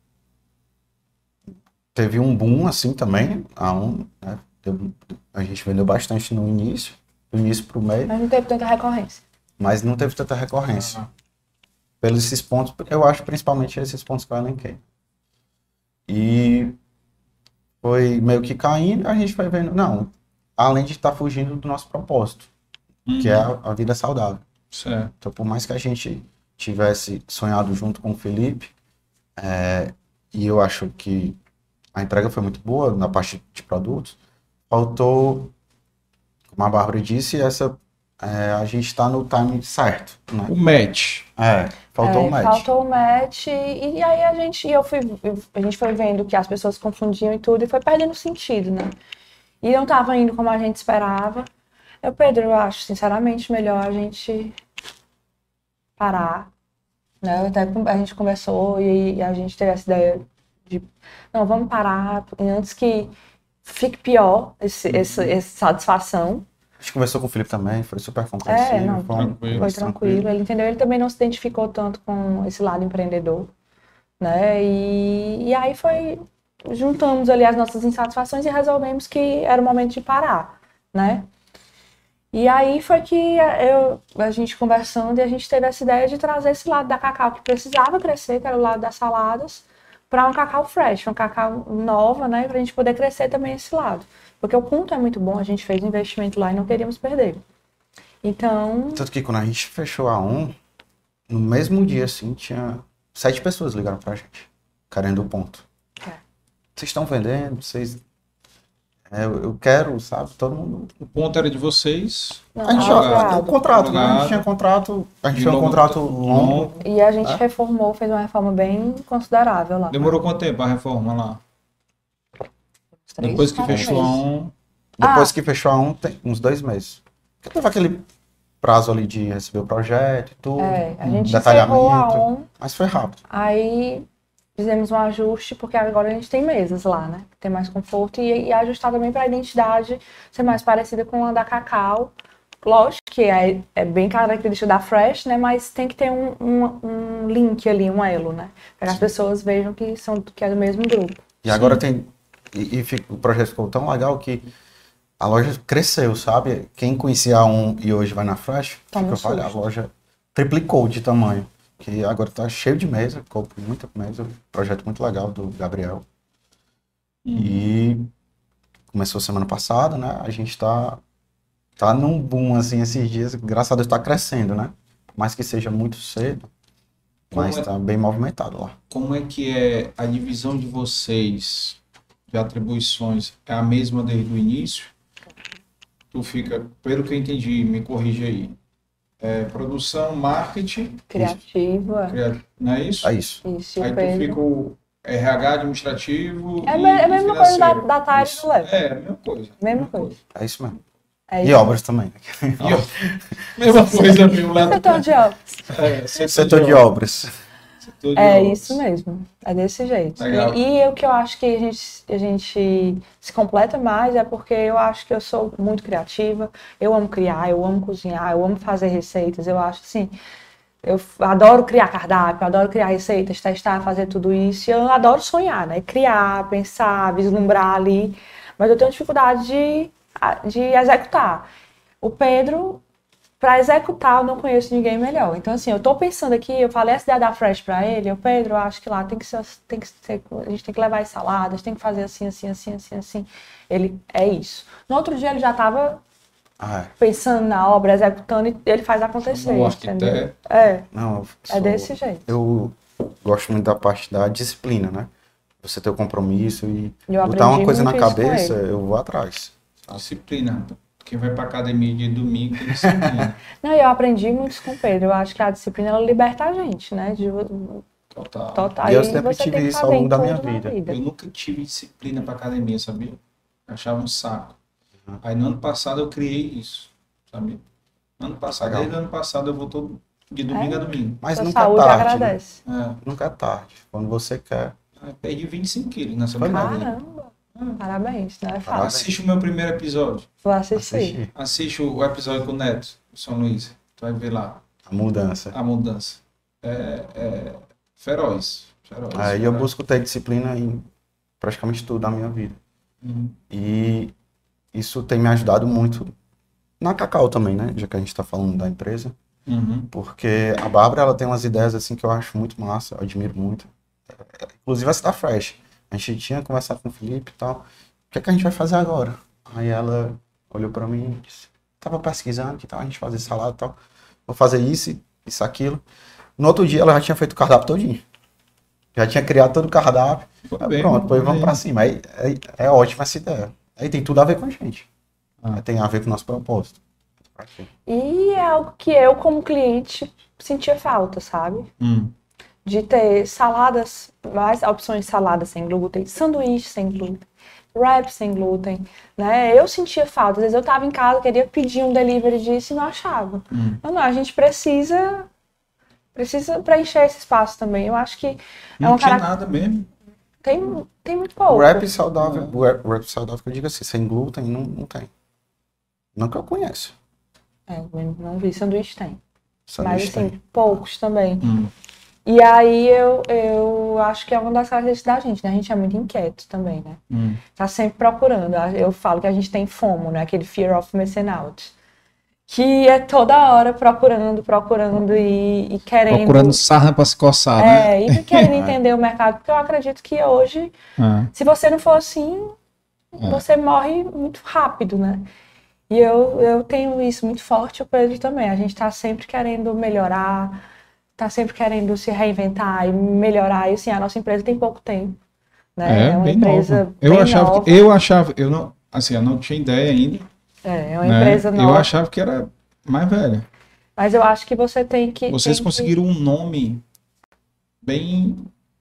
teve um boom assim também, a, um, né? A gente vendeu bastante no início, do início pro meio. Mas não teve tanta recorrência. Mas não teve tanta recorrência. Ah. Pelos esses pontos, eu acho principalmente esses pontos que eu elenquei. E foi meio que caindo, a gente foi vendo, não, além de estar fugindo do nosso propósito, uhum. que é a, a vida saudável. Certo. Então, por mais que a gente tivesse sonhado junto com o Felipe, é, e eu acho que a entrega foi muito boa na parte de produtos, faltou, como a Bárbara disse, essa, é, a gente está no timing certo. Né? O match. É, faltou é, o match. Faltou o match, e, e aí a gente, eu fui, a gente foi vendo que as pessoas confundiam e tudo, e foi perdendo sentido, né? E não estava indo como a gente esperava. Eu, Pedro, eu acho, sinceramente, melhor a gente parar, né? Até a gente conversou e, e a gente teve essa ideia de, não, vamos parar, antes que fique pior esse, uhum. esse, essa satisfação. A gente conversou com o Felipe também, foi super compreensível. É, não, foi, tranquilo, foi tranquilo. Ele entendeu, ele também não se identificou tanto com esse lado empreendedor, né? E, e aí foi, juntamos ali as nossas insatisfações e resolvemos que era o momento de parar, né? E aí foi que eu, a gente conversando e a gente teve essa ideia de trazer esse lado da Cacau que precisava crescer, que era o lado das saladas, para um Cacau fresh, uma Cacau nova, né? Pra gente poder crescer também esse lado. Porque o ponto é muito bom, a gente fez um investimento lá e não queríamos perder. Então... Tanto que quando a gente fechou a um, no mesmo dia, assim, tinha sete pessoas ligaram pra gente, querendo o ponto. É. Vocês estão vendendo, vocês... É, eu, eu quero, sabe, todo mundo... O ponto era de vocês? Não, a gente já, o contrato, né? A gente tinha contrato, a gente tinha um contrato longo. E a gente é? reformou, fez uma reforma bem considerável lá. Demorou quanto tempo a reforma lá? Três, Depois que fechou a um... Depois ah. que fechou a um, tem uns dois meses. Porque teve aquele prazo ali de receber o projeto e tudo. É, a gente detalhamento, a um, mas foi rápido. Aí fizemos um ajuste, porque agora a gente tem mesas lá, né? Tem mais conforto e, e ajustar também para a identidade ser mais parecida com a da Cacau. Lógico que é, é bem característica da Fresh, né? Mas tem que ter um, um, um link ali, um elo, né? Para que as pessoas vejam que, são, que é do mesmo grupo. E agora tem... E, e fica, o projeto ficou tão legal que a loja cresceu, sabe? Quem conhecia a um e hoje vai na Fresh, tá fica, olha, a loja triplicou de tamanho. Que agora tá cheio de mesa, compro muita mesa. Projeto muito legal do Gabriel. Hum. E começou semana passada, né? A gente tá, tá num boom, assim, esses dias. Graças a Deus tá crescendo, né? Mais que seja muito cedo, como mas é, tá bem movimentado lá. Como é que é a divisão de vocês de atribuições? É a mesma desde o início? Tu fica, pelo que eu entendi, me corrige aí. É, produção, marketing... Criativa. Cria... Não é isso? É isso. isso aí tu fica o R H administrativo É, e, é a mesma coisa da, da Thaís isso. do Léo. É, a mesma coisa. Mesma coisa. É isso mesmo. É e isso. obras também. E mesma coisa, meu lado. Setor de obras. É, setor, setor de, de obras. obras. Setor de é obras. isso mesmo. É desse jeito. Legal. E, e o que eu acho que a gente, a gente se completa mais é porque eu acho que eu sou muito criativa. Eu amo criar, eu amo cozinhar, eu amo fazer receitas. Eu acho assim... Eu adoro criar cardápio, adoro criar receitas, testar, fazer tudo isso. E eu adoro sonhar, né? Criar, pensar, vislumbrar ali. Mas eu tenho dificuldade de, de executar. O Pedro, para executar, eu não conheço ninguém melhor. Então, assim, eu tô pensando aqui, eu falei essa ideia da Fresh para ele. Eu, Pedro, eu acho que lá tem que ser, tem que ser, a gente tem que levar as saladas, tem que fazer assim, assim, assim, assim, assim. Ele, é isso. No outro dia ele já tava... Ah, é. Pensando na obra, executando, e ele faz acontecer. Um arquiteto. É. Não, é desse jeito. Eu, gosto muito da parte da disciplina, né? Você ter o compromisso e Eu botar uma aprendi coisa na muito isso com cabeça, ele. eu vou atrás. Disciplina. Quem vai pra academia de domingo tem disciplina. Não, eu aprendi muito isso com o Pedro. Eu acho que a disciplina, ela liberta a gente, né? De, Total. total. E eu E sempre você tive tem que isso ao fazer longo em da minha tudo na vida. Eu nunca tive disciplina pra academia, sabia? Eu achava um saco. Aí no ano passado eu criei isso, sabe? Ano passado, Legal. desde o ano passado eu vou todo de domingo É? a domingo. Mas Sua nunca é saúde tarde, né? agradece. É. Nunca é tarde. Quando você quer. Aí perdi vinte e cinco quilos nessa Foi brincadeira. Caramba. Parabéns, não é fácil. Assiste o meu primeiro episódio. Vou assistir. Assistir. Assiste o episódio com o Neto, o São Luís. Tu vai ver lá A mudança. a mudança. É, é feroz. feroz Aí eu feroz. busco ter disciplina em praticamente tudo da minha vida. Uhum. E isso tem me ajudado muito na Cacau também, né? Já que a gente tá falando da empresa. Uhum. Porque a Bárbara, ela tem umas ideias assim que eu acho muito massa, eu admiro muito. É, inclusive essa da Fresh. A gente tinha conversado com o Felipe e tal. O que é que a gente vai fazer agora? Aí ela olhou pra mim e disse, tava pesquisando que tal, a gente fazer salada e tal. Vou fazer isso, isso, aquilo. No outro dia ela já tinha feito o cardápio todinho. Já tinha criado todo o cardápio. Aí, bem, pronto, depois foi vamos bem. pra cima. Aí é, é ótima essa ideia. Aí tem tudo a ver com a gente. Ah. Aí tem a ver com o nosso propósito. E é algo que eu, como cliente, sentia falta, sabe? Hum. De ter saladas, mais opções de salada sem glúten, sanduíche sem glúten, wrap sem glúten, né? Eu sentia falta. Às vezes eu tava em casa, queria pedir um delivery disso e não achava. Hum. Não, não, a gente precisa precisa preencher esse espaço também. Eu acho que é Não uma tinha carac- nada mesmo. tem, tem muito pouco. O wrap saudável, o wrap, wrap saudável que eu digo assim, sem glúten, não, não tem. Não que eu conheço. É, eu não vi, sanduíche tem. Sanduíche Mas assim, tem. poucos também. Hum. E aí eu, eu acho que é uma das características da gente, né? A gente é muito inquieto também, né? Hum. Tá sempre procurando. Eu falo que a gente tem FOMO, né? Aquele fear of missing out. Que é toda hora procurando, procurando e, e querendo... Procurando sarna pra se coçar, né? É, e querendo entender o mercado. Porque eu acredito que hoje, Ah. se você não for assim, É. você morre muito rápido, né? E eu, eu tenho isso muito forte, o Pedro também. A gente tá sempre querendo melhorar, tá sempre querendo se reinventar e melhorar. E assim, a nossa empresa tem pouco tempo, né? É, uma bem empresa nova. Eu bem achava, nova. que, eu achava, eu não, assim, eu não tinha ideia ainda. É, é uma né? empresa nova. Eu achava que era mais velha. Mas eu acho que você tem que... Vocês tem conseguiram um nome bem...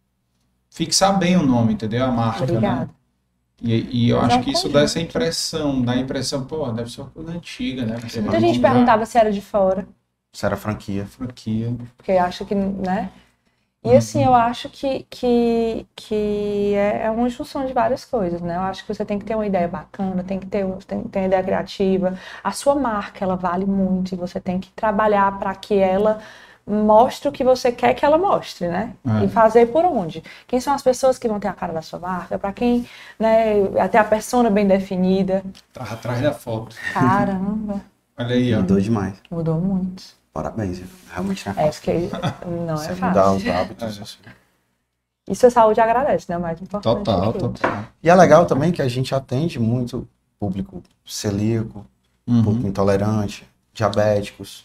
Fixar bem o nome, entendeu? A marca, Obrigada. né? E, e eu Mas acho é um que isso conjunto. dá essa impressão, dá a impressão, pô, deve ser uma coisa antiga, né? Porque Muita nós gente vamos já- perguntava se era de fora, Isso era franquia. Franquia. porque acha que, né? E Uhum. assim, eu acho que, que, que é é uma junção de várias coisas, né? Eu acho que você tem que ter uma ideia bacana, tem que ter, tem que ter uma ideia criativa. A sua marca, ela vale muito e você tem que trabalhar para que ela mostre o que você quer que ela mostre, né? É. E fazer por onde. Quem são as pessoas que vão ter a cara da sua marca? Para quem, né, até a persona bem definida. Tava atrás da foto. Caramba, Olha aí, ó. Mudou demais. mudou muito. Parabéns, viu? Realmente não é É, fácil. porque não Você é mudar os fácil. hábitos. assim. Isso a saúde agradece, né? O mais importante. Total, de tudo. total. E é legal também que a gente atende muito público celíaco, Uhum. público intolerante, diabéticos.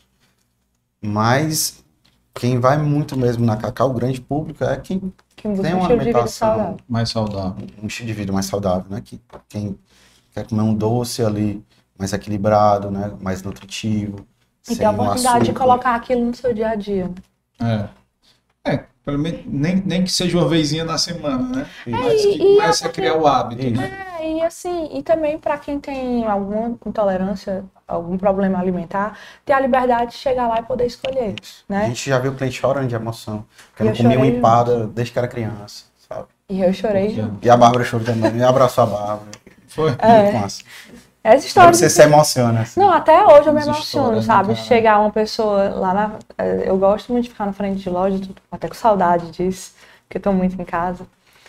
Mas quem vai muito mesmo na Cacau, o grande público, é quem Quem busca tem um uma estilo de vida alimentação, saudável. Mais saudável. um estilo de vida mais saudável, né? Que, quem quer comer um doce ali mais equilibrado, né? Mais nutritivo. E sem ter a o oportunidade de açúcar. colocar aquilo no seu dia a dia. É. É, pelo menos nem, nem que seja uma vezinha na semana, né? Mas e- que e comece é a criar o hábito, Isso. né? É, e assim, e também para quem tem alguma intolerância, algum problema alimentar, ter a liberdade de chegar lá e poder escolher, A né? gente já viu o cliente chorando de emoção. Porque E não eu comia uma chorei empada desde que era criança, sabe? E eu chorei Porque- junto. E a Bárbara chorou também. E abraçou a Bárbara. Foi. É. Muito massa. Essa Deve história. você se emociona, assim. Não, até hoje eu me Essa emociono, história, né, sabe? cara? Chegar uma pessoa lá na. eh, Eu gosto muito de ficar na frente de loja, tô até com saudade disso, porque eu tô muito em casa.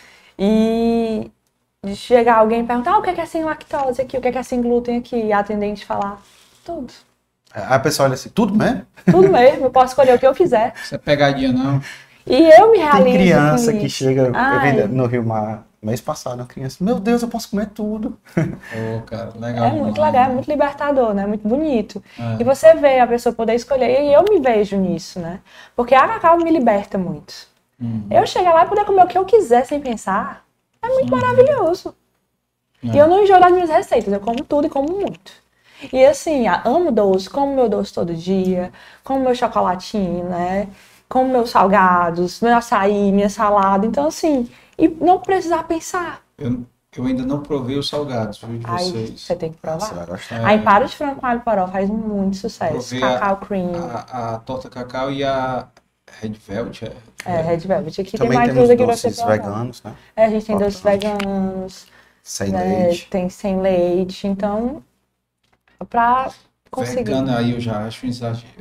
E de chegar alguém e perguntar ah, o que é que é sem lactose aqui, o que é que é sem glúten aqui, e a atendente falar tudo. Aí a pessoa olha assim, tudo mesmo? Tudo mesmo, eu posso escolher o que eu quiser. Isso é pegadinha, não. E eu me realizo. Tem criança com que isso. chega Ai, eu vi no Rio Mar mês passado, uma criança, meu Deus, eu posso comer tudo. Ô, cara, legal. É muito demais, legal, é né? muito libertador, né? Muito bonito. É. E você vê a pessoa poder escolher, e eu me vejo nisso, né? Porque a Cacau me liberta muito. Uhum. Eu chegar lá e poder comer o que eu quiser sem pensar, é muito uhum. maravilhoso. É. E eu não enjoo das minhas receitas, eu como tudo e como muito. E assim, amo doce, como meu doce todo dia, como meu chocolatinho, né? Como meus salgados, meu açaí, minha salada. Então assim, e não precisar pensar. Eu, eu ainda não provei os salgados, viu, de Aí, vocês. você tem que provar. É. Aí para de frango com alho poró, faz muito sucesso. Provei Cacau a, cream. A, a torta cacau e a Red Velvet. É, é Red Velvet. Aqui também tem mais temos coisa que doces você veganos, né? É, a gente tem doces veganos. Sem né? leite. Tem sem leite. Então, pra conseguir. Vegana aí eu já acho um exagero.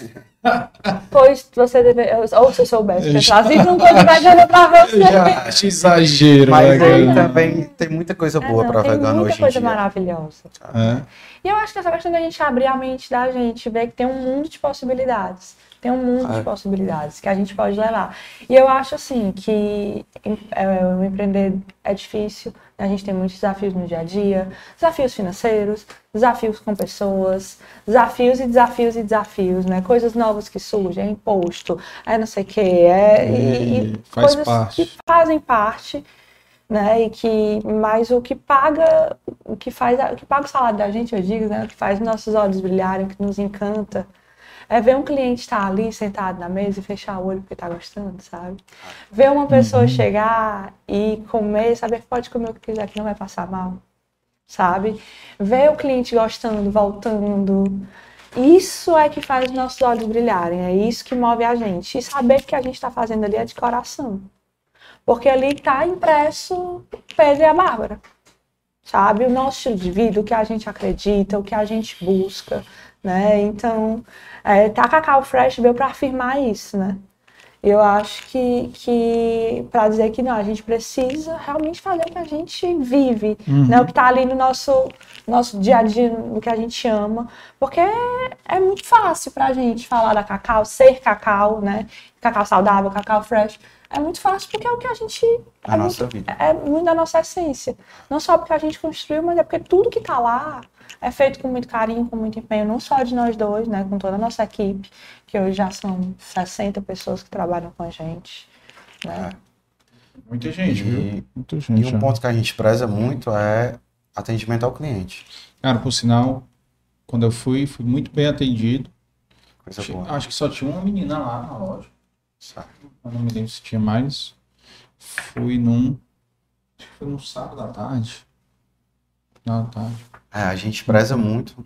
Pois você deve. Ou se eu soubesse, eu já fiz uma coisa vegana pra você. Eu já acho exagero. Mas vegana. aí também tem muita coisa boa é, pra vegano hoje em dia. Tem muita coisa maravilhosa. É. E eu acho que essa questão da gente abrir a mente da gente, ver que tem um mundo de possibilidades. Tem um mundo é. de possibilidades que a gente pode levar. E eu acho assim que é, o empreender é difícil, a gente tem muitos desafios no dia a dia, desafios financeiros, desafios com pessoas, desafios e desafios e desafios, né? Coisas novas que surgem, é imposto, é não sei o quê, é, e, e faz coisas parte. que fazem parte, né? E que, mas o que paga, o que faz, o que paga o salário da gente, eu digo, né? O que faz nossos olhos brilharem, o que nos encanta, é ver um cliente estar ali sentado na mesa e fechar o olho porque está gostando, sabe? Ver uma pessoa uhum. chegar e comer, saber que pode comer o que quiser, que não vai passar mal, sabe? Ver o cliente gostando, voltando. Isso é que faz os nossos olhos brilharem, é isso que move a gente. E saber que a gente está fazendo ali é de coração. Porque ali está impresso o Pedro e a Bárbara, sabe? O nosso estilo de vida, o que a gente acredita, o que a gente busca, né? Então, é, tá Cacau Fresh veio para afirmar isso, né? Eu acho que, que para dizer que não, a gente precisa realmente fazer o que a gente vive, uhum. né? O que está ali no nosso, nosso dia a dia, no que a gente ama, porque é, é muito fácil para a gente falar da Cacau, ser Cacau, né? Cacau saudável, Cacau Fresh. É muito fácil porque é o que a gente... A é nossa muito, vida. É muito da nossa essência. Não só porque a gente construiu, mas é porque tudo que está lá é feito com muito carinho, com muito empenho, não só de nós dois, né? Com toda a nossa equipe, que hoje já são sessenta pessoas que trabalham com a gente. Né? É. Muita gente, e, viu? Muita gente. E um ponto que a gente preza muito é atendimento ao cliente. Cara, por sinal, quando eu fui, fui muito bem atendido. Coisa boa. Acho que só tinha uma menina lá na loja. Eu não me lembro se tinha mais. Fui num... Acho que foi num sábado à tarde. Não, tarde. É, a gente preza muito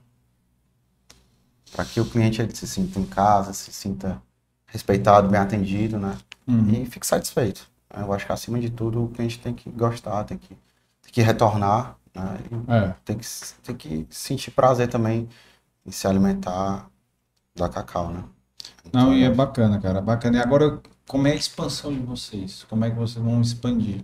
para que o cliente ele se sinta em casa, se sinta respeitado, bem atendido, né? Uhum. E fique satisfeito. Eu acho que acima de tudo o cliente tem que gostar, tem que, tem que retornar, né? É. Tem, que, tem que sentir prazer também em se alimentar da Cacau, né? Então, não, e é bacana, cara, bacana. E agora, como é a expansão de vocês? Como é que vocês vão expandir?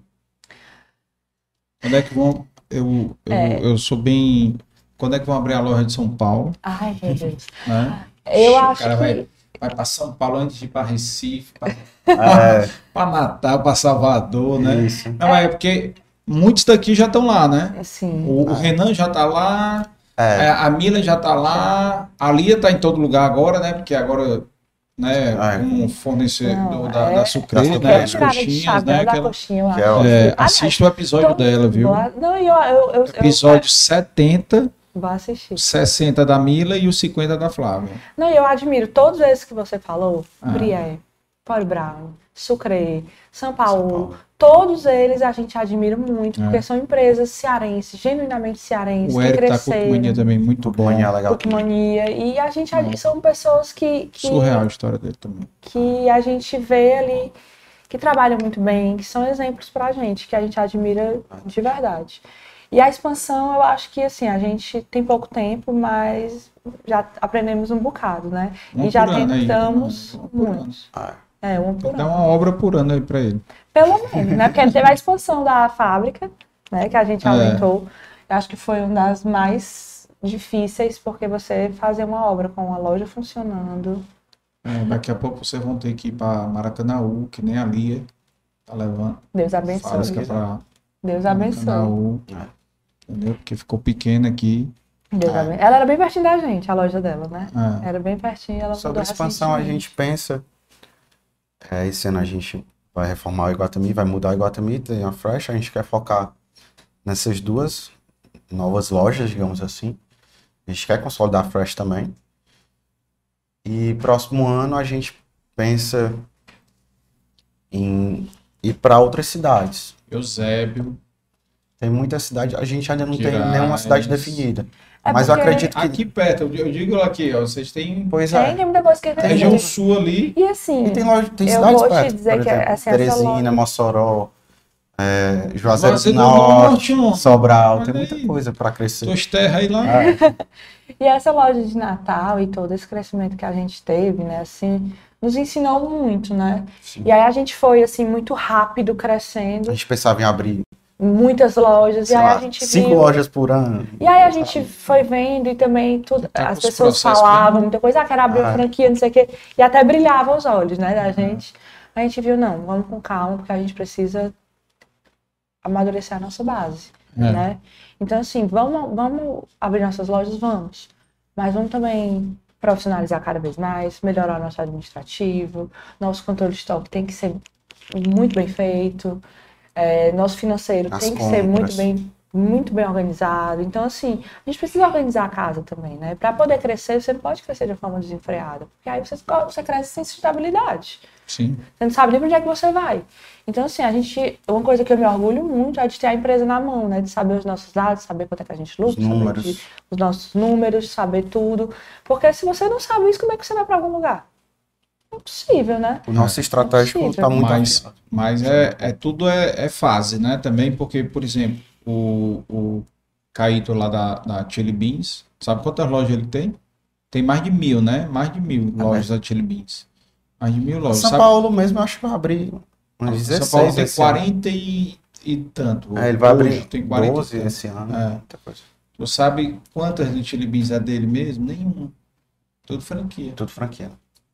Quando é que vão... Eu, eu, é. eu sou bem... Quando é que vão abrir a loja de São Paulo? Ai, meu Deus. Né? Eu o acho cara que... vai, vai para São Paulo antes de ir para Recife, para é. Natal, para Salvador, né? Isso. Não, é. é porque muitos daqui já estão lá, né? Sim. O, o Renan já está lá, é. a Mila já está lá, a Lia está em todo lugar agora, né? Porque agora... né, ah, como fornecedor não, da, é, da Sucre, né, as coxinhas, né, da aquela, coxinha, eu que é, é, assiste o episódio então, dela, viu? Não, eu, eu, eu, episódio eu, setenta, vou assistir. sessenta da Mila e os cinquenta da Flávia. Não, eu admiro todos esses que você falou, ah. Brié, Poli Brown, Sucre, São Paulo, São Paulo, todos eles a gente admira muito, porque é. são empresas cearenses, genuinamente cearenses, o que Eric cresceram. Tá com Mania também, muito bom. Mania, legal. Mania, e a gente Não. são pessoas que, que... surreal a história dele também. Que a gente vê ali, que trabalham muito bem, que são exemplos pra gente, que a gente admira de verdade. E a expansão, eu acho que assim, a gente tem pouco tempo, mas já aprendemos um bocado, né? Um e já ano, tentamos aí, um muito. Ah. É, um por Dá uma obra por ano aí pra ele. Pelo menos, né? Porque ele teve a expansão da fábrica, né? Que a gente aumentou. É. Eu acho que foi uma das mais difíceis, porque você fazer uma obra com uma loja funcionando. É, daqui a pouco vocês vão ter que ir pra Maracanaú, que nem a Lia tá levando. Deus abençoe. Pra Deus abençoe. Maracanaú, entendeu? Porque ficou pequena aqui. Deus é. Ela era bem pertinho da gente, a loja dela, né? É. Era bem pertinho. Ela Sobre a expansão, a gente pensa... É, esse ano a gente vai reformar o Iguatemi, vai mudar o Iguatemi, tem a Fresh, a gente quer focar nessas duas novas lojas, digamos assim. A gente quer consolidar a Fresh também. E próximo ano a gente pensa em ir para outras cidades. Eusébio. Tem muita cidade, a gente ainda não Gerais. tem nenhuma cidade definida. É mas eu porque- acredito que... Aqui perto, eu digo aqui, ó, vocês têm Pois Tem, é. tem muita coisa que a região sul ali. E assim, E tem, loja, tem eu cidades vou perto, te dizer por que exemplo, assim, essa Teresina, loja... Mossoró, é, Juazeiro Juazeiro do do Norte, Norte, Sobral, olha tem muita aí. coisa para crescer. Tuas terras aí lá. É. E essa loja de Natal e todo esse crescimento que a gente teve, né, assim, nos ensinou muito, né? Sim. E aí a gente foi, assim, muito rápido crescendo, A gente pensava em abrir, muitas lojas, sei e aí lá, a gente cinco viu... lojas por ano. E aí a gente foi vendo e também tudo, Tá com as os pessoas processos falavam bem- muita coisa, ah, quero abrir uma Ah. franquia, não sei o quê, e até brilhava os olhos, né, da gente. A gente viu, não, vamos com calma, porque a gente precisa amadurecer a nossa base, É. né? Então, assim, vamos, vamos abrir nossas lojas, vamos. Mas vamos também profissionalizar cada vez mais, melhorar o nosso administrativo, nosso controle de estoque tem que ser muito bem feito, é, nosso financeiro As tem que ser muito compras. bem, muito bem organizado. Então, assim, a gente precisa organizar a casa também, né? Para poder crescer, você não pode crescer de forma desenfreada, porque aí você, você cresce sem estabilidade. Sim. Você não sabe nem para onde é que você vai. Então, assim, a gente... Uma coisa que eu me orgulho muito é de ter a empresa na mão, né? De saber os nossos dados, saber quanto é que a gente lucra, Os saber números. de- os nossos números, saber tudo. Porque se você não sabe isso, como é que você vai para algum lugar? É impossível, né? O nosso estratégico É está muito Mas, afiado. mas é, é tudo é, é fase, né? Também porque, por exemplo, o, o Caíto lá da, da Chili Beans, sabe quantas lojas ele tem? Tem mais de mil, né? Mais de mil Ah, lojas da Chili Beans. Mais de mil lojas. São Sabe? Paulo mesmo, eu acho que vai abrir umas dezesseis. São Paulo tem esse ano. quarenta e, e tanto. É, ele vai Hoje abrir tem quarenta doze e tanto. esse ano. É. Muita coisa. Tu sabe quantas de Chili Beans é dele mesmo? Nenhuma. Tudo franquia. Tudo franquia.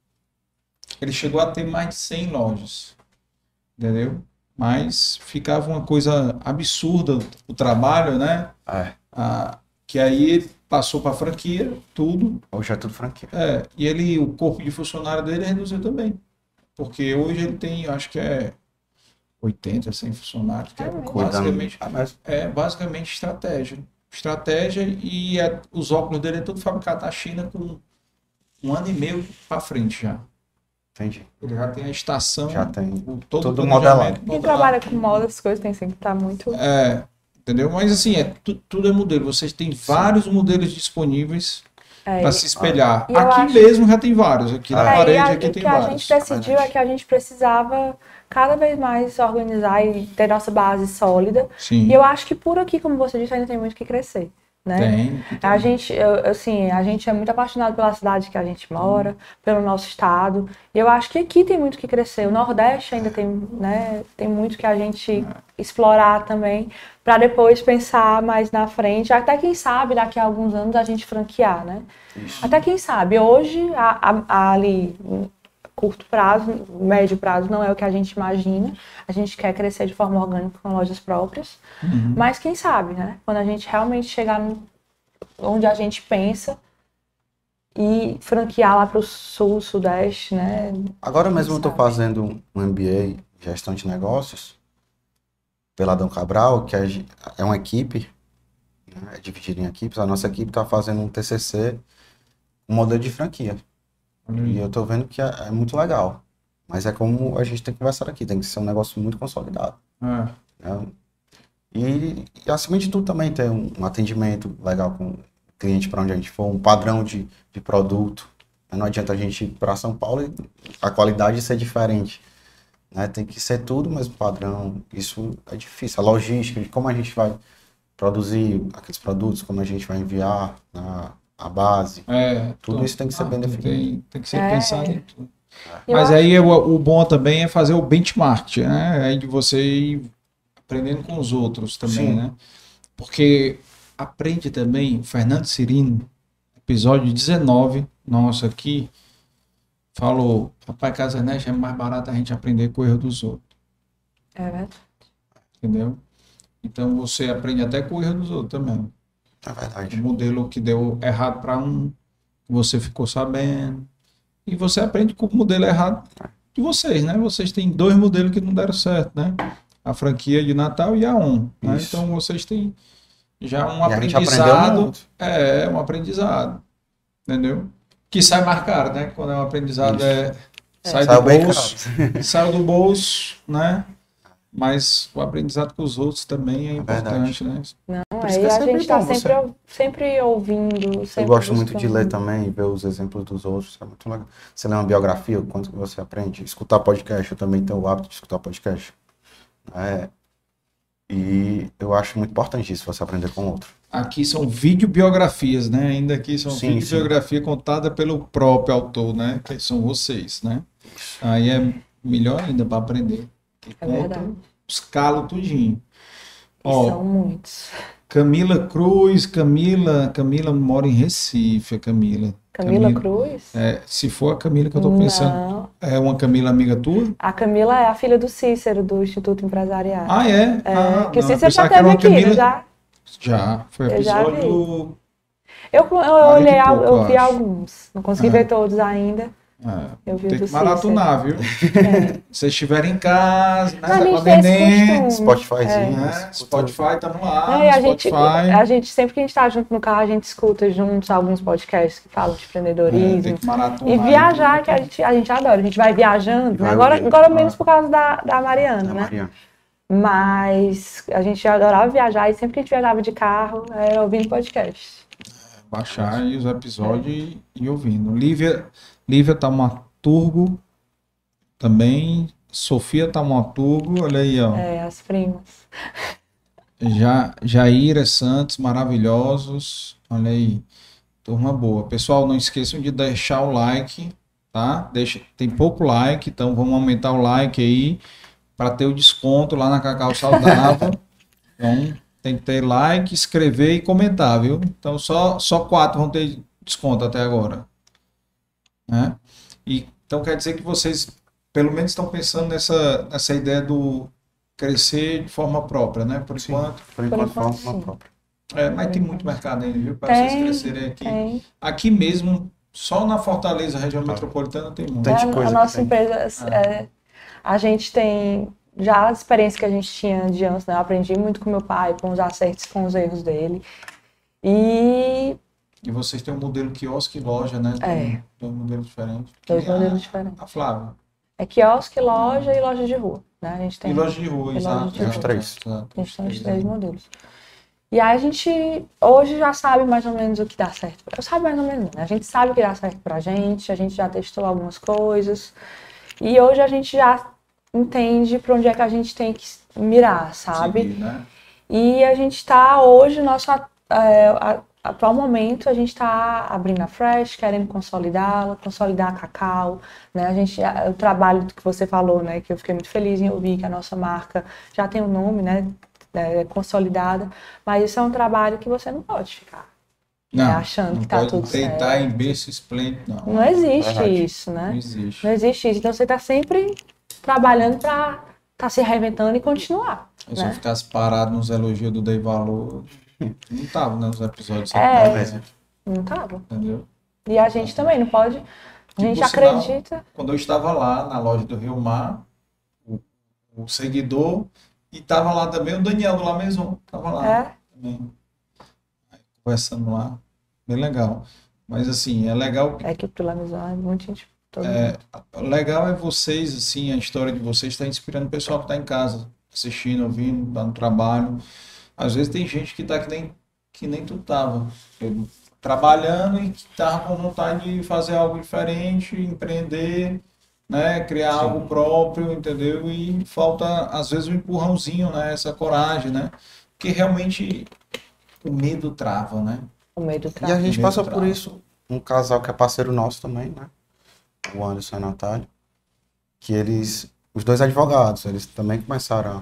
Ele chegou a ter mais de cem lojas, entendeu? Mas ficava uma coisa absurda o trabalho, né? É. Ah, que aí passou para franquia, tudo. Hoje é tudo franquia. É, e ele, o corpo de funcionário dele reduziu também. Porque hoje ele tem, eu acho que é oitenta, cem funcionários, que é basicamente, Ah, mas é basicamente estratégia. Estratégia e é- os óculos dele é tudo fabricado na China com um ano e meio para frente já. entendi. Ele já tem a estação, Já tem o, todo tudo o modelado. planejamento Quem modelado. trabalha com moda, as coisas tem sempre que estar muito... É, entendeu? Mas assim, é, tu- tudo é modelo. Vocês têm vários modelos disponíveis É, para e- se espelhar. E eu Aqui acho- mesmo já tem vários. Aqui na É, parede e a- aqui o tem que a vários. gente decidiu é que a gente precisava cada vez mais se organizar e ter nossa base sólida. Sim. E eu acho que por aqui, como você disse, ainda tem muito que crescer, né? Tem, A gente, eu- assim, a gente é muito apaixonado pela cidade que a gente mora, pelo nosso estado. E eu acho que aqui tem muito que crescer. O Nordeste ainda tem, né, tem muito que a gente explorar também, para depois pensar mais na frente. Até quem sabe, daqui a alguns anos, a gente franquear, né? Até quem sabe. Hoje, a, a- a ali, curto prazo, médio prazo, não é o que a gente imagina. A gente quer crescer de forma orgânica com lojas próprias. Uhum. Mas quem sabe, né? Quando a gente realmente chegar no- onde a gente pensa e franquear lá para o sul, sudeste, né? Agora mesmo eu estou Sabe. fazendo um M B A em gestão de negócios pela Adão Cabral, que é é uma equipe, né, é dividida em equipes. A nossa equipe está fazendo um T C C, um modelo de franquia. E eu estou vendo que é, é muito legal. Mas é como a gente tem conversado aqui, tem que ser um negócio muito consolidado. É. Né? E, e acima de tudo também ter um, um atendimento legal com o cliente para onde a gente for, um padrão de, de produto. Não adianta a gente ir para São Paulo e a qualidade ser diferente. Né? Tem que ser tudo mesmo padrão. Isso é difícil. A logística, de como a gente vai produzir aqueles produtos, como a gente vai enviar, né? A base. É, tudo tô- isso tem que ser ah, bem tem- definido. Tem que ser É. pensado em tudo. Eu Mas acho aí o, o bom também é fazer o benchmark, né? Aí de você ir aprendendo com os outros também, Sim. né? Porque aprende também, o Fernando Cirino, episódio dezenove, nosso aqui, falou, papai Casanet é mais barato a gente aprender com o erro dos outros, É verdade. entendeu? Então você aprende até com o erro dos outros também. É verdade. O modelo que deu errado para um, você ficou sabendo. E você aprende com o modelo errado de vocês, né? Vocês têm dois modelos que não deram certo, né? A franquia de Natal e a ON. Né? Então vocês têm já um E a gente aprendizado. aprendeu muito. É, um aprendizado. Entendeu? Que sai mais caro, né? Quando é um aprendizado Isso. é. Sai Saiu do bem bolso. Saiu do bolso, né? Mas o aprendizado com os outros também é importante, né? Não, Por isso aí que é a sempre gente tá bom você- sempre, ou- sempre ouvindo, sempre Eu gosto muito de buscando. ler também, ver os exemplos dos outros, é muito legal. Você lê uma biografia, o quanto que você aprende. Escutar podcast, eu também tenho o hábito de escutar podcast. É, e eu acho muito importante isso, você aprender com o outro. Aqui são videobiografias, né? Ainda aqui são Sim, videobiografia contada pelo próprio autor, né? Que são vocês, né? Aí é melhor ainda para aprender. Que É conta verdade. os calos tudinho. E Ó, são muitos. Camila Cruz, Camila, Camila mora em Recife, a Camila. Camila Cruz? É, se for a Camila que eu tô pensando, Não. é uma Camila amiga tua? A Camila é a filha do Cícero, do Instituto Empresarial. Ah, é? É, Ah, que o não, Cícero já pensava que era teve uma aqui, Camila- não já? Já, foi Eu já episódio... Eu, eu Quarenta olhei, e al- pouco, eu eu vi acho. alguns. Não consegui É. ver todos ainda. É, Eu vi o tem do que maratonar, viu? Cícero. Se vocês estiverem em casa, né? A Tá gente com a tem esse neném, costume. Spotifyzinho. né? Spotify tá no ar, Não, e a gente, Spotify. a gente, sempre que a gente tá junto no carro, a gente escuta juntos alguns podcasts que falam de É, empreendedorismo. tem que maratonar. E viajar, que a gente, a gente adora. A gente vai viajando, né? Vai agora, ouvindo. agora menos por causa da, da Mariana, É, né? Mariana. Mas a gente adorava viajar e sempre que a gente viajava de carro, era ouvindo podcast. Baixar aí os episódios e, e ouvindo. Lívia, Lívia Taumaturgo também. Sofia Taumaturgo, olha aí, ó. É, as primas. Ja, Jaira Santos, maravilhosos. Olha aí. Turma boa. Pessoal, não esqueçam de deixar o like, tá? Deixa, tem pouco like, então vamos aumentar o like aí para ter o desconto lá na Cacau Saudável. Então, tem que ter like, escrever e comentar, viu? Então, só, só quatro vão ter desconto até agora. Né? E, então, quer dizer que vocês, pelo menos, estão pensando nessa, nessa ideia do crescer de forma própria, né? Por Sim, enquanto. por enquanto, enquanto, forma sim. própria. É, mas tem muito mercado ainda, viu? Para vocês Tem, crescerem aqui. tem. Aqui mesmo, só na Fortaleza, região metropolitana, tem muito. Tem de É, coisa a que nossa tem. empresa, é, a gente tem já a experiência que a gente tinha de antes, né? Eu aprendi muito com meu pai, com os acertos, com os erros dele. E E vocês têm um modelo quiosque e loja, né? Tem, É. tem um modelo diferente. dois E a- modelos diferentes. A Flávia. É quiosque, loja e loja de rua, né? A gente tem E loja de rua, e exato. loja de exato, rua. Três. exato, A gente tem os três, três né? modelos. E aí a gente hoje já sabe mais ou menos o que dá certo. Eu sabe mais ou menos, né? A gente sabe o que dá certo pra gente, a gente já testou algumas coisas. E hoje a gente já entende pra onde é que a gente tem que mirar, sabe? Seguir, né? E a gente tá hoje, nosso é, a- atual momento, a gente tá abrindo a Fresh, querendo consolidá-la, consolidar a Cacau, né? A gente, a- o trabalho que você falou, né? Que eu fiquei muito feliz em ouvir que a nossa marca já tem um nome, né? É, consolidada, mas isso é um trabalho que você não pode ficar Não, né, achando não que tá pode tudo deitar certo. em berço esplêndido, não. Não existe Verdade. isso, né? Não existe. Não existe isso. Então você tá sempre trabalhando para tá se reinventando e continuar. Se eu né? ficasse parado nos elogios do Dei Valor, não tava né, nos episódios. É. né, Não tava. Entendeu? E a gente também não pode. A Que, gente por sinal, acredita. Quando eu estava lá na loja do Rio Mar, o, o seguidor, e tava lá também o Daniel do La Maison, tava lá É. também. Aí, conversando lá, bem legal. Mas assim, é legal A equipe do Lamizão é muito gente. Todo É, mundo. legal é vocês, assim, a história de vocês está inspirando o pessoal que está em casa, assistindo, ouvindo, tá no trabalho. Às vezes tem gente que tá que nem, que nem tu tava, eu, trabalhando e que tava com vontade de fazer algo diferente, empreender, né, criar Sim. algo próprio, entendeu? E falta, às vezes, um empurrãozinho, né, essa coragem, né? Porque realmente o medo trava, né? O meio do E a trabalho. gente Medo passa trava. por isso. Um casal que é parceiro nosso também, né? O Anderson e a Natália. Que eles, os dois advogados, eles também começaram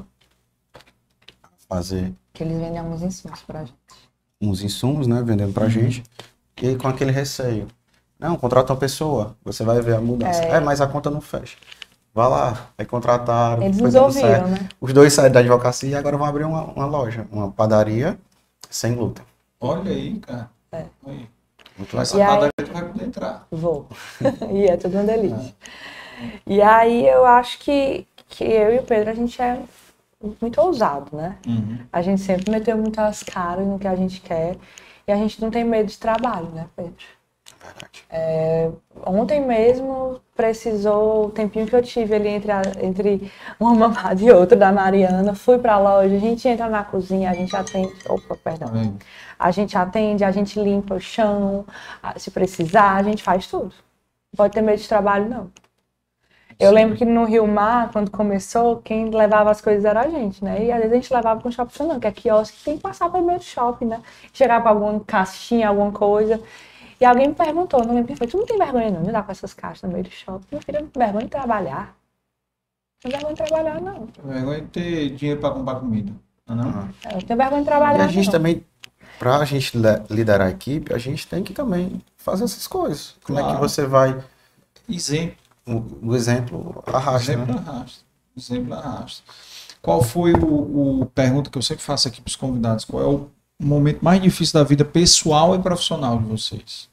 a fazer Que eles vendem alguns insumos pra gente. uns insumos, né? Vendendo pra gente. E aí com aquele receio. Não, contrata uma pessoa, você vai ver a mudança. É. É, mas a conta não fecha. Vai lá, aí contrataram. Eles foi nos dando ouviram, certo. né? Os dois saíram da advocacia e agora vão abrir uma, uma loja, uma padaria sem glúten. Olha aí, cara. É. Aí. Muito Essa E aí- padaria tu vai poder entrar. Vou. E é tudo uma delícia. E aí eu acho que, que eu e o Pedro, a gente é muito ousado, né? Uhum. A gente sempre meteu muitas caras no que a gente quer e a gente não tem medo de trabalho, né, Pedro? Verdade. É, ontem mesmo precisou o tempinho que eu tive ali entre, a, entre uma mamada e outra da Mariana, fui pra loja, a gente entra na cozinha, a gente atende, opa, perdão, Uhum. a gente atende, a gente limpa o chão, se precisar, a gente faz tudo. Não pode ter medo de trabalho, não. Eu lembro que no Rio Mar, quando começou, quem levava as coisas era a gente, né? E às vezes a gente levava para um shopping funcionando, que é quiosque, tem que passar pelo meio do shopping, né? Chegar para alguma caixinha, alguma coisa. E alguém me perguntou, não lembro quem foi, tu não tem vergonha não de andar com essas caixas no meio do shopping? Meu filho, eu não tenho vergonha de trabalhar. Não tenho vergonha de trabalhar, não. Tem vergonha de ter dinheiro para comprar comida, não é não? Eu não tenho vergonha de trabalhar, E a gente não. também, pra gente le- liderar a equipe, a gente tem que também fazer essas coisas. Como é que Claro. você vai... Exemplo. O, o exemplo arrasta, Exemplo né? arrasta. Exemplo arrasta. Qual foi o, o pergunta que eu sempre faço aqui para os convidados? Qual é o momento mais difícil da vida pessoal e profissional de vocês?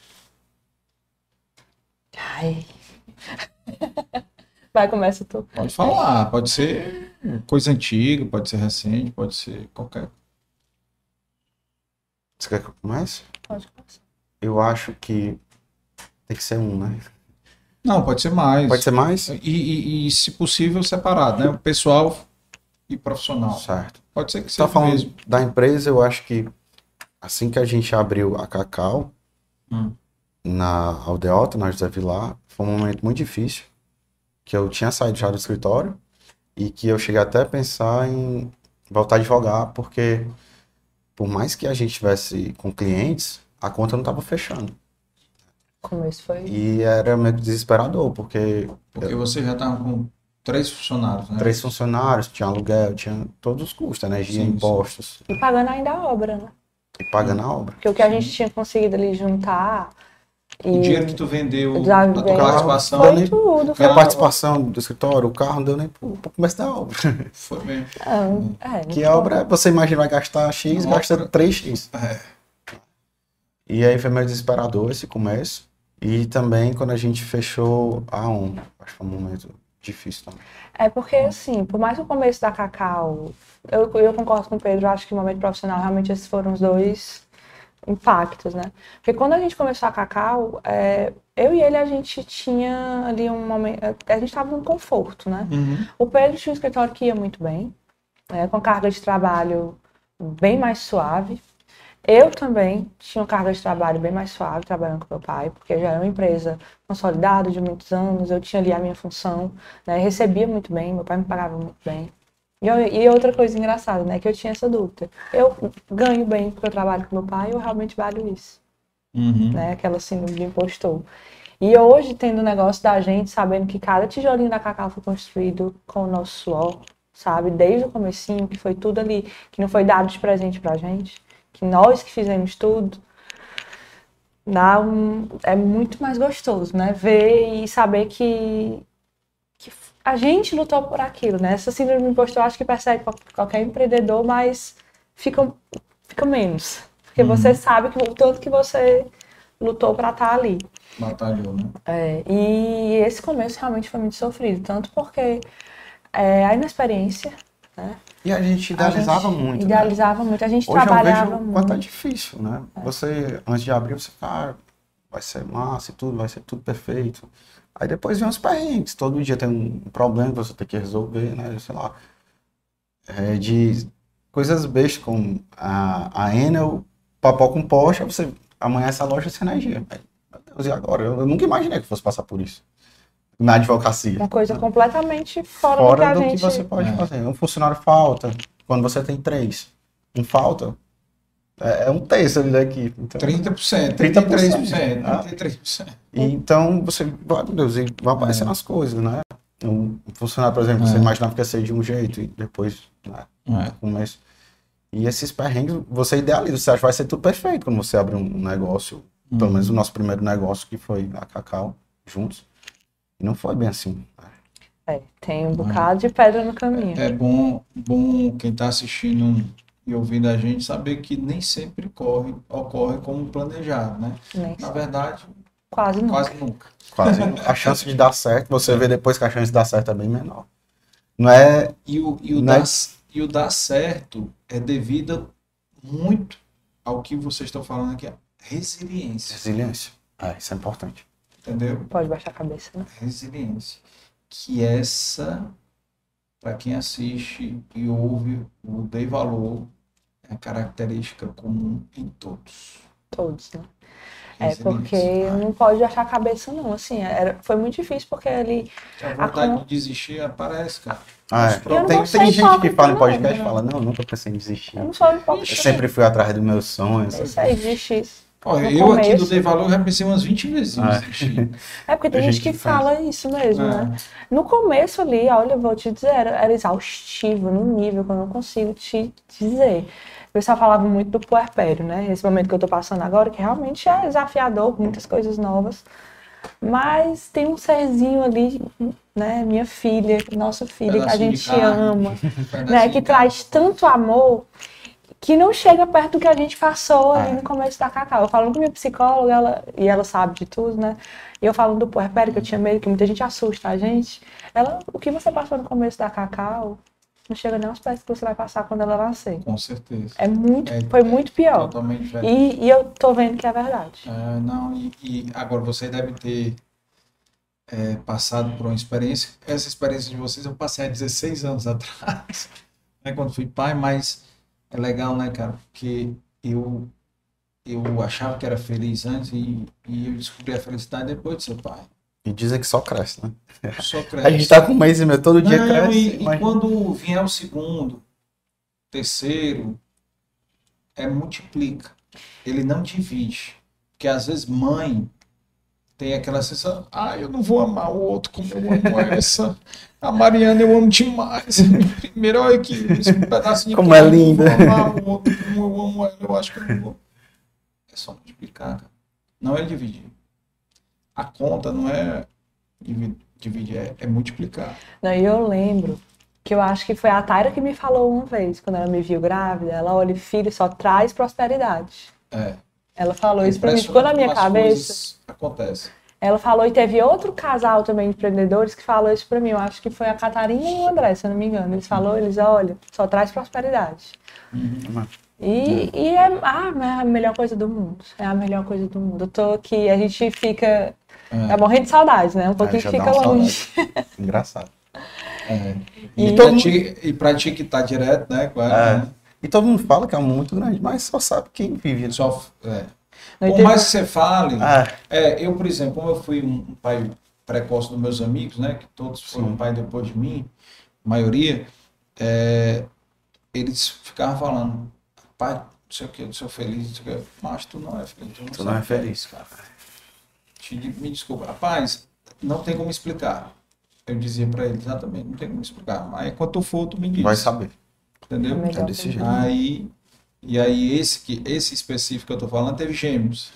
Ai. Vai, começa tu. Pode falar. Pode ser coisa antiga, pode ser recente, pode ser qualquer. Você quer que eu comece? Pode começar. Eu acho que tem que ser um, né? Não, pode ser mais. Pode ser mais? E, e- e, se possível, separado, né? O pessoal e profissional. Certo. Pode ser que Você tá seja falando mesmo. da empresa, eu acho que assim que a gente abriu a Cacau, Hum. na Aldeota, na José Vilar, foi um momento muito difícil, que eu tinha saído já do escritório e que eu cheguei até a pensar em voltar a advogar, porque por mais que a gente tivesse com clientes, a conta não estava fechando. O começo foi... E era meio que desesperador, porque... Porque você já estava com três funcionários, né? Três funcionários, tinha aluguel, tinha todos os custos, energia, Sim, sim. impostos, E pagando ainda a obra, né? e pagando a obra. Porque o que a gente tinha conseguido ali juntar... E... O dinheiro que tu vendeu, Já a tua veio- participação, Foi nem- tudo. Foi Minha participação do escritório, o carro não deu nem pro, pro começo da obra. Foi mesmo. Ah, é, Que a obra, você imagina, vai gastar X, Uma gasta obra- três X. É. E aí foi meio desesperador esse começo. E também quando a gente fechou a ON. Acho que foi um momento difícil também. É porque, assim, por mais que o começo da Cacau, eu, eu concordo com o Pedro, eu acho que o momento profissional, realmente esses foram os dois impactos, né? Porque quando a gente começou a Cacau, é, eu e ele, a gente tinha ali um momento, a gente estava num conforto, né? Uhum. O Pedro tinha um escritório que ia muito bem, né, com carga de trabalho bem mais suave. Eu também tinha uma carga de trabalho bem mais suave, trabalhando com meu pai, porque já era uma empresa consolidada de muitos anos, eu tinha ali a minha função, né, recebia muito bem, meu pai me pagava muito bem. E, eu, e outra coisa engraçada, né, que eu tinha essa dúvida. Eu ganho bem porque eu trabalho com meu pai, eu realmente valho isso, Uhum. né, aquela síndrome de impostor. E hoje, tendo o negócio da gente, sabendo que cada tijolinho da Cacau foi construído com o nosso suor, sabe, desde o comecinho, que foi tudo ali, que não foi dado de presente pra gente, que nós que fizemos tudo, dá um, é muito mais gostoso, né? Ver e saber que, que a gente lutou por aquilo, né? Essa síndrome do impostor, eu acho que persegue qualquer empreendedor, mas fica, fica menos. Porque Uhum. você sabe que o tanto que você lutou para estar ali. Batalhou, né? É, e esse começo realmente foi muito sofrido, tanto porque é, a inexperiência, né? E a gente idealizava A gente muito. Idealizava né? muito, a gente Hoje trabalhava eu vejo o quanto é muito. difícil, né? Você, antes de abrir, você fala, ah, vai ser massa e tudo, vai ser tudo perfeito. Aí depois vem os perrengues, todo dia tem um problema que você tem que resolver, né? Sei lá. É, de coisas bestas como a, a Enel, papel com Porsche, aí você amanhece a loja sem energia. Aí, meu Deus, e agora? Eu, eu nunca imaginei que fosse passar por isso. Na advocacia. Uma coisa completamente fora, Fora do do que a que gente... você pode fazer. Um funcionário falta, quando você tem três. Um falta, é, é um terço ali da equipe. Então, trinta por cento, trinta trinta e três por por cento. cento, Ah. trinta e três por cento. E então você, vai, meu Deus, e vai aparecendo É. as coisas, né? Um funcionário, por exemplo, É. você imaginava que ia ser de um jeito e depois, né, É. no começo. E esses perrengues, você idealiza, você acha que vai ser tudo perfeito quando você abre um negócio, Uhum. pelo menos o nosso primeiro negócio, que foi a Cacau, juntos. E não foi bem assim. É, tem um bocado de pedra no caminho. É bom, bom quem está assistindo e ouvindo a gente saber que nem sempre corre, ocorre como planejado, né? Nem Na sempre. verdade, Quase nunca. Quase nunca. Quase. A chance de dar certo, você vê depois que a chance de dar certo é bem menor. Não é... E o, e o, não é- dar, e o dar certo é devido muito ao que vocês estão falando aqui, ó. Resiliência. Resiliência. É, isso é importante. Entendeu? Pode baixar a cabeça, né? Resiliência. Que essa, para quem assiste e ouve o Dei Valor, é a característica comum em todos. Todos, né? É, Resiliência. porque não pode baixar a cabeça, não. Assim, era, foi muito difícil, porque ali... A vontade de desistir aparece, cara. Ah, é. Eu não Tem, vou ser tem gente que hipócrita, fala em não, podcast e né? fala, não, nunca pensei em desistir. Eu não sou Eu hipócrita. sempre fui atrás dos meus sonhos. É isso aí, desistir. Ó, No eu aqui do começo- Dei Valor eu já pensei umas vinte vezes em Ah. desistir. É porque tem A gente, gente que faz. fala isso mesmo, É. né? No começo ali, olha, eu vou te dizer, era, era exaustivo, num nível que eu não consigo te dizer. O pessoal falava muito do puerpério, né? Esse momento que eu tô passando agora, que realmente é desafiador, com muitas coisas novas. Mas tem um serzinho ali, né? Minha filha, nossa filha, que a Pedacinho de gente carne. ama, Pedacinho né? de Que carne. traz tanto amor que não chega perto do que a gente passou ali Ah. no começo da Cacau. Eu falo com minha psicóloga, ela, e ela sabe de tudo, né? E eu falo do puerpério, que eu tinha medo, que muita gente assusta a gente. Ela, o que você passou no começo da Cacau, não chega nem aos pés que você vai passar quando ela nascer. Com certeza. É muito, É foi muito pior. Totalmente diferente. E, e eu tô vendo que é verdade. É, não, e, e agora você deve ter é, passado por uma experiência. Essa experiência de vocês eu passei há dezesseis anos atrás, né, quando fui pai, mas é legal, né, cara? Porque eu, eu achava que era feliz antes e, e eu descobri a felicidade depois de ser pai. E dizem que só cresce, né? Só cresce. A gente tá com um mês e meio, todo dia Não, cresce. E, e mas- quando vier o segundo, terceiro, é multiplica. Ele não divide. Porque às vezes mãe tem aquela sensação, ah, eu não vou amar o outro como eu amo essa. A Mariana eu amo demais. Primeiro, olha aqui, esse pedacinho de Como é carne, eu linda. vou amar o outro como eu amo ela. Eu acho que eu não vou. É só multiplicar, cara. Não é dividir. A conta não é dividir, dividir é, é multiplicar. Não, e eu lembro que eu acho que foi a Taira que me falou uma vez, quando ela me viu grávida, ela, olha, filho, só traz prosperidade. É. Ela falou É isso pra mim, ficou na minha impressionante como as cabeça. coisas acontecem. Ela falou, e teve outro casal também de empreendedores que falou isso pra mim. Eu acho que foi a Catarina e o André, se eu não me engano. Eles falaram, eles, olha, só traz prosperidade. Uhum. E, e é, ah, é a melhor coisa do mundo. É a melhor coisa do mundo. Eu tô aqui, a gente fica. É. Tá morrendo de saudade, né? Um pouquinho já que dá fica uma longe. Engraçado. É. E, E- pra ti, e pra ti que tá direto, né? Com ela, É. né? E todo mundo fala que é um muito grande, mas só sabe quem vive. Né? Só, é. Não, e Por teve- mais que você fale, Ah. é, eu, por exemplo, como eu fui um pai precoce dos meus amigos, né? Que todos foram Sim. pai depois de mim, a maioria, é, eles ficavam falando, pai, não sei o que, eu sou feliz, não sei o que. Mas tu não é feliz. Tu não, Tu sabe não é o que é feliz. isso, cara. Te digo, me desculpa. Rapaz, não tem como explicar. Eu dizia pra ele, exatamente, não tem como explicar. Aí quando tu for, tu me diz. Vai saber. Entendeu? Melhor É desse coisa. jeito. Aí, e aí esse, que, esse específico que eu tô falando teve gêmeos.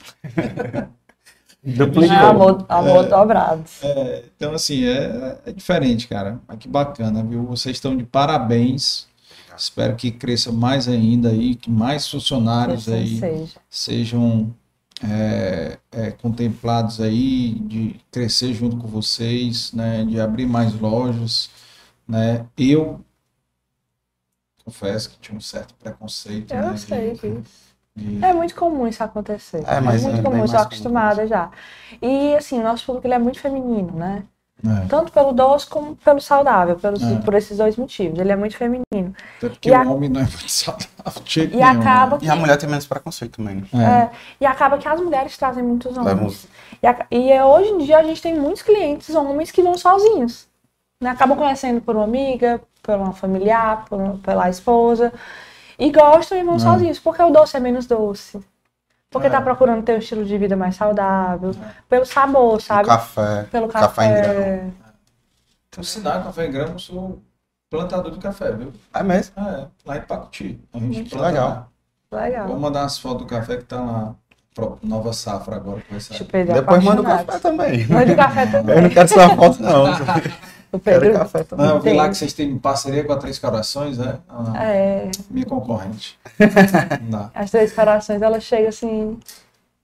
Duplicou. É amor, amor dobrado. É, então, assim, é, é diferente, cara. Mas que bacana, viu? Vocês estão de parabéns. Espero que cresça mais ainda aí, que mais funcionários Que assim aí seja. sejam é, é, contemplados aí, de crescer junto com vocês, né? De abrir mais lojas, né? Eu confesso que tinha um certo preconceito, né? Eu de- sei disso. de- É muito comum isso acontecer. É, mas muito é comum, bem eu sou mais acostumada já. E assim, nosso público ele é muito feminino, né? É. Tanto pelo doce como pelo saudável, pelos, É. por esses dois motivos. Ele é muito feminino. Até porque E o a- homem não é muito saudável de jeito E nenhum, né? acaba que, E a mulher tem menos preconceito também. né? É. é, e acaba que as mulheres trazem muitos homens. Levam- E, a- e é, hoje em dia a gente tem muitos clientes homens que vão sozinhos. Né? Acabam conhecendo por uma amiga, por uma familiar, por uma- pela esposa. E gostam e vão É. sozinhos. Porque o doce é menos doce. Porque É. tá procurando ter um estilo de vida mais saudável. Pelo sabor, sabe? Café. Pelo café em café. Por sinal, café em grão, eu sou plantador de café, viu? É mesmo? Ah, é, lá em Pacuti. A gente Muito planta legal. lá. Legal. Vou mandar umas fotos do café que tá lá. Pro- Nova safra agora que vai sair. Deixa o Pedro Depois manda o apaixonado. café também. Manda o café também. Eu não quero só uma foto, não. O Quero Pedro café também. Não, eu vi Tem. lá que vocês têm parceria com a Três Corações, né? Ah, É, minha concorrente. Não dá. as três corações, ela chega assim,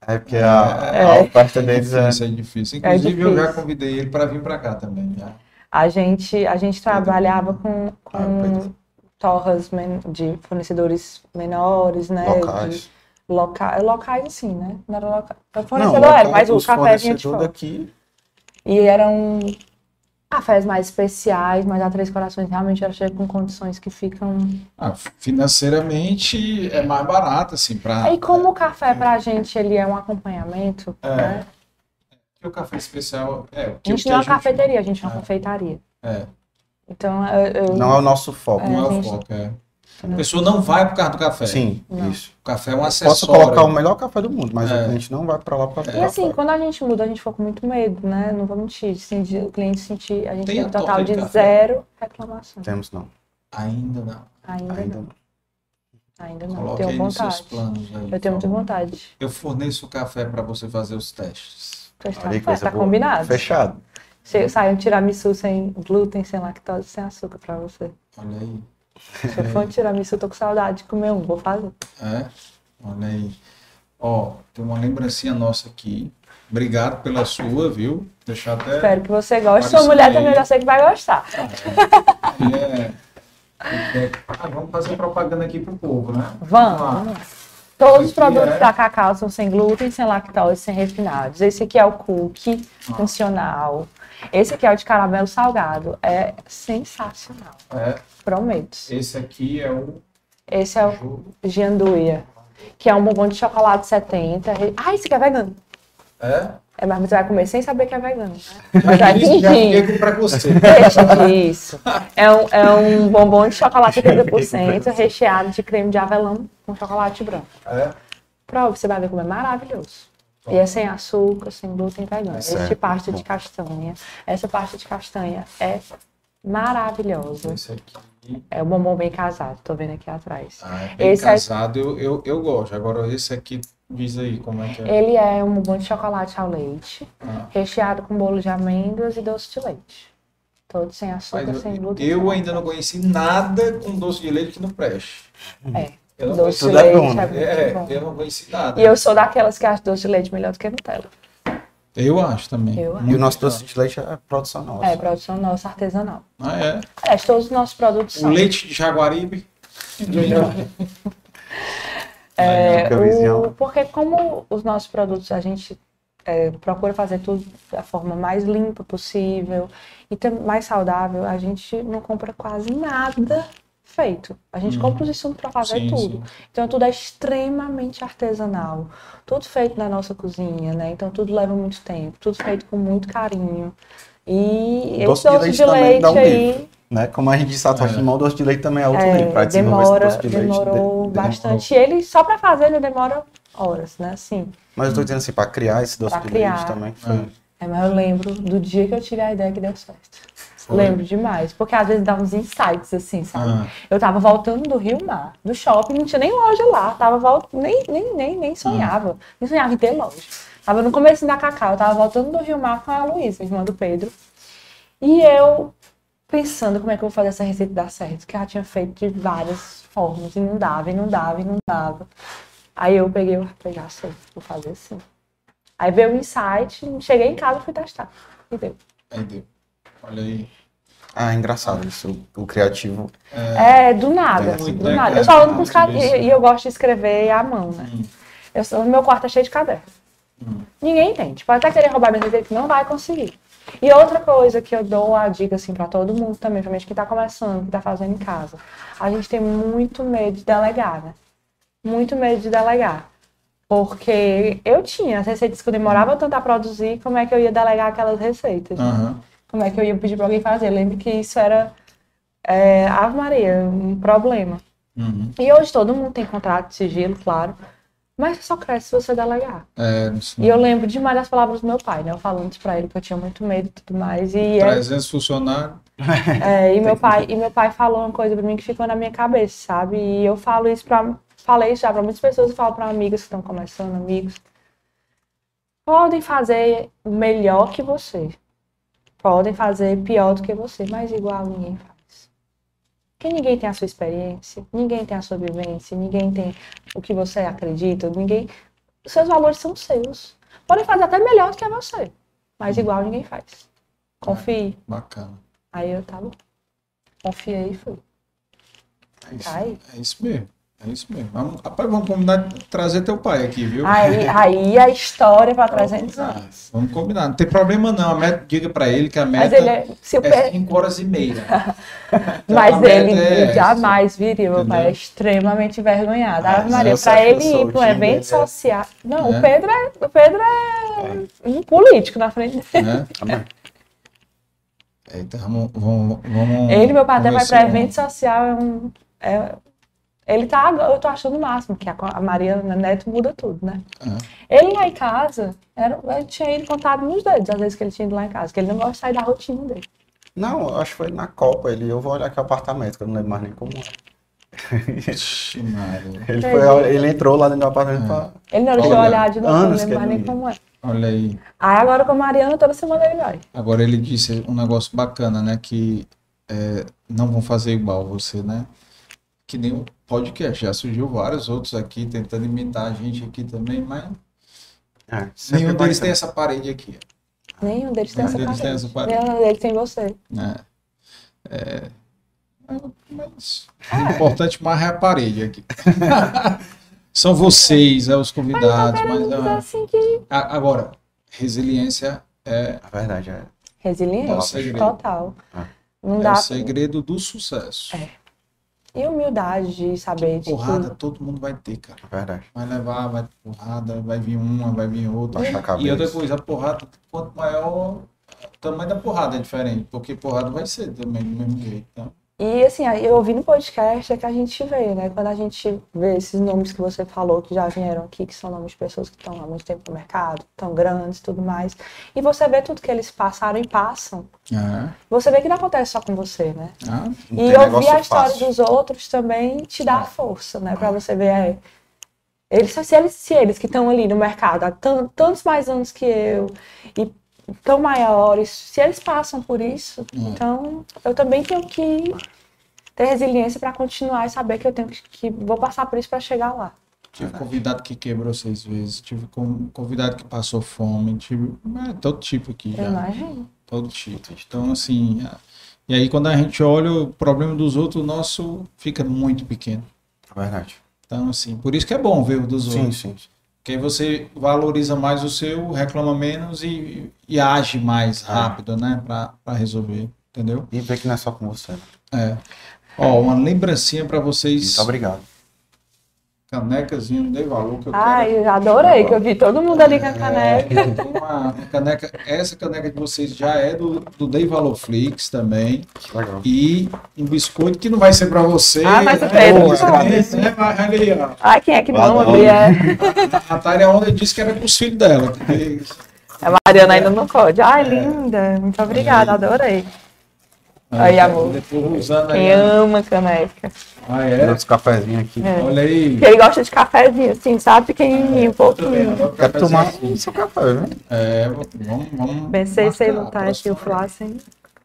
É porque a, é. a oferta deles é... Isso é difícil. Inclusive, é difícil. Eu já convidei ele para vir para cá também. Já. A gente, a gente trabalhava com, com ah, torras de fornecedores menores, né? Locais. De loca, locais, assim, né? Não era local. Fornecedor Não, era, mas o café vinha de fora. Daqui... E eram cafés mais especiais, mas a Três Corações realmente ela chega com condições que ficam... Ah, financeiramente é mais barato, assim, para... E como é, o café pra gente, ele é um acompanhamento, é, né? O café especial... É, o que, a gente não é uma cafeteria, a gente é uma confeitaria. É. Então, eu, eu, não é o nosso foco. É, não é o gente... foco, é. A pessoa não vai por causa do café. Sim, não. isso. O café é um acessório. Posso colocar o melhor café do mundo, mas é. a gente não vai para lá por causa do E café. assim, quando a gente muda, a gente ficou com muito medo, né? Não vou mentir. Assim, de, o cliente sentir, a gente tem, tem um total de, de zero reclamação. Temos não. Ainda não. Ainda, Ainda não. não. Ainda não. Coloque tenho aí vontade. Nos seus planos aí, eu tenho muita vontade. Eu forneço o café para você fazer os testes. Testar. É, tá boa. Combinado. Fechado. Sai um tiramisu sem glúten, sem lactose, sem açúcar para você. Olha aí. Se eu for tiramisu, eu tô com saudade de comer um, vou fazer. É? Olha aí. Ó, tem uma lembrancinha nossa aqui. Obrigado pela sua, viu? Deixar até... Espero que você goste. Sua mulher aí. Também já sei que vai gostar. É. é. Ah, vamos fazer propaganda aqui pro povo, né? Vamos. vamos. Todos os produtos é... da Cacau são sem glúten, sem lactose, sem refinados. Esse aqui é o cookie ah. funcional. Esse aqui é o de caramelo salgado. É sensacional. É. Prometo. Esse aqui é o... Esse é o Gianduia, que é um bombom de chocolate setenta. Ah, esse aqui é vegano. É? É, mas você vai comer sem saber que é vegano. Né? Mas vai fingir. Pra você. Deixa disso. É um, é um bombom de chocolate trinta por cento recheado de creme de avelã com chocolate branco. É? Prova, você vai ver como é maravilhoso. Bom. E é sem açúcar, sem glúten vegano. Esse parte de castanha. Essa parte de castanha é maravilhosa. Esse aqui... É o bombom bem casado, tô vendo aqui atrás. Ah, é bem esse casado, é... eu, eu, eu gosto. Agora esse aqui, diz aí como é que é. Ele é um bombom de chocolate ao leite, ah. recheado com bolo de amêndoas e doce de leite. Todo sem açúcar, Mas sem eu, glúten. Eu ainda não conheci nada com doce de leite que não preste. É. Eu não doce de leite é, muito é, bom. Eu não conheci nada. E eu sou daquelas que acham doce de leite melhor do que Nutella. Eu acho também. Eu acho. E o nosso doce de leite é produção nossa. É, produção nossa, artesanal. Ah, é? Aliás, todos os nossos produtos o são. O leite de Jaguaribe. é, o, porque como os nossos produtos, a gente é, procura fazer tudo da forma mais limpa possível e mais saudável, a gente não compra quase nada feito. A gente hum. compra os insumos para fazer sim, tudo. Sim. Então tudo é extremamente artesanal. Tudo feito na nossa cozinha, né? Então tudo leva muito tempo. Tudo feito com muito carinho. E o doce esse doce de leite, de leite um aí... Livro, né? Como a gente disse, a é. o doce de leite também é outro é, livro. Para demora, esse doce de demorou leite, bastante. Demorou. E ele, só para fazer, ele demora horas, né? Assim. Mas eu tô dizendo assim, para criar esse doce pra de criar. leite também foi... É, mas eu lembro do dia que eu tive a ideia que deu certo. Foi. Lembro demais, porque às vezes dá uns insights assim, sabe? Ah. Eu tava voltando do Rio Mar, do shopping, não tinha nem loja lá, tava voltando, nem, nem, nem, nem sonhava, ah. nem sonhava em ter loja. Tava no começo da Cacau, eu tava voltando do Rio Mar com a Luísa, irmã do Pedro, e eu pensando como é que eu vou fazer essa receita dar certo, que ela tinha feito de várias formas, e não dava, e não dava, e não dava. Aí eu peguei, eu falei, já sei, vou fazer assim. Aí veio o insight, cheguei em casa e fui testar, e deu. Aí deu. Olha aí. Ah, engraçado isso, o, o criativo. É, é do nada, é, do nada. Eu só ando com os cadernos, e, e eu gosto de escrever à mão, né? Hum. Eu, o meu quarto é cheio de caderno. Hum. Ninguém entende. Pode até querer roubar minha receita, que não vai conseguir. E outra coisa que eu dou a dica, assim, pra todo mundo também, principalmente quem tá começando, quem tá fazendo em casa. A gente tem muito medo de delegar, né? Muito medo de delegar. Porque eu tinha as receitas que eu demorava tanto a produzir, como é que eu ia delegar aquelas receitas? Uhum. Né? Como é que eu ia pedir pra alguém fazer? Eu lembro que isso era, é, Ave Maria, um problema. Uhum. E hoje todo mundo tem contrato de sigilo, claro, mas só cresce se você delegar. É, e eu lembro demais das palavras do meu pai, né? Eu falando isso pra ele, que eu tinha muito medo e tudo mais. E trezentos é, funcionários. É, e, meu pai, e meu pai falou uma coisa pra mim que ficou na minha cabeça, sabe? E eu falo isso pra... Falei isso já pra muitas pessoas e falo pra amigas que estão começando, amigos. Podem fazer melhor que você. Podem fazer pior do que você, mas igual ninguém faz. Porque ninguém tem a sua experiência, ninguém tem a sua vivência, ninguém tem o que você acredita, ninguém... os seus valores são seus. Podem fazer até melhor do que você, mas igual ninguém faz. Confie. Bacana. Aí eu tava, confiei e fui. É isso, Tá aí. é isso mesmo. É isso mesmo. Vamos, rapaz, vamos combinar de trazer teu pai aqui, viu? Aí, aí a história para trezentos anos. Vamos combinar. Não tem problema não. A meta, diga pra ele que a meta Mas ele é, se eu é pe- cinco horas e meia. Mas a meta ele é jamais viria, meu pai é Entendeu? extremamente envergonhado. Ah, Ave Maria, você pra acha que ele eu sou ir para um tímido, evento né? social. Não, É. o Pedro é, o Pedro é um político na frente dele. Né? Eita, vamos, vamos, vamos Ele, meu pai, até vai conversar. para evento social. É um, é, ele tá, eu tô achando o máximo, que a, a Maria Neto muda tudo, né? É. Ele lá em casa, era, eu tinha ele contado nos dedos, às vezes que ele tinha ido lá em casa, que ele não gosta de sair da rotina dele. Não, eu acho que foi na Copa. Ele, eu vou olhar aqui o apartamento, que eu não lembro mais nem como é. Ixi, Maria. ele, foi, ele entrou lá dentro do apartamento pra... Ele não deixou eu olhar de novo, não Anos que lembro mais ele nem não ia. como é. Olha aí. Aí agora com a Mariana, toda semana ele vai. Agora ele disse um negócio bacana, né? Que é, não vão fazer igual você, né? Que nem o podcast. Já surgiu vários outros aqui tentando imitar a gente aqui também, mas É, nenhum vai deles ter. tem essa parede aqui. Nenhum deles tem Nenhum essa deles tem parede. essa parede. Nenhum deles tem você. É. É, mas o importante mais é a parede aqui. São vocês, é os convidados. Mas, Mas ah, assim que... a- agora, resiliência é, A verdade é... é o Resiliência, segredo. total. Não É dá o pra- segredo do sucesso. É. E humildade de saber de Porrada que... todo mundo vai ter, cara. É verdade. Vai levar, vai ter porrada, vai vir uma, vai vir outra. Baixar a cabeça. E outra coisa, a porrada, quanto maior, o tamanho da porrada é diferente, porque porrada vai ser também do mesmo jeito. Então, E assim, aí eu ouvi no podcast é que a gente vê, né? Quando a gente vê esses nomes que você falou, que já vieram aqui, que são nomes de pessoas que estão há muito tempo no mercado, tão grandes e tudo mais, e você vê tudo que eles passaram e passam, é. você vê que não acontece só com você, né? Ah, E tem ouvir negócio a história fácil. dos outros também te dá força, né? Pra você ver, é, eles, se, eles, se eles que estão ali no mercado há tan- tantos mais anos que eu, e tão maiores, se eles passam por isso, então eu também tenho que ter resiliência para continuar e saber que eu tenho que, que vou passar por isso para chegar lá. tive convidado que quebrou seis vezes, tive com- convidado que passou fome, tive é, todo tipo aqui já. Eu imagino. Todo tipo. Então, assim, a- e aí quando a gente olha o problema dos outros, o nosso fica muito pequeno. É verdade. Então, assim, por isso que é bom ver o dos Sim, outros. sim. Porque aí você valoriza mais o seu, reclama menos e, e age mais rápido, né? Pra, pra resolver, entendeu? E ver que não é só com você. né? É. Ó, uma lembrancinha pra vocês. Muito obrigado. Canecazinha, não dei valor que eu Ai, quero. eu adorei, que eu vi todo mundo ali com a caneca. É, tem uma caneca, essa caneca de vocês já é do, do Dei Valor Flix também. Legal. E um biscoito que não vai ser pra você. Ah, mas o né? Pedro Boa, come. né? Mas olha aí, ó. Ai, quem é que não, Adoro. Gabriel? A Natália ontem disse que era pros filhos dela. Porque... A Mariana ainda não pode. Ai, linda. Muito obrigada, adorei. Aí, amor. Depois usando aí. Quem ama caneca. Ah, é? Outros cafezinhos aqui. É. Olha aí. Porque ele gosta de cafezinho, assim, sabe? Pequenininho, um pouquinho. Quero tomar o seu café, viu? É, vamos, vamos. Pensei sem marcar a lutar esse próxima. o Flassen.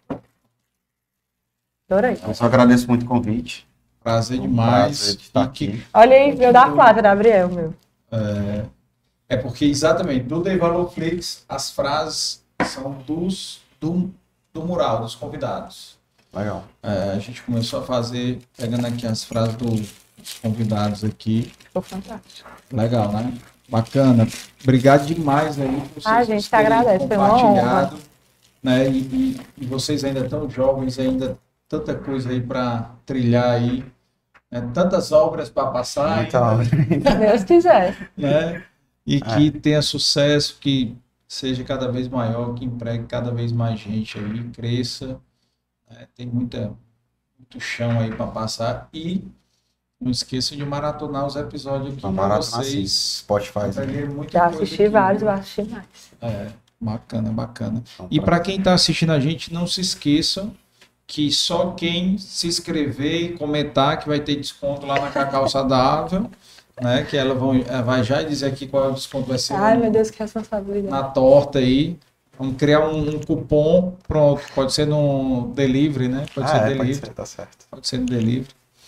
Adorei. Eu só agradeço muito o convite. Prazer Um demais. prazer de estar E que- aqui. Olha aí, meu da Flávia, Gabriel, meu. É, é porque exatamente do Dei Valor Flix as frases são dos do, do mural, dos convidados. Legal. É, a gente começou a fazer, pegando aqui as frases do- dos convidados aqui. Ficou fantástico. Legal, né? Bacana. Obrigado demais aí por vocês Ah, a gente que terem agradece, foi uma compartilhado, né? E, e- e vocês ainda tão jovens, ainda tanta coisa aí para trilhar aí, né? Tantas obras para passar, Muita ainda, obra. Se Deus quiser. né? E que tenha sucesso, que seja cada vez maior, que empregue cada vez mais gente aí, cresça, né? Tem muita, muito chão aí para passar e não esqueçam de maratonar os episódios aqui Uma para maratona assim, vocês. Spotify. Aprender muita Já coisa assisti aqui. vários, vou assistir mais. É, bacana, bacana. Então, E para quem está assistindo a gente, não se esqueçam que só quem se inscrever e comentar que vai ter desconto lá na Cacau Saudável, né? Que ela, vão, ela vai já dizer aqui qual é o desconto vai ser Ai, no- meu Deus, que responsabilidade. na torta aí. Vamos criar um, um cupom, pronto. Pode ser no delivery, né? Pode Ah, ser é, delivery. pode ser, tá certo. Pode ser no delivery.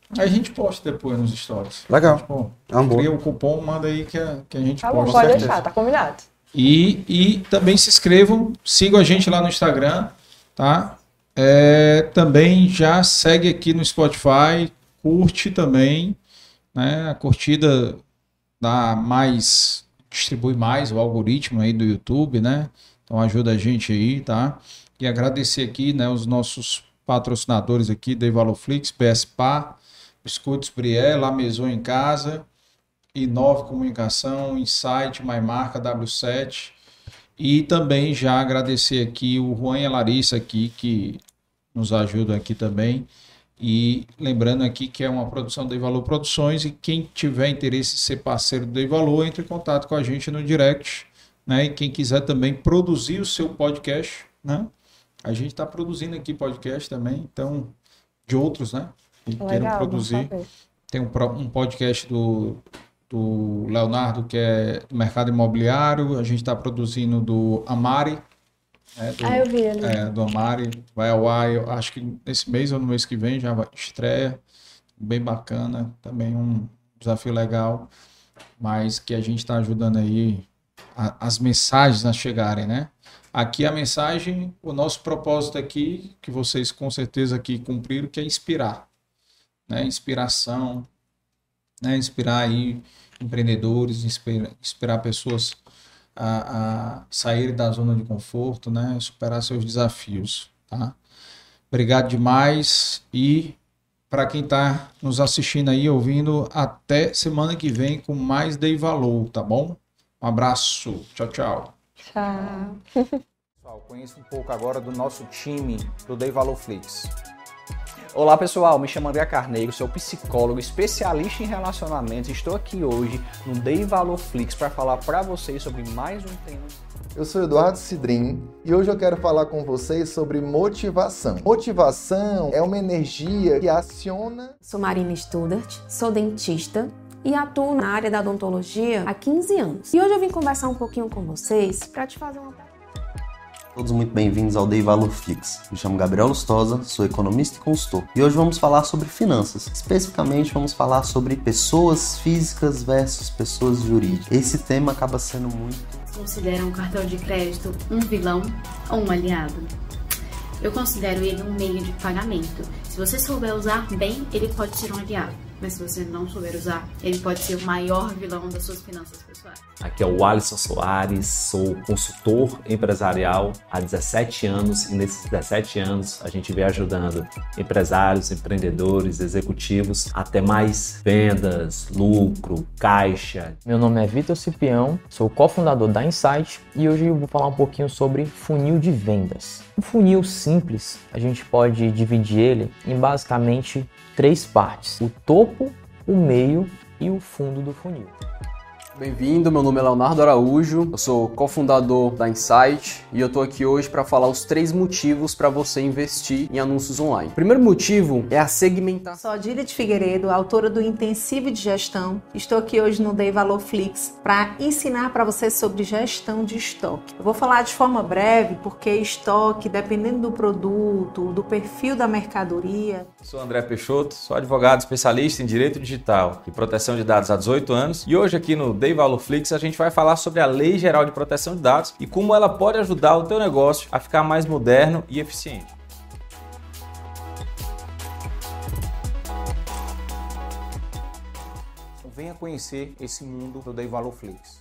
Aí a gente posta depois nos stories. Legal. Tipo, é um cria o cupom, manda aí que a, que a gente tá posta. Bom, pode deixar, tá combinado. E, e também se inscrevam, sigam a gente lá no Instagram, tá? É, também já segue aqui no Spotify, curte também, né? A curtida dá mais, distribui mais o algoritmo aí do YouTube, né? Então ajuda a gente aí, tá? E agradecer aqui, né, os nossos patrocinadores aqui, Deivaloflix, P S P A, Biscoitos Brié, La Maison em Casa, Inove Comunicação, Insight, MyMarca, W sete. E também já agradecer aqui o Juan e a Larissa aqui, que nos ajudam aqui também. E lembrando aqui que é uma produção do Deivalor Produções, e quem tiver interesse em ser parceiro do Deivalor, entre em contato com a gente no direct, né? E quem quiser também produzir o seu podcast, né? A gente está produzindo aqui podcast também, então, de outros, né? Que queiram produzir. Tem um, um podcast do, do Leonardo, que é do mercado imobiliário. A gente está produzindo do Amari. É, do, ah, eu vi ali. É, do Amari. Vai ao ar, eu acho que nesse mês ou no mês que vem já vai estreia. Bem bacana. Também um desafio legal. Mas que a gente está ajudando aí a, as mensagens a chegarem, né? Aqui a mensagem, o nosso propósito aqui, que vocês com certeza aqui cumpriram, que é inspirar, né? Inspiração, né? Inspirar aí empreendedores, inspirar, inspirar pessoas a, a sair da zona de conforto, né? Superar seus desafios, tá? Obrigado demais e para quem está nos assistindo aí, ouvindo, até semana que vem com mais Deivalor, tá bom? Um abraço, tchau, tchau. Tchau. Pessoal, conheça um pouco agora do nosso time do Deivaloflix. Olá pessoal, me chamo André Carneiro, sou psicólogo, especialista em relacionamentos. Estou aqui hoje no Deivaloflix para falar para vocês sobre mais um tema. Eu sou Eduardo Cidrim e hoje eu quero falar com vocês sobre motivação. Motivação é uma energia que aciona... Sou Marina Studart, sou dentista e atuo na área da odontologia há quinze anos. E hoje eu vim conversar um pouquinho com vocês para te fazer uma pergunta. Todos muito bem-vindos ao Deivaloflix. Me chamo Gabriel Lustosa, sou economista e consultor. E hoje vamos falar sobre finanças. Especificamente vamos falar sobre pessoas físicas versus pessoas jurídicas. Esse tema acaba sendo muito... Considera um cartão de crédito um vilão ou um aliado? Eu considero ele um meio de pagamento. Se você souber usar bem, ele pode ser um aliado. Mas se você não souber usar, ele pode ser o maior vilão das suas finanças pessoais. Aqui é o Alisson Soares, sou consultor empresarial há dezessete anos e nesses dezessete anos a gente vem ajudando empresários, empreendedores, executivos a ter mais vendas, lucro, caixa. Meu nome é Vitor Cipião, sou cofundador da Insight e hoje eu vou falar um pouquinho sobre funil de vendas. Um funil simples, a gente pode dividir ele em basicamente três partes: o topo, o meio e o fundo do funil. Bem-vindo, meu nome é Leonardo Araújo, eu sou cofundador da Insight e eu estou aqui hoje para falar os três motivos para você investir em anúncios online. O primeiro motivo é a segmentação. Sou Adília de Figueiredo, autora do Intensivo de Gestão. Estou aqui hoje no Deivaloflix para ensinar para você sobre gestão de estoque. Eu vou falar de forma breve porque estoque, dependendo do produto, do perfil da mercadoria. Sou André Peixoto, sou advogado especialista em direito digital e proteção de dados há dezoito anos e hoje aqui no Deivaloflix a gente vai falar sobre a Lei Geral de Proteção de Dados e como ela pode ajudar o teu negócio a ficar mais moderno e eficiente. Venha conhecer esse mundo do Deivaloflix.